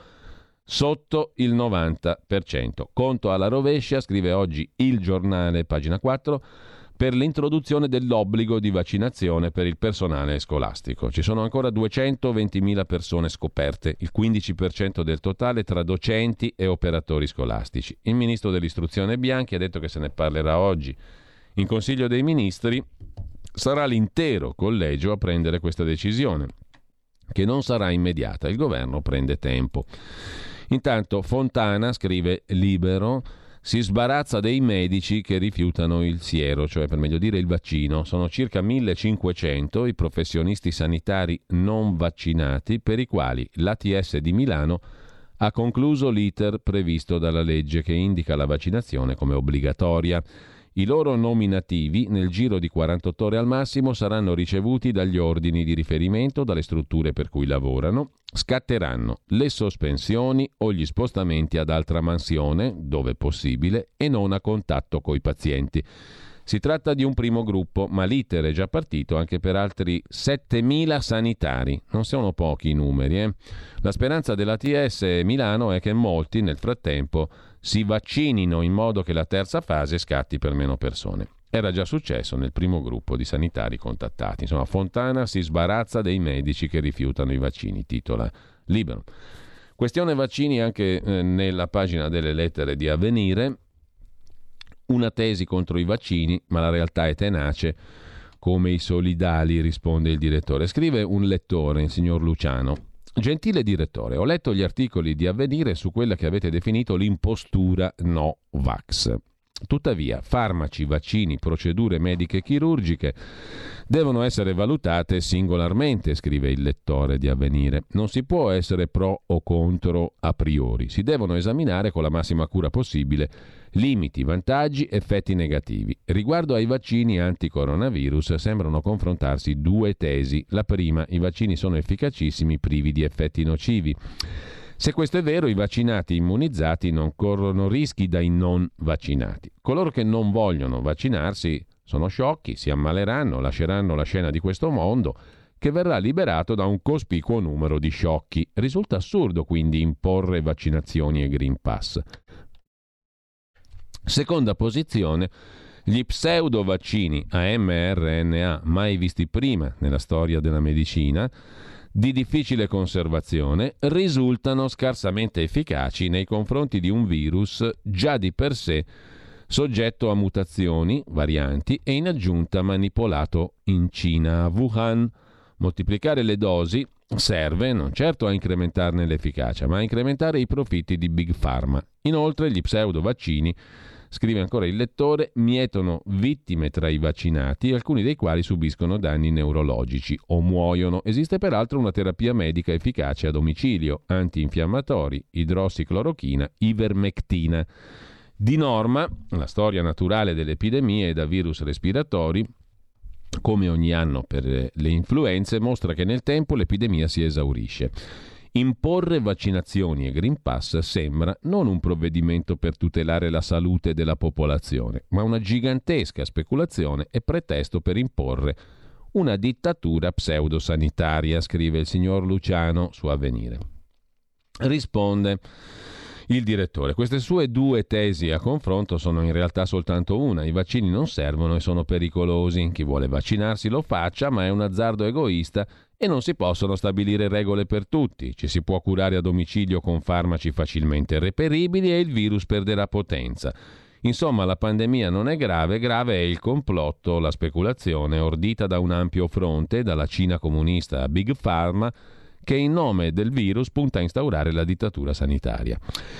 sotto il 90%. Conto alla rovescia, scrive oggi Il Giornale, pagina 4, per l'introduzione dell'obbligo di vaccinazione per il personale scolastico. Ci sono ancora 220.000 persone scoperte, il 15% del totale tra docenti e operatori scolastici. Il ministro dell'istruzione Bianchi ha detto che se ne parlerà oggi in Consiglio dei Ministri Sarà l'intero collegio a prendere questa decisione, che non sarà immediata. Il governo prende tempo. Intanto Fontana, scrive Libero, si sbarazza dei medici che rifiutano il siero, cioè per meglio dire il vaccino. Sono circa 1500 i professionisti sanitari non vaccinati per i quali l'ATS di Milano ha concluso l'iter previsto dalla legge che indica la vaccinazione come obbligatoria. I loro nominativi, nel giro di 48 ore al massimo, saranno ricevuti dagli ordini di riferimento, dalle strutture per cui lavorano. Scatteranno le sospensioni o gli spostamenti ad altra mansione, dove possibile, e non a contatto coi pazienti. Si tratta di un primo gruppo, ma l'iter è già partito anche per altri 7.000 sanitari. Non sono pochi i numeri. La speranza dell'ATS Milano è che molti, nel frattempo, si vaccinino in modo che la terza fase scatti per meno persone. Era già successo nel primo gruppo di sanitari contattati. Insomma, Fontana si sbarazza dei medici che rifiutano i vaccini, titola Libero. Questione vaccini anche nella pagina delle lettere di Avvenire. Una tesi contro i vaccini, ma la realtà è tenace, come i solidali, risponde il direttore. Scrive un lettore, il signor Luciano. Gentile direttore, ho letto gli articoli di Avvenire su quella che avete definito l'impostura no vax. Tuttavia, farmaci, vaccini, procedure mediche e chirurgiche devono essere valutate singolarmente, scrive il lettore di Avvenire. Non si può essere pro o contro a priori, si devono esaminare con la massima cura possibile limiti, vantaggi, effetti negativi. Riguardo ai vaccini anti-coronavirus sembrano confrontarsi due tesi. La prima, i vaccini sono efficacissimi, privi di effetti nocivi. Se questo è vero, i vaccinati immunizzati non corrono rischi dai non vaccinati. Coloro che non vogliono vaccinarsi sono sciocchi, si ammaleranno, lasceranno la scena di questo mondo che verrà liberato da un cospicuo numero di sciocchi. Risulta assurdo quindi imporre vaccinazioni e Green Pass. Seconda posizione, gli pseudovaccini a mRNA mai visti prima nella storia della medicina, di difficile conservazione, risultano scarsamente efficaci nei confronti di un virus già di per sé soggetto a mutazioni, varianti e in aggiunta manipolato in Cina, a Wuhan. Moltiplicare le dosi serve non certo a incrementarne l'efficacia, ma a incrementare i profitti di Big Pharma. Inoltre gli pseudovaccini, scrive ancora il lettore, mietono vittime tra i vaccinati, alcuni dei quali subiscono danni neurologici o muoiono. Esiste peraltro una terapia medica efficace a domicilio, antinfiammatori, idrossiclorochina, ivermectina. Di norma, la storia naturale delle epidemie da virus respiratori, come ogni anno per le influenze, mostra che nel tempo l'epidemia si esaurisce. Imporre vaccinazioni e Green Pass sembra non un provvedimento per tutelare la salute della popolazione, ma una gigantesca speculazione e pretesto per imporre una dittatura pseudosanitaria, scrive il signor Luciano su Avvenire. Risponde il direttore. Queste sue due tesi a confronto sono in realtà soltanto una. I vaccini non servono e sono pericolosi. Chi vuole vaccinarsi lo faccia, ma è un azzardo egoista e non si possono stabilire regole per tutti. Ci si può curare a domicilio con farmaci facilmente reperibili e il virus perderà potenza. Insomma, la pandemia non è grave, grave è il complotto, la speculazione ordita da un ampio fronte, dalla Cina comunista a Big Pharma, che in nome del virus punta a instaurare la dittatura sanitaria.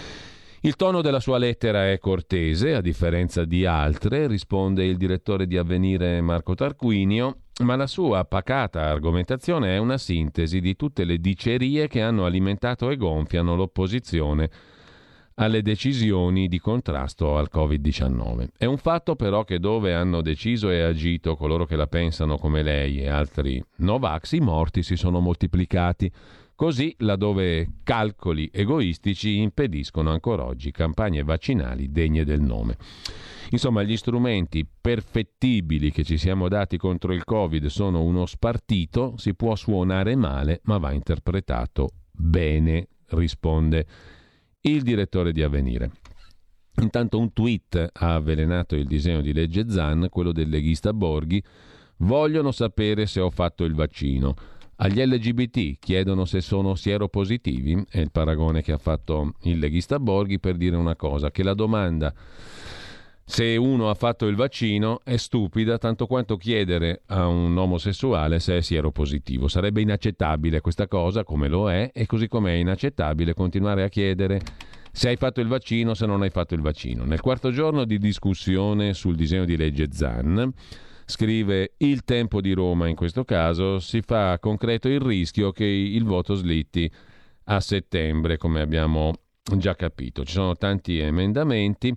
Il tono della sua lettera è cortese, a differenza di altre, risponde il direttore di Avvenire Marco Tarquinio, ma la sua pacata argomentazione è una sintesi di tutte le dicerie che hanno alimentato e gonfiano l'opposizione alle decisioni di contrasto al Covid-19. È un fatto però che dove hanno deciso e agito coloro che la pensano come lei e altri Novax, i morti si sono moltiplicati. Così, laddove calcoli egoistici impediscono ancora oggi campagne vaccinali degne del nome. Insomma, gli strumenti perfettibili che ci siamo dati contro il Covid sono uno spartito, si può suonare male, ma va interpretato bene, risponde il direttore di Avvenire. Intanto un tweet ha avvelenato il disegno di legge Zan, quello del leghista Borghi. Vogliono sapere se ho fatto il vaccino. Agli LGBT chiedono se sono sieropositivi. È il paragone che ha fatto il leghista Borghi per dire una cosa, che la domanda Se uno ha fatto il vaccino è stupida tanto quanto chiedere a un omosessuale se è sieropositivo. Sarebbe inaccettabile questa cosa, come lo è, e così come è inaccettabile continuare a chiedere se hai fatto il vaccino, se non hai fatto il vaccino. Nel quarto giorno di discussione sul disegno di legge Zan, scrive Il Tempo di Roma in questo caso, si fa concreto il rischio che il voto slitti a settembre, come abbiamo già capito. Ci sono tanti emendamenti.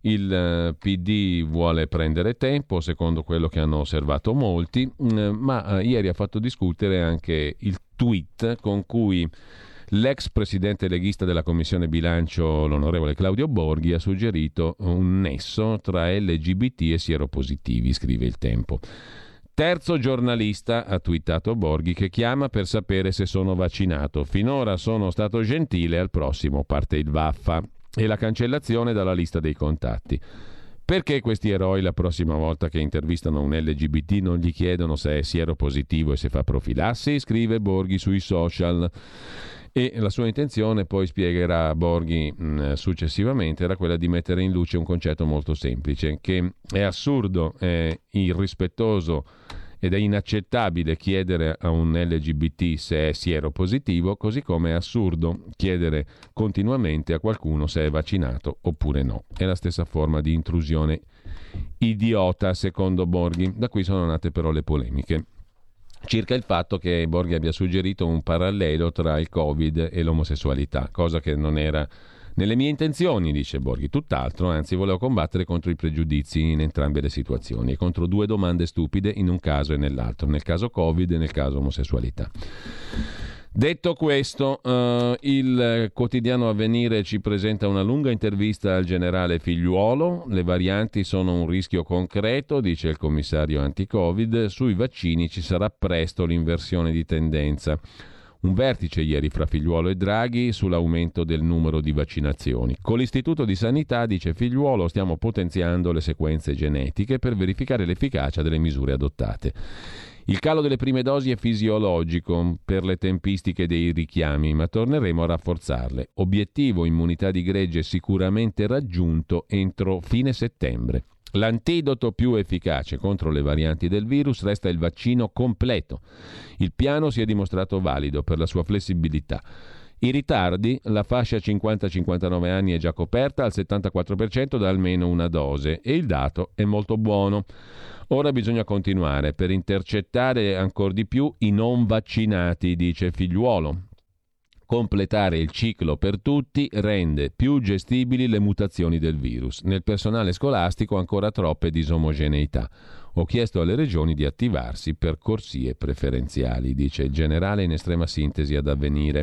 Il PD vuole prendere tempo, secondo quello che hanno osservato molti, ma ieri ha fatto discutere anche il tweet con cui l'ex presidente leghista della Commissione Bilancio, l'onorevole Claudio Borghi, ha suggerito un nesso tra LGBT e sieropositivi, scrive Il Tempo. Terzo giornalista, ha twittato Borghi, che chiama per sapere se sono vaccinato. Finora sono stato gentile, al prossimo parte il vaffa e la cancellazione dalla lista dei contatti. Perché questi eroi la prossima volta che intervistano un LGBT non gli chiedono se è sieropositivo e se fa profilassi? Scrive Borghi sui social. E la sua intenzione, poi spiegherà Borghi successivamente, era quella di mettere in luce un concetto molto semplice, che è assurdo, è irrispettoso ed è inaccettabile chiedere a un LGBT se è sieropositivo, così come è assurdo chiedere continuamente a qualcuno se è vaccinato oppure no. È la stessa forma di intrusione idiota, secondo Borghi. Da qui sono nate però le polemiche circa il fatto che Borghi abbia suggerito un parallelo tra il Covid e l'omosessualità, cosa che non era nelle mie intenzioni, dice Borghi, tutt'altro, anzi volevo combattere contro i pregiudizi in entrambe le situazioni e contro due domande stupide in un caso e nell'altro, nel caso Covid e nel caso omosessualità. Detto questo, il quotidiano Avvenire ci presenta una lunga intervista al generale Figliuolo. Le varianti sono un rischio concreto, dice il commissario anti-Covid. Sui vaccini ci sarà presto l'inversione di tendenza. Un vertice ieri fra Figliuolo e Draghi sull'aumento del numero di vaccinazioni. Con l'Istituto di Sanità, dice Figliuolo, stiamo potenziando le sequenze genetiche per verificare l'efficacia delle misure adottate. Il calo delle prime dosi è fisiologico per le tempistiche dei richiami, ma torneremo a rafforzarle. Obiettivo immunità di gregge sicuramente raggiunto entro fine settembre. L'antidoto più efficace contro le varianti del virus resta il vaccino completo. Il piano si è dimostrato valido per la sua flessibilità. I ritardi, la fascia 50-59 anni è già coperta al 74% da almeno una dose e il dato è molto buono. Ora bisogna continuare per intercettare ancora di più i non vaccinati, dice Figliuolo. Completare il ciclo per tutti rende più gestibili le mutazioni del virus. Nel personale scolastico ancora troppe disomogeneità. Ho chiesto alle regioni di attivarsi per corsie preferenziali, dice il generale in estrema sintesi ad Avvenire.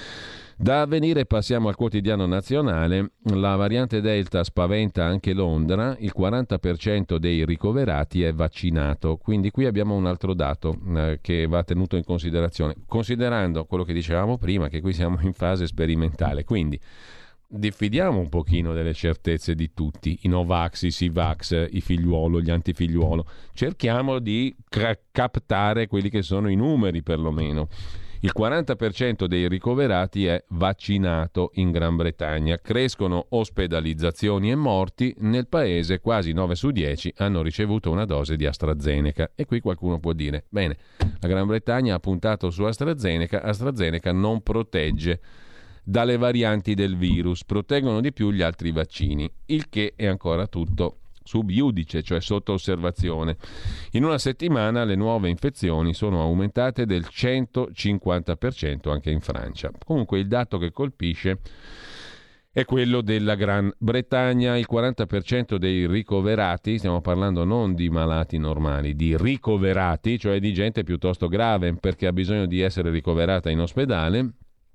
Da Avvenire passiamo al quotidiano nazionale. La variante Delta spaventa anche Londra, il 40% dei ricoverati è vaccinato, quindi qui abbiamo un altro dato che va tenuto in considerazione, considerando quello che dicevamo prima, che qui siamo in fase sperimentale, quindi diffidiamo un pochino delle certezze di tutti, i Novax, i Sivax, i Figliuolo, gli antifigliuolo, cerchiamo di captare quelli che sono i numeri perlomeno. Il 40% dei ricoverati è vaccinato in Gran Bretagna. Crescono ospedalizzazioni e morti. Nel paese quasi 9 su 10 hanno ricevuto una dose di AstraZeneca. E qui qualcuno può dire, bene, la Gran Bretagna ha puntato su AstraZeneca. AstraZeneca non protegge dalle varianti del virus, proteggono di più gli altri vaccini, il che è ancora tutto sub iudice, cioè sotto osservazione. In una settimana le nuove infezioni sono aumentate del 150% anche in Francia. Comunque il dato che colpisce è quello della Gran Bretagna. Il 40% dei ricoverati, stiamo parlando non di malati normali, di ricoverati, cioè di gente piuttosto grave perché ha bisogno di essere ricoverata in ospedale,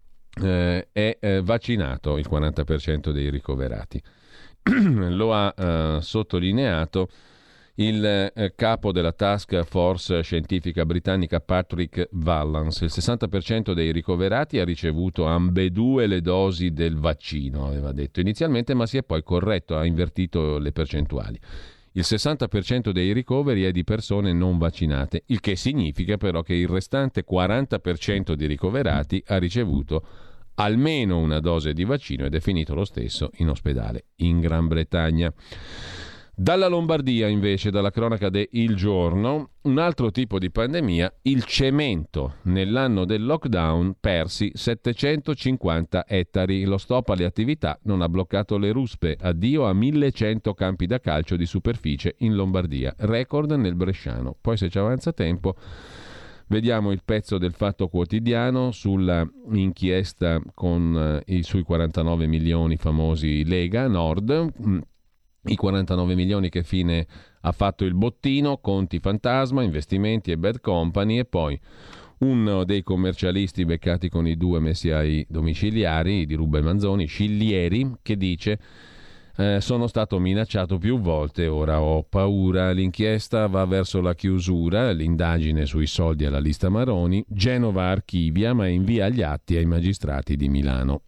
è vaccinato il 40% dei ricoverati. Lo ha sottolineato il capo della task force scientifica britannica Patrick Vallance. Il 60% dei ricoverati ha ricevuto ambedue le dosi del vaccino, aveva detto inizialmente, ma si è poi corretto, ha invertito le percentuali. Il 60% dei ricoveri è di persone non vaccinate, il che significa però che il restante 40% di ricoverati ha ricevuto almeno una dose di vaccino ed è finito lo stesso in ospedale in Gran Bretagna. Dalla Lombardia, invece, dalla cronaca de Il Giorno, un altro tipo di pandemia, il cemento. Nell'anno del lockdown persi 750 ettari. Lo stop alle attività non ha bloccato le ruspe. Addio a 1100 campi da calcio di superficie in Lombardia. Record nel bresciano. Poi, se ci avanza tempo, vediamo il pezzo del Fatto Quotidiano sulla inchiesta sui 49 milioni famosi Lega Nord. I 49 milioni che fine ha fatto il bottino, conti fantasma, investimenti e bad company, e poi uno dei commercialisti beccati con i 2 messi ai domiciliari di Ruba e Manzoni, Sciglieri, che dice: sono stato minacciato più volte, ora ho paura. L'inchiesta va verso la chiusura, l'indagine sui soldi alla lista Maroni. Genova archivia ma invia gli atti ai magistrati di Milano.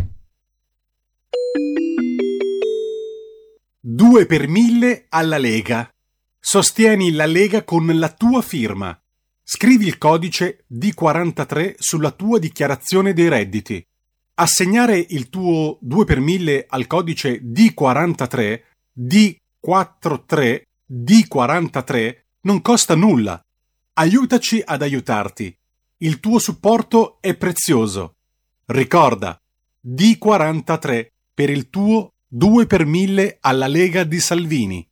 2 per 1000 alla Lega. Sostieni la Lega con la tua firma. Scrivi il codice D43 sulla tua dichiarazione dei redditi. Assegnare il tuo 2 per 1000 al codice D43, D43, D43 non costa nulla. Aiutaci ad aiutarti. Il tuo supporto è prezioso. Ricorda, D43 per il tuo 2 per 1000 alla Lega di Salvini.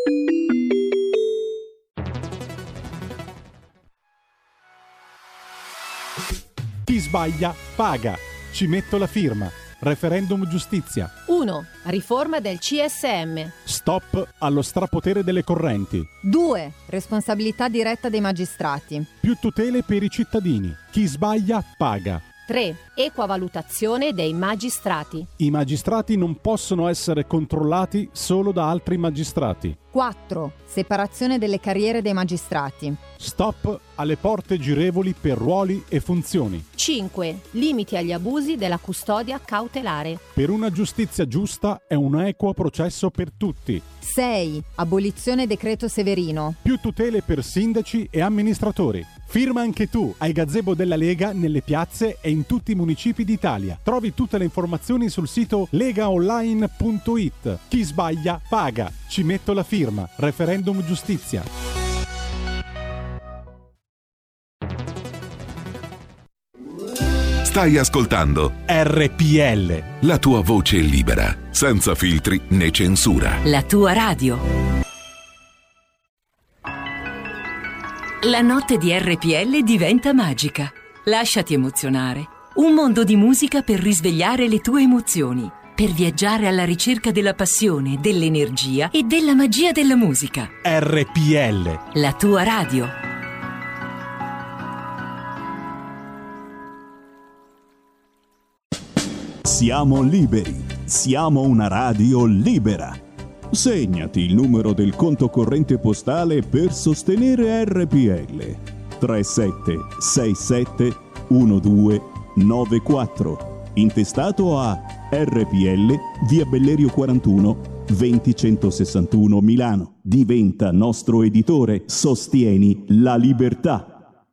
Chi sbaglia paga. Ci metto la firma. Referendum giustizia. 1. Riforma del CSM. Stop allo strapotere delle correnti. 2. Responsabilità diretta dei magistrati. Più tutele per i cittadini. Chi sbaglia paga. 3. Equa valutazione dei magistrati. I magistrati non possono essere controllati solo da altri magistrati. 4. Separazione delle carriere dei magistrati. Stop alle porte girevoli per ruoli e funzioni. 5. Limiti agli abusi della custodia cautelare. Per una giustizia giusta e un equo processo per tutti. 6. Abolizione decreto Severino. Più tutele per sindaci e amministratori. Firma anche tu ai gazebo della Lega nelle piazze e in tutti i municipi d'Italia. Trovi tutte le informazioni sul sito legaonline.it. Chi sbaglia paga. Ci metto la firma. Referendum giustizia. Stai ascoltando RPL. La tua voce libera, senza filtri né censura. La tua radio. La notte di RPL diventa magica. Lasciati emozionare. Un mondo di musica per risvegliare le tue emozioni, per viaggiare alla ricerca della passione, dell'energia e della magia della musica. RPL. La tua radio. Siamo liberi. Siamo una radio libera. Segnati il numero del conto corrente postale per sostenere RPL. 37671294. Intestato a RPL, via Bellerio 41, 20161 Milano. Diventa nostro editore. Sostieni la libertà.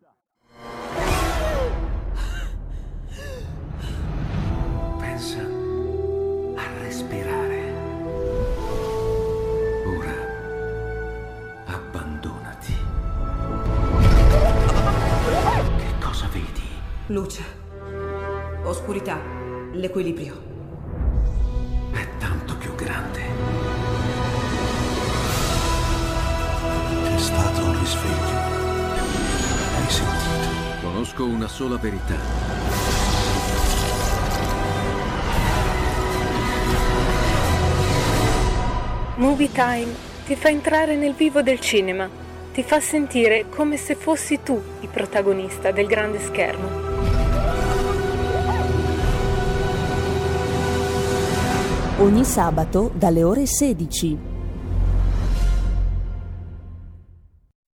Pensa a respirare. Ora abbandonati. Che cosa vedi? Luce, oscurità, l'equilibrio. È tanto più grande. È stato un risveglio. Hai sentito? Conosco una sola verità. Movie Time ti fa entrare nel vivo del cinema, ti fa sentire come se fossi tu il protagonista del grande schermo. Ogni sabato dalle ore 16.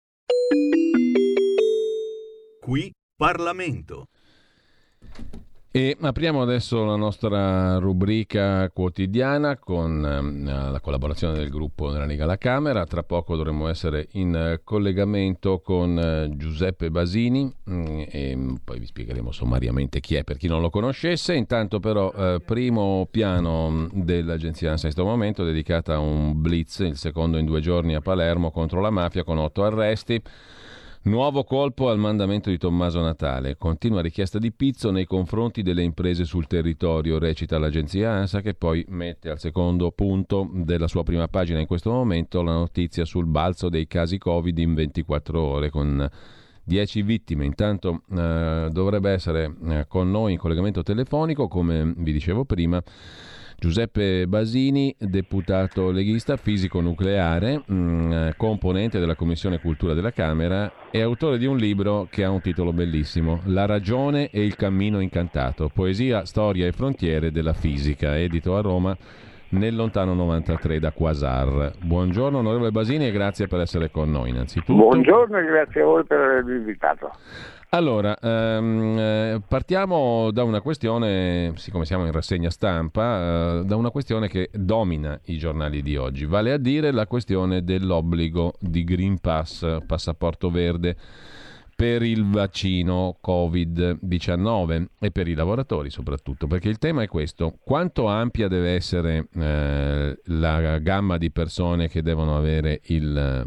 Qui Parlamento. E apriamo adesso la nostra rubrica quotidiana con la collaborazione del gruppo della Lega alla Camera. Tra poco dovremo essere in collegamento con Giuseppe Basini e poi vi spiegheremo sommariamente chi è per chi non lo conoscesse. Intanto però primo piano dell'agenzia ANSA in questo momento dedicata a un blitz, il secondo in 2 giorni a Palermo contro la mafia con 8 arresti. Nuovo colpo al mandamento di Tommaso Natale. Continua richiesta di pizzo nei confronti delle imprese sul territorio, recita l'agenzia ANSA, che poi mette al secondo punto della sua prima pagina in questo momento la notizia sul balzo dei casi Covid in 24 ore con 10 vittime. Intanto dovrebbe essere con noi in collegamento telefonico, come vi dicevo prima, Giuseppe Basini, deputato leghista, fisico nucleare, componente della Commissione Cultura della Camera e autore di un libro che ha un titolo bellissimo, La ragione e il cammino incantato, poesia, storia e frontiere della fisica, edito a Roma nel lontano 93 da Quasar. Buongiorno onorevole Basini e grazie per essere con noi innanzitutto. Buongiorno e grazie a voi per avermi invitato. Allora, partiamo da una questione, siccome siamo in rassegna stampa, da una questione che domina i giornali di oggi, vale a dire la questione dell'obbligo di Green Pass, passaporto verde, per il vaccino Covid-19 e per i lavoratori soprattutto, perché il tema è questo: quanto ampia deve essere la gamma di persone che devono avere il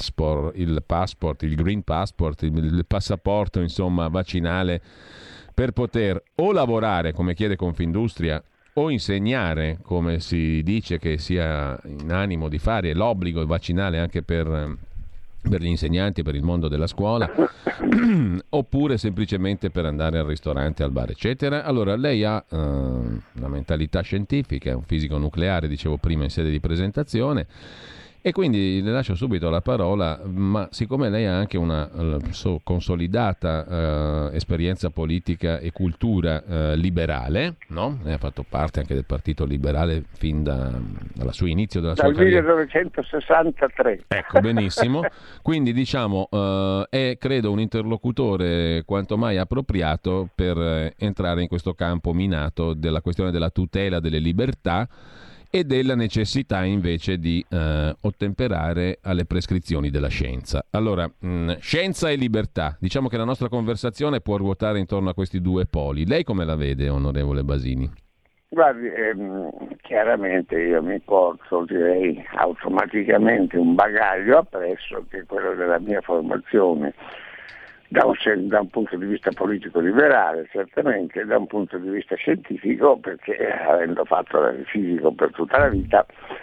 Green Passport, il passaporto insomma vaccinale per poter o lavorare come chiede Confindustria o insegnare come si dice che sia in animo di fare, l'obbligo vaccinale anche per gli insegnanti e per il mondo della scuola, oppure semplicemente per andare al ristorante, al bar, eccetera. Allora, lei ha una mentalità scientifica, è un fisico nucleare, dicevo prima in sede di presentazione, e quindi le lascio subito la parola, ma siccome lei ha anche una consolidata esperienza politica e cultura liberale, no? Lei ha fatto parte anche del Partito Liberale fin dalla sua inizio della sua carriera. Dal 1963. Ecco, benissimo. Quindi diciamo è credo un interlocutore quanto mai appropriato per entrare in questo campo minato della questione della tutela delle libertà e della necessità invece di ottemperare alle prescrizioni della scienza. Allora, scienza e libertà, diciamo che la nostra conversazione può ruotare intorno a questi due poli. Lei come la vede, onorevole Basini? Guardi, chiaramente io mi porto, direi, automaticamente un bagaglio appresso, che è quello della mia formazione, da un punto di vista politico liberale, certamente, da un punto di vista scientifico, perché avendo fatto il fisico per tutta la vita,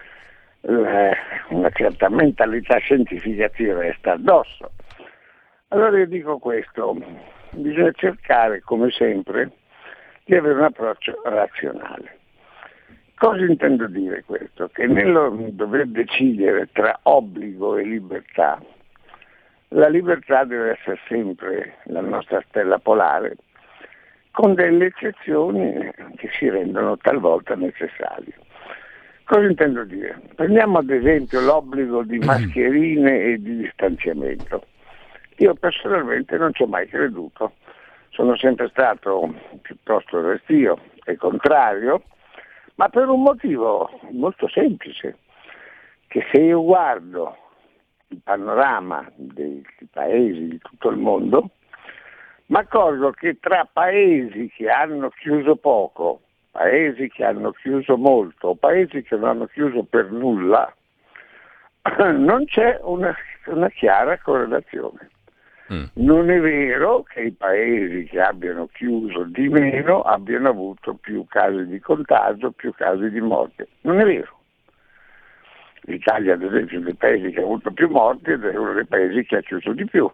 una certa mentalità scientifica ti resta addosso. Allora io dico questo: bisogna cercare, come sempre, di avere un approccio razionale. Cosa intendo dire questo? Che nel dover decidere tra obbligo e libertà, la libertà deve essere sempre la nostra stella polare, con delle eccezioni che si rendono talvolta necessarie. Cosa intendo dire? Prendiamo ad esempio l'obbligo di mascherine e di distanziamento. Io personalmente non ci ho mai creduto, sono sempre stato piuttosto restio e contrario, ma per un motivo molto semplice, che se io guardo il panorama dei paesi di tutto il mondo, mi accorgo che tra paesi che hanno chiuso poco, paesi che hanno chiuso molto, paesi che non hanno chiuso per nulla, non c'è una chiara correlazione. Non è vero che i paesi che abbiano chiuso di meno abbiano avuto più casi di contagio, più casi di morte. Non è vero. L'Italia, ad esempio, è uno dei paesi che ha avuto più morti ed è uno dei paesi che ha chiuso di più.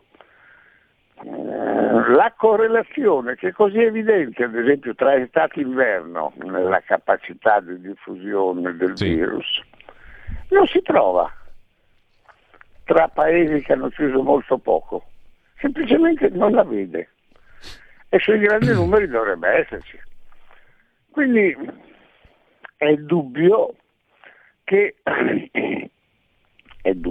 La correlazione, che è così evidente, ad esempio, tra estate e inverno, nella capacità di diffusione del virus, non si trova tra paesi che hanno chiuso molto poco. Semplicemente non la vede. E sui grandi numeri dovrebbe esserci. Quindi è dubbio che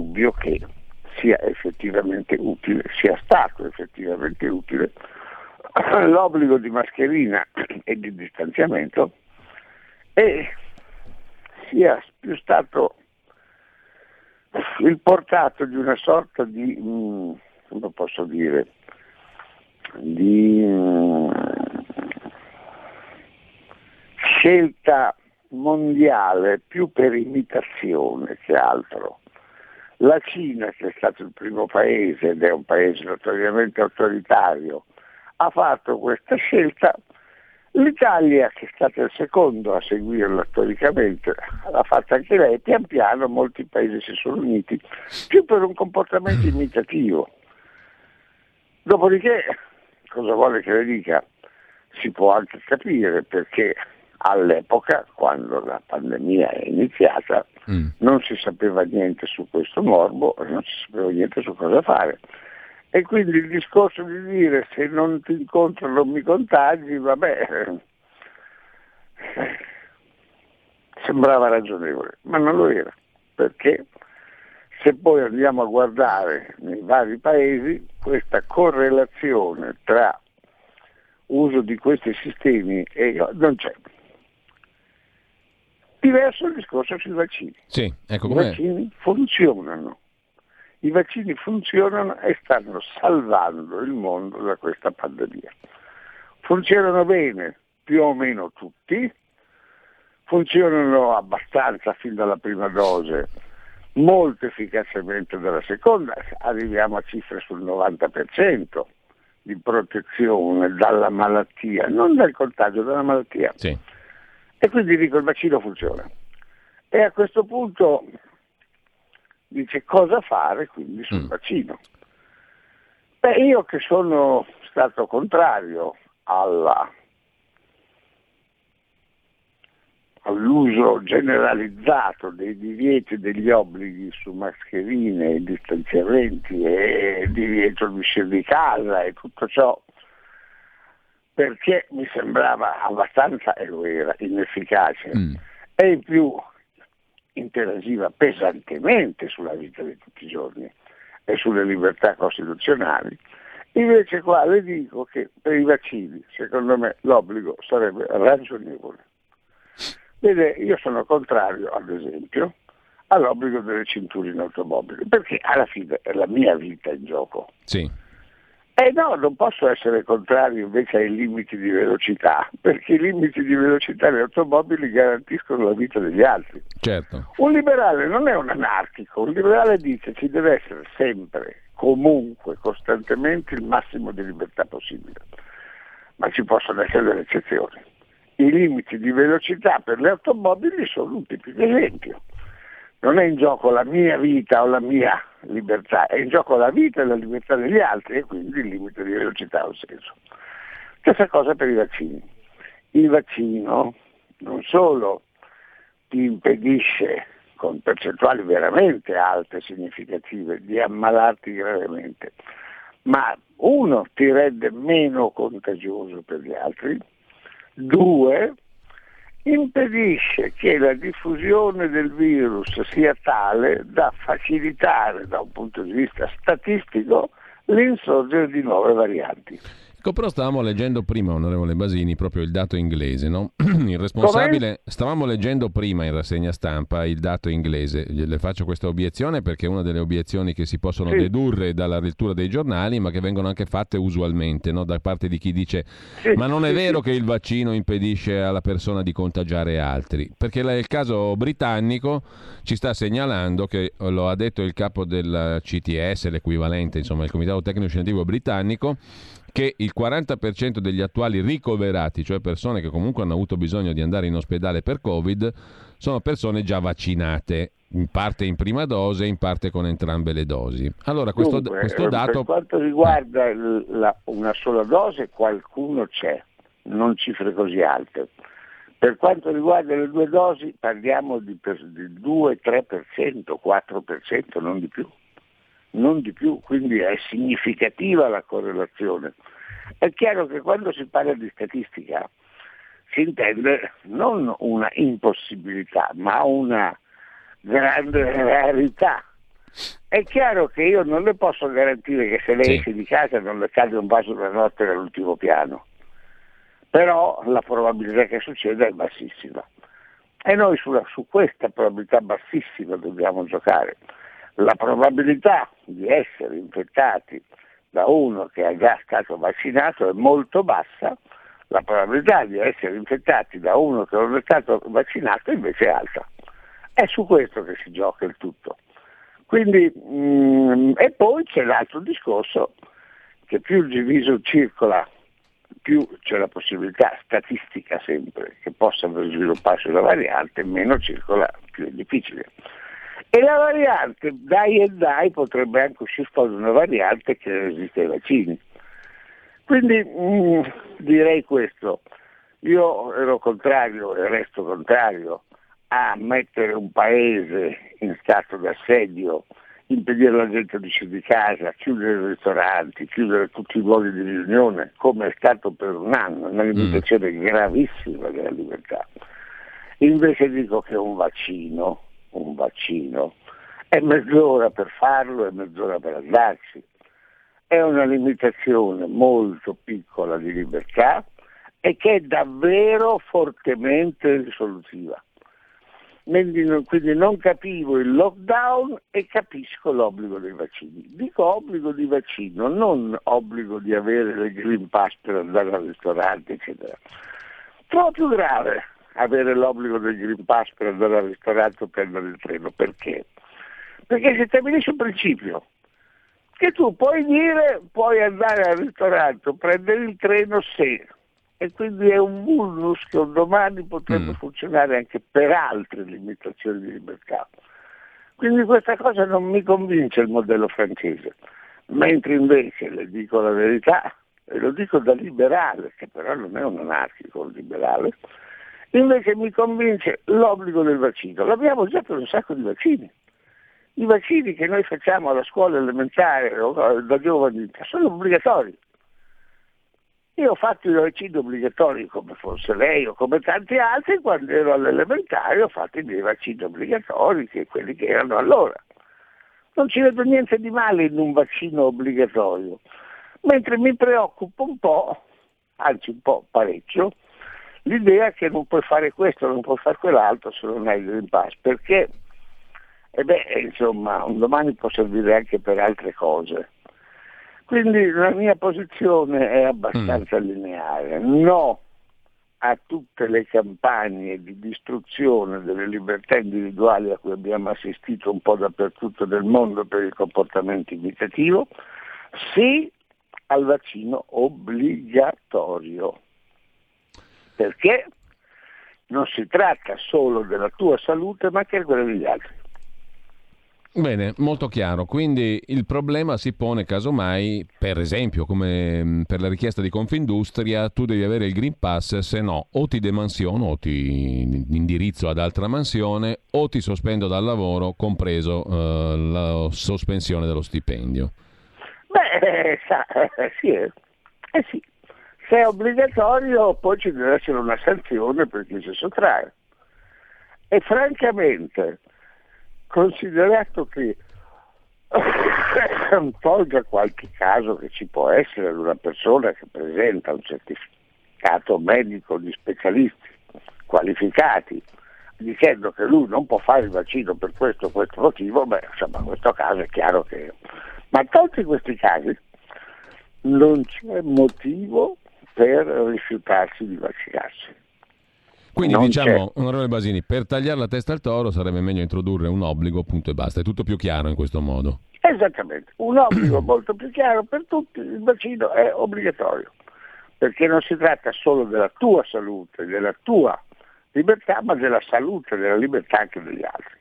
sia effettivamente utile, sia stato effettivamente utile l'obbligo di mascherina e di distanziamento sia più stato il portato di una sorta di, come posso dire, di scelta mondiale più per imitazione che altro. La Cina, che è stato il primo paese ed è un paese notoriamente autoritario, ha fatto questa scelta. L'Italia, che è stata il secondo a seguirla storicamente, l'ha fatta anche lei. Pian piano molti paesi si sono uniti più per un comportamento imitativo. Dopodiché, cosa vuole che le dica? Si può anche capire perché all'epoca, quando la pandemia è iniziata, non si sapeva niente su questo morbo, non si sapeva niente su cosa fare. E quindi il discorso di dire se non ti incontro non mi contagi, vabbè, sembrava ragionevole, ma non lo era, perché se poi andiamo a guardare nei vari paesi questa correlazione tra uso di questi sistemi non c'è. Diverso il discorso sui vaccini. Sì, ecco I vaccini funzionano. I vaccini funzionano e stanno salvando il mondo da questa pandemia. Funzionano bene più o meno tutti, funzionano abbastanza fin dalla prima dose, molto efficacemente dalla seconda, arriviamo a cifre sul 90% di protezione dalla malattia, non dal contagio, dalla malattia. Sì. E quindi dico il vaccino funziona. E a questo punto dice cosa fare quindi sul vaccino. Beh, io che sono stato contrario all'uso generalizzato dei divieti e degli obblighi su mascherine e distanziamenti e divieto di uscire di casa e tutto ciò, perché mi sembrava abbastanza, e lo era, inefficace e in più interagiva pesantemente sulla vita di tutti i giorni e sulle libertà costituzionali. Invece qua le dico che per i vaccini, secondo me, l'obbligo sarebbe ragionevole. Vede, io sono contrario, ad esempio, all'obbligo delle cinture in automobile, perché alla fine è la mia vita in gioco. Sì. No, non posso essere contrario invece ai limiti di velocità, perché i limiti di velocità delle automobili garantiscono la vita degli altri. Certo. Un liberale non è un anarchico, un liberale dice ci deve essere sempre, comunque, costantemente il massimo di libertà possibile, ma ci possono essere delle eccezioni. I limiti di velocità per le automobili sono un tipico esempio. Non è in gioco la mia vita o la mia libertà, è in gioco la vita e la libertà degli altri e quindi il limite di velocità ha un senso. Stessa cosa per i vaccini. Il vaccino non solo ti impedisce con percentuali veramente alte e significative di ammalarti gravemente, ma uno ti rende meno contagioso per gli altri, due impedisce che la diffusione del virus sia tale da facilitare da un punto di vista statistico l'insorgere di nuove varianti. Ecco, però stavamo leggendo prima, onorevole Basini, proprio il dato inglese, no? Il responsabile, stavamo leggendo prima in rassegna stampa il dato inglese, le faccio questa obiezione perché è una delle obiezioni che si possono dedurre dalla lettura dei giornali, ma che vengono anche fatte usualmente, no? Da parte di chi dice ma non è vero che il vaccino impedisce alla persona di contagiare altri, perché il caso britannico ci sta segnalando, che lo ha detto il capo del CTS, l'equivalente, insomma, il Comitato Tecnico Scientifico britannico, che il 40% degli attuali ricoverati, cioè persone che comunque hanno avuto bisogno di andare in ospedale per Covid, sono persone già vaccinate, in parte in prima dose, in parte con entrambe le dosi. Allora questo dato... Per quanto riguarda una sola dose, qualcuno c'è, non cifre così alte. Per quanto riguarda le due dosi, parliamo di 2, 3%, 4%, non di più. Non di più, quindi è significativa la correlazione. È chiaro che quando si parla di statistica si intende non una impossibilità, ma una grande rarità È chiaro che io non le posso garantire che se lei esce di casa non le cade un vaso della notte dall'ultimo piano, però la probabilità che succeda è bassissima. E noi su questa probabilità bassissima dobbiamo giocare. La probabilità di essere infettati da uno che è già stato vaccinato è molto bassa, la probabilità di essere infettati da uno che non è stato vaccinato invece è alta. È su questo che si gioca il tutto. Quindi, e poi c'è l'altro discorso, che più il virus circola, più c'è la possibilità statistica sempre che possa svilupparsi una variante, meno circola, più è difficile. E la variante, dai, potrebbe anche uscire fuori una variante che resiste ai vaccini. Quindi direi questo, io ero contrario e resto contrario a mettere un paese in stato d'assedio, impedire alla gente di uscire di casa, chiudere i ristoranti, chiudere tutti i luoghi di riunione, come è stato per un anno, una limitazione gravissima della libertà. Invece dico che un vaccino è mezz'ora per farlo e mezz'ora per andarci. È una limitazione molto piccola di libertà e che è davvero fortemente risolutiva. Quindi non capivo il lockdown e capisco l'obbligo dei vaccini. Dico obbligo di vaccino, non obbligo di avere le Green Pass per andare al ristorante, eccetera. Troppo più grave avere l'obbligo del Green Pass per andare al ristorante o prendere il treno. Perché? Perché si stabilisce un principio, che tu puoi andare al ristorante o prendere il treno se... E quindi è un vulnus che un domani potrebbe funzionare anche per altre limitazioni di libertà. Quindi questa cosa non mi convince il modello francese, mentre invece, le dico la verità, e lo dico da liberale, che però non è un anarchico liberale, invece mi convince l'obbligo del vaccino. L'abbiamo già per un sacco di vaccini. I vaccini che noi facciamo alla scuola elementare o da giovani sono obbligatori. Io ho fatto i vaccini obbligatori come fosse lei o come tanti altri, quando ero all'elementare ho fatto i miei vaccini obbligatori, che quelli che erano allora. Non ci vedo niente di male in un vaccino obbligatorio, mentre mi preoccupa un po', anzi un po' parecchio, l'idea che non puoi fare questo, non puoi fare quell'altro se non hai il Green Pass, perché insomma un domani può servire anche per altre cose. Quindi la mia posizione è abbastanza lineare, no a tutte le campagne di distruzione delle libertà individuali a cui abbiamo assistito un po' dappertutto nel mondo per il comportamento imitativo, sì al vaccino obbligatorio, perché non si tratta solo della tua salute ma anche di quella degli altri. Bene, molto chiaro. Quindi il problema si pone casomai, per esempio, come per la richiesta di Confindustria, tu devi avere il Green Pass, se no o ti demansiono o ti indirizzo ad altra mansione o ti sospendo dal lavoro, compreso la sospensione dello stipendio. Sì. Se è obbligatorio poi ci deve essere una sanzione per chi si sottrae. E francamente, considerato che tolga qualche caso che ci può essere ad una persona che presenta un certificato medico di specialisti qualificati dicendo che lui non può fare il vaccino per questo motivo, insomma in questo caso è chiaro che... Ma tolti questi casi non c'è motivo per rifiutarsi di vaccinarsi. Quindi diciamo, onorevole Basini, per tagliare la testa al toro sarebbe meglio introdurre un obbligo, punto e basta. È tutto più chiaro in questo modo. Esattamente, un obbligo molto più chiaro per tutti. Il vaccino è obbligatorio, perché non si tratta solo della tua salute, della tua libertà, ma della salute, della libertà anche degli altri.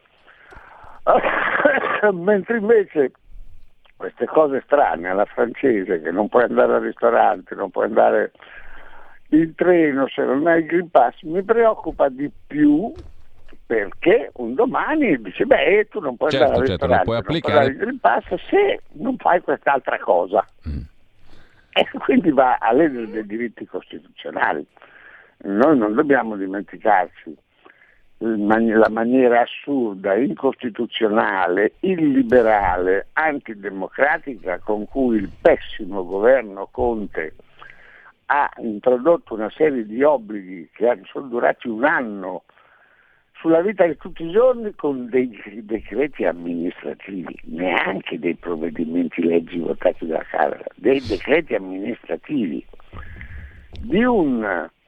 Mentre invece queste cose strane alla francese, che non puoi andare al ristorante, non puoi andare in treno se non hai il Green Pass, mi preoccupa di più, perché un domani dice tu non puoi andare al ristorante, non puoi applicare il Green Pass se non fai quest'altra cosa. E quindi va a ledere dei diritti costituzionali. Noi non dobbiamo dimenticarci la maniera assurda, incostituzionale, illiberale, antidemocratica con cui il pessimo governo Conte ha introdotto una serie di obblighi che sono durati un anno sulla vita di tutti i giorni con dei decreti amministrativi, neanche dei provvedimenti leggi votati dalla Camera, dei decreti amministrativi di un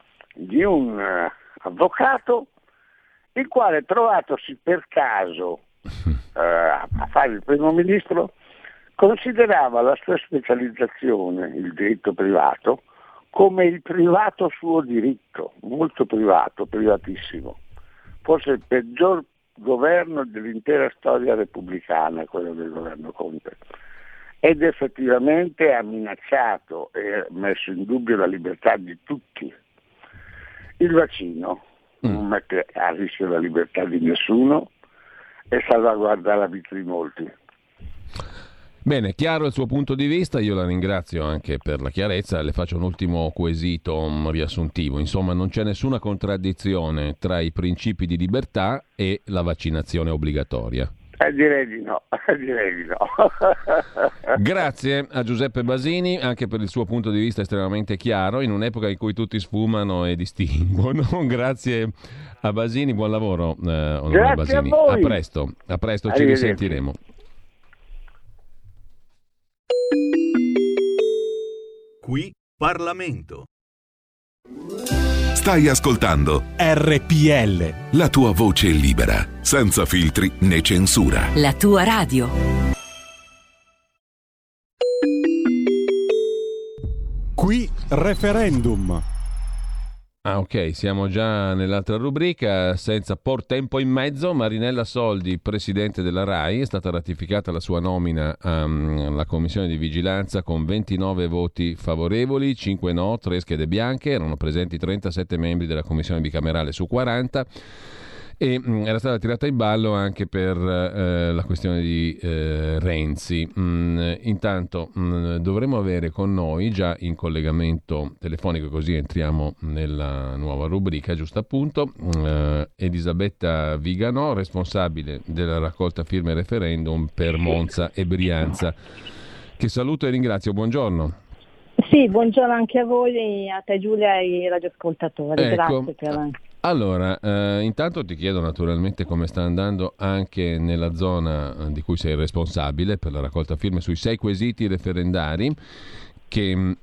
avvocato il quale, trovatosi per caso a fare il primo ministro, considerava la sua specializzazione, il diritto privato, come il privato suo diritto, molto privato, privatissimo. Forse il peggior governo dell'intera storia repubblicana, quello del governo Conte. Ed effettivamente ha minacciato e messo in dubbio la libertà di tutti. Il vaccino non mette a rischio la libertà di nessuno e salvaguarda la vita di molti. Bene, chiaro il suo punto di vista, io la ringrazio anche per la chiarezza, le faccio un ultimo quesito riassuntivo. Insomma, non c'è nessuna contraddizione tra i principi di libertà e la vaccinazione obbligatoria. Direi di no. Grazie a Giuseppe Basini anche per il suo punto di vista estremamente chiaro in un'epoca in cui tutti sfumano e distinguono. Grazie a Basini, buon lavoro onorevole Basini. A presto, ci risentiremo. Qui Parlamento. Stai ascoltando RPL. La tua voce libera, senza filtri né censura. La tua radio. Qui referendum. Ah, ok, siamo già nell'altra rubrica, senza por tempo in mezzo. Marinella Soldi, presidente della RAI, è stata ratificata la sua nomina alla commissione di vigilanza con 29 voti favorevoli, 5 no, 3 schede bianche, erano presenti 37 membri della commissione bicamerale su 40 e era stata tirata in ballo anche per la questione di Renzi. Intanto dovremo avere con noi già in collegamento telefonico, così entriamo nella nuova rubrica, giusto appunto, Elisabetta Viganò, responsabile della raccolta firme referendum per Monza e Brianza, che saluto e ringrazio. Buongiorno. Sì, buongiorno anche a voi, a te Giulia e ai radioascoltatori. Ecco. Grazie per... Allora, intanto ti chiedo naturalmente come sta andando anche nella zona di cui sei responsabile per la raccolta firme sui 6 quesiti referendari che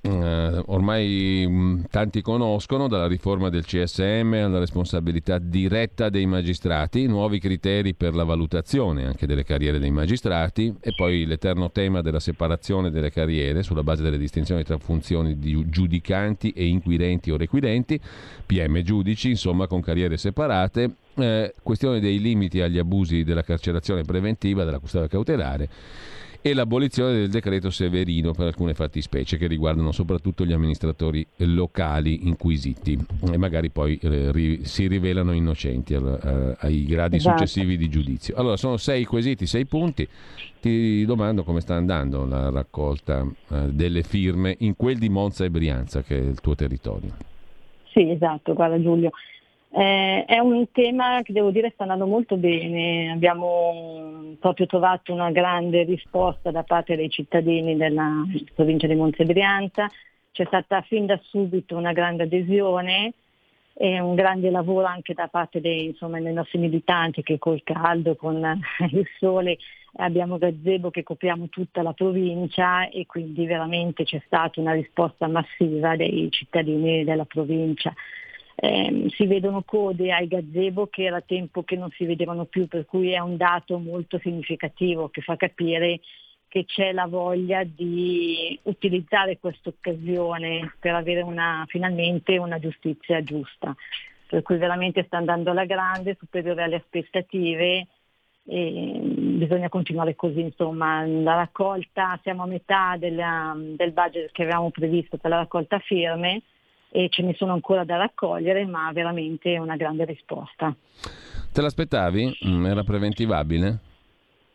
ormai tanti conoscono, dalla riforma del CSM alla responsabilità diretta dei magistrati, nuovi criteri per la valutazione anche delle carriere dei magistrati e poi l'eterno tema della separazione delle carriere sulla base delle distinzioni tra funzioni di giudicanti e inquirenti o requirenti, PM e giudici, insomma con carriere separate, questione dei limiti agli abusi della carcerazione preventiva, della custodia cautelare e l'abolizione del decreto Severino per alcune fattispecie che riguardano soprattutto gli amministratori locali inquisiti e magari poi si rivelano innocenti ai gradi successivi di giudizio. Allora, sono 6 quesiti, 6 punti. Ti domando come sta andando la raccolta delle firme in quel di Monza e Brianza, che è il tuo territorio. Sì, esatto, guarda Giulio. È un tema che devo dire sta andando molto bene, abbiamo proprio trovato una grande risposta da parte dei cittadini della provincia di Monza e Brianza, c'è stata fin da subito una grande adesione e un grande lavoro anche da parte dei nostri militanti che col caldo, con il sole abbiamo gazebo che copriamo tutta la provincia e quindi veramente c'è stata una risposta massiva dei cittadini della provincia. Si vedono code ai gazebo che era tempo che non si vedevano più, per cui è un dato molto significativo che fa capire che c'è la voglia di utilizzare questa occasione per avere finalmente una giustizia giusta, per cui veramente sta andando alla grande, superiore alle aspettative e bisogna continuare così. Insomma, la raccolta, siamo a metà del budget che avevamo previsto per la raccolta firme e ce ne sono ancora da raccogliere, ma veramente una grande risposta. Te l'aspettavi? Era preventivabile?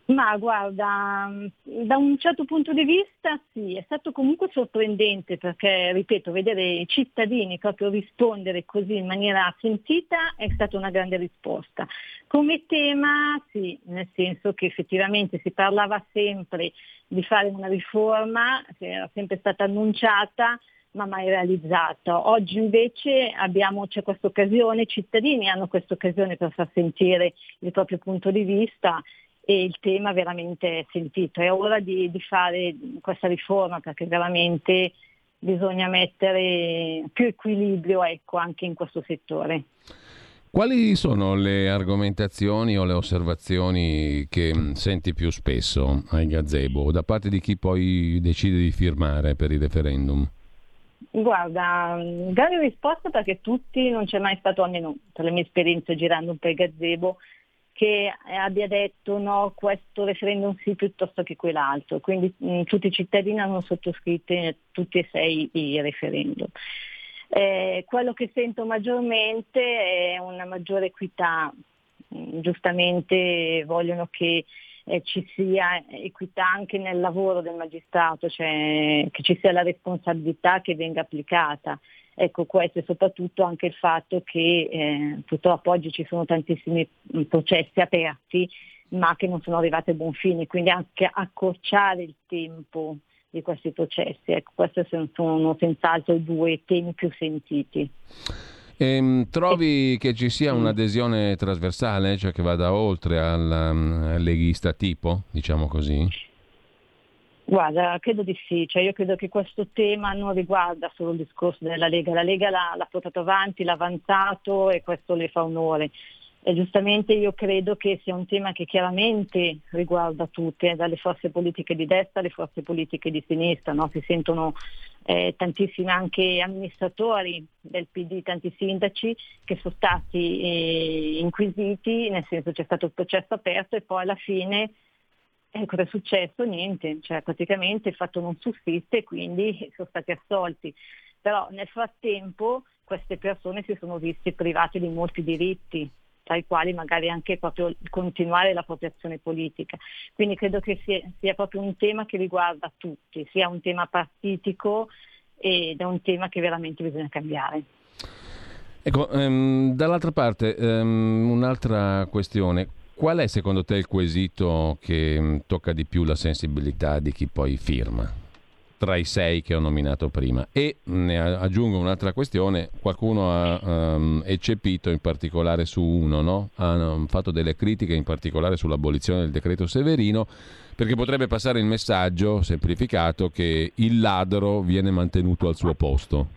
Ma guarda, da un certo punto di vista sì, è stato comunque sorprendente perché, ripeto, vedere i cittadini proprio rispondere così in maniera sentita è stata una grande risposta. Come tema sì, nel senso che effettivamente si parlava sempre di fare una riforma, che era sempre stata annunciata, ma mai realizzata. Oggi invece c'è questa occasione, i cittadini hanno questa occasione per far sentire il proprio punto di vista e il tema veramente è sentito. È ora di fare questa riforma perché veramente bisogna mettere più equilibrio, anche in questo settore. Quali sono le argomentazioni o le osservazioni che senti più spesso ai gazebo da parte di chi poi decide di firmare per il referendum? Guarda, grande risposta perché tutti, non c'è mai stato, almeno per le mie esperienze girando un po' il gazebo, che abbia detto no, questo referendum sì piuttosto che quell'altro. Quindi tutti i cittadini hanno sottoscritto tutti e 6 i referendum. Quello che sento maggiormente è una maggiore equità. Giustamente vogliono che ci sia equità anche nel lavoro del magistrato, cioè che ci sia la responsabilità che venga applicata. Ecco, questo è soprattutto anche il fatto che purtroppo oggi ci sono tantissimi processi aperti ma che non sono arrivati a buon fine, quindi anche accorciare il tempo di questi processi. Ecco, questi sono senz'altro i 2 temi più sentiti. Trovi che ci sia un'adesione trasversale, cioè che vada oltre al leghista tipo, diciamo così? Guarda, credo di sì, cioè io credo che questo tema non riguarda solo il discorso della Lega, la Lega l'ha portato avanti, l'ha avanzato e questo le fa onore. E giustamente io credo che sia un tema che chiaramente riguarda tutte, dalle forze politiche di destra alle forze politiche di sinistra, no? Si sentono tantissimi anche amministratori del PD, tanti sindaci che sono stati inquisiti, nel senso c'è stato il processo aperto e poi alla fine cosa è successo? Niente, cioè praticamente il fatto non sussiste e quindi sono stati assolti. Però nel frattempo queste persone si sono viste private di molti diritti, tra i quali magari anche proprio continuare la propria azione politica. Quindi credo che sia proprio un tema che riguarda tutti, sia un tema partitico ed è un tema che veramente bisogna cambiare. Ecco, dall'altra parte un'altra questione. Qual è secondo te il quesito che tocca di più la sensibilità di chi poi firma tra i 6 che ho nominato prima? E ne aggiungo un'altra questione, qualcuno ha eccepito in particolare su uno, no? Hanno fatto delle critiche in particolare sull'abolizione del decreto Severino, perché potrebbe passare il messaggio semplificato che il ladro viene mantenuto al suo posto.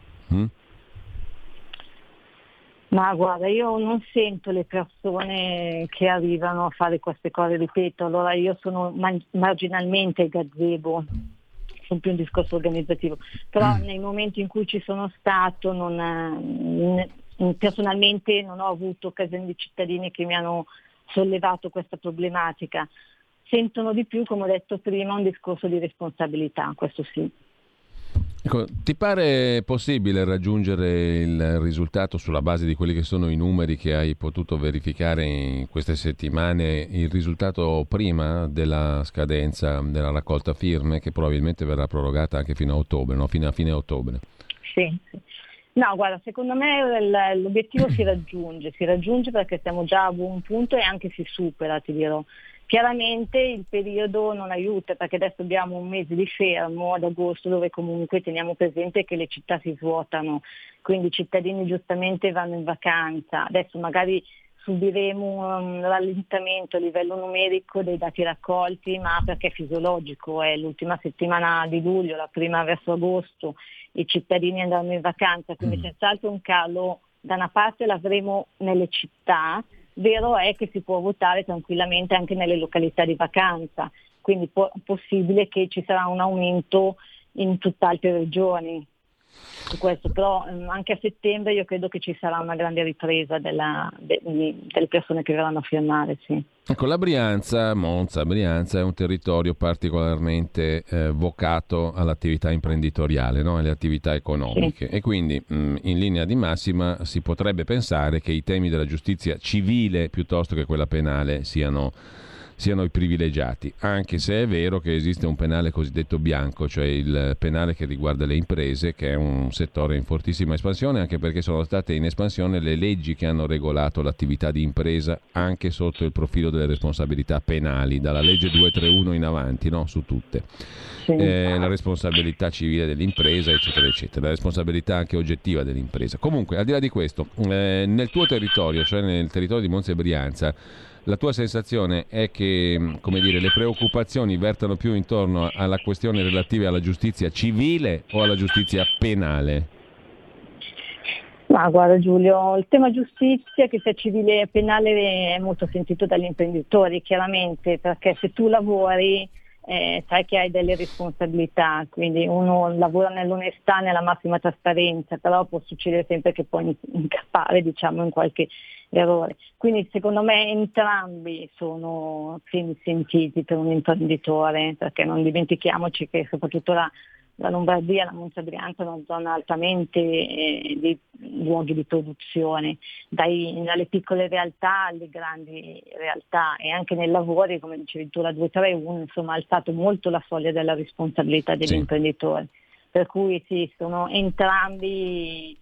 Ma guarda, io non sento le persone che arrivano a fare queste cose, ripeto, allora io sono marginalmente gazebo, sono più un discorso organizzativo, però nei momenti in cui ci sono stato personalmente non ho avuto occasioni di cittadini che mi hanno sollevato questa problematica. Sentono di più, come ho detto prima, un discorso di responsabilità, questo sì. Ecco, ti pare possibile raggiungere il risultato sulla base di quelli che sono i numeri che hai potuto verificare in queste settimane, il risultato prima della scadenza della raccolta firme, che probabilmente verrà prorogata anche fino a ottobre, no? Fino a fine ottobre? Sì. No, guarda, secondo me l'obiettivo si raggiunge perché siamo già a buon punto e anche si supera, ti dirò. Chiaramente il periodo non aiuta perché adesso abbiamo un mese di fermo ad agosto dove comunque teniamo presente che le città si svuotano, quindi i cittadini giustamente vanno in vacanza. Adesso magari subiremo un rallentamento a livello numerico dei dati raccolti, ma perché è fisiologico, è l'ultima settimana di luglio, la prima verso agosto, i cittadini andranno in vacanza, quindi senz'altro un calo da una parte l'avremo nelle città. Vero è che si può votare tranquillamente anche nelle località di vacanza, quindi è possibile che ci sarà un aumento in tutt'altre regioni su questo, però anche a settembre io credo che ci sarà una grande ripresa delle persone che verranno a firmare, sì. Ecco, la Brianza, Monza, Brianza è un territorio particolarmente vocato all'attività imprenditoriale, no? Alle attività economiche, sì. E quindi in linea di massima si potrebbe pensare che i temi della giustizia civile piuttosto che quella penale siano siano i privilegiati, anche se è vero che esiste un penale cosiddetto bianco, cioè il penale che riguarda le imprese, che è un settore in fortissima espansione, anche perché sono state in espansione le leggi che hanno regolato l'attività di impresa anche sotto il profilo delle responsabilità penali, dalla legge 231 in avanti, no? Su tutte. La responsabilità civile dell'impresa, eccetera, eccetera, la responsabilità anche oggettiva dell'impresa. Comunque, al di là di questo, nel tuo territorio, cioè nel territorio di Monza e Brianza, la tua sensazione è che, come dire, le preoccupazioni vertano più intorno alla questione relativa alla giustizia civile o alla giustizia penale? Ma guarda Giulio, il tema giustizia, che sia civile e penale, è molto sentito dagli imprenditori, chiaramente, perché se tu lavori sai che hai delle responsabilità, quindi uno lavora nell'onestà, nella massima trasparenza, però può succedere sempre che puoi incappare, diciamo, in qualche errore. Quindi secondo me entrambi sono temi sentiti per un imprenditore, perché non dimentichiamoci che soprattutto la Lombardia, la Monza Brianza è una zona altamente di luoghi di produzione, dalle piccole realtà alle grandi realtà, e anche nei lavori, come dicevi tu, la 231, insomma, ha alzato molto la soglia della responsabilità degli imprenditori. Per cui sì, sono entrambi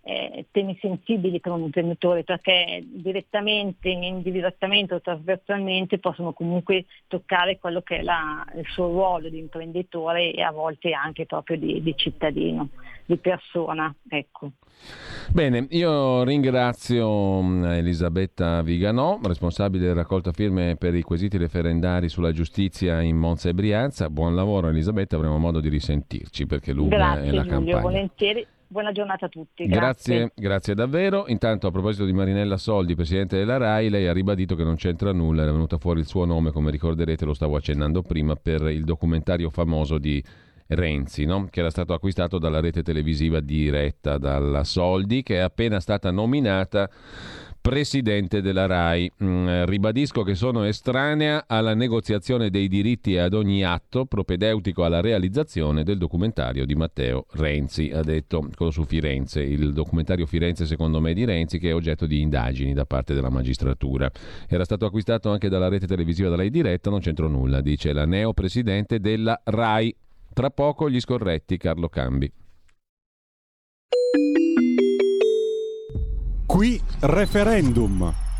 temi sensibili per un imprenditore, perché direttamente, indirettamente o trasversalmente possono comunque toccare quello che è il suo ruolo di imprenditore e a volte anche proprio di cittadino, di persona, ecco. Bene, io ringrazio Elisabetta Viganò, responsabile della raccolta firme per i quesiti referendari sulla giustizia in Monza e Brianza. Buon lavoro Elisabetta, avremo modo di risentirci perché lunga è la Giulio, campagna. Volentieri. Buona giornata a tutti. Grazie davvero. Intanto, a proposito di Marinella Soldi, presidente della RAI, lei ha ribadito che non c'entra nulla, era venuto fuori il suo nome, come ricorderete, lo stavo accennando prima, per il documentario famoso di Renzi, no? Che era stato acquistato dalla rete televisiva diretta dalla Soldi, che è appena stata nominata presidente della RAI. Ribadisco che sono estranea alla negoziazione dei diritti e ad ogni atto propedeutico alla realizzazione del documentario di Matteo Renzi, ha detto, quello su Firenze, il documentario Firenze secondo me di Renzi, che è oggetto di indagini da parte della magistratura. Era stato acquistato anche dalla rete televisiva da lei diretta, non c'entro nulla, dice la neopresidente della RAI. Tra poco gli scorretti, Carlo Cambi. Qui referendum.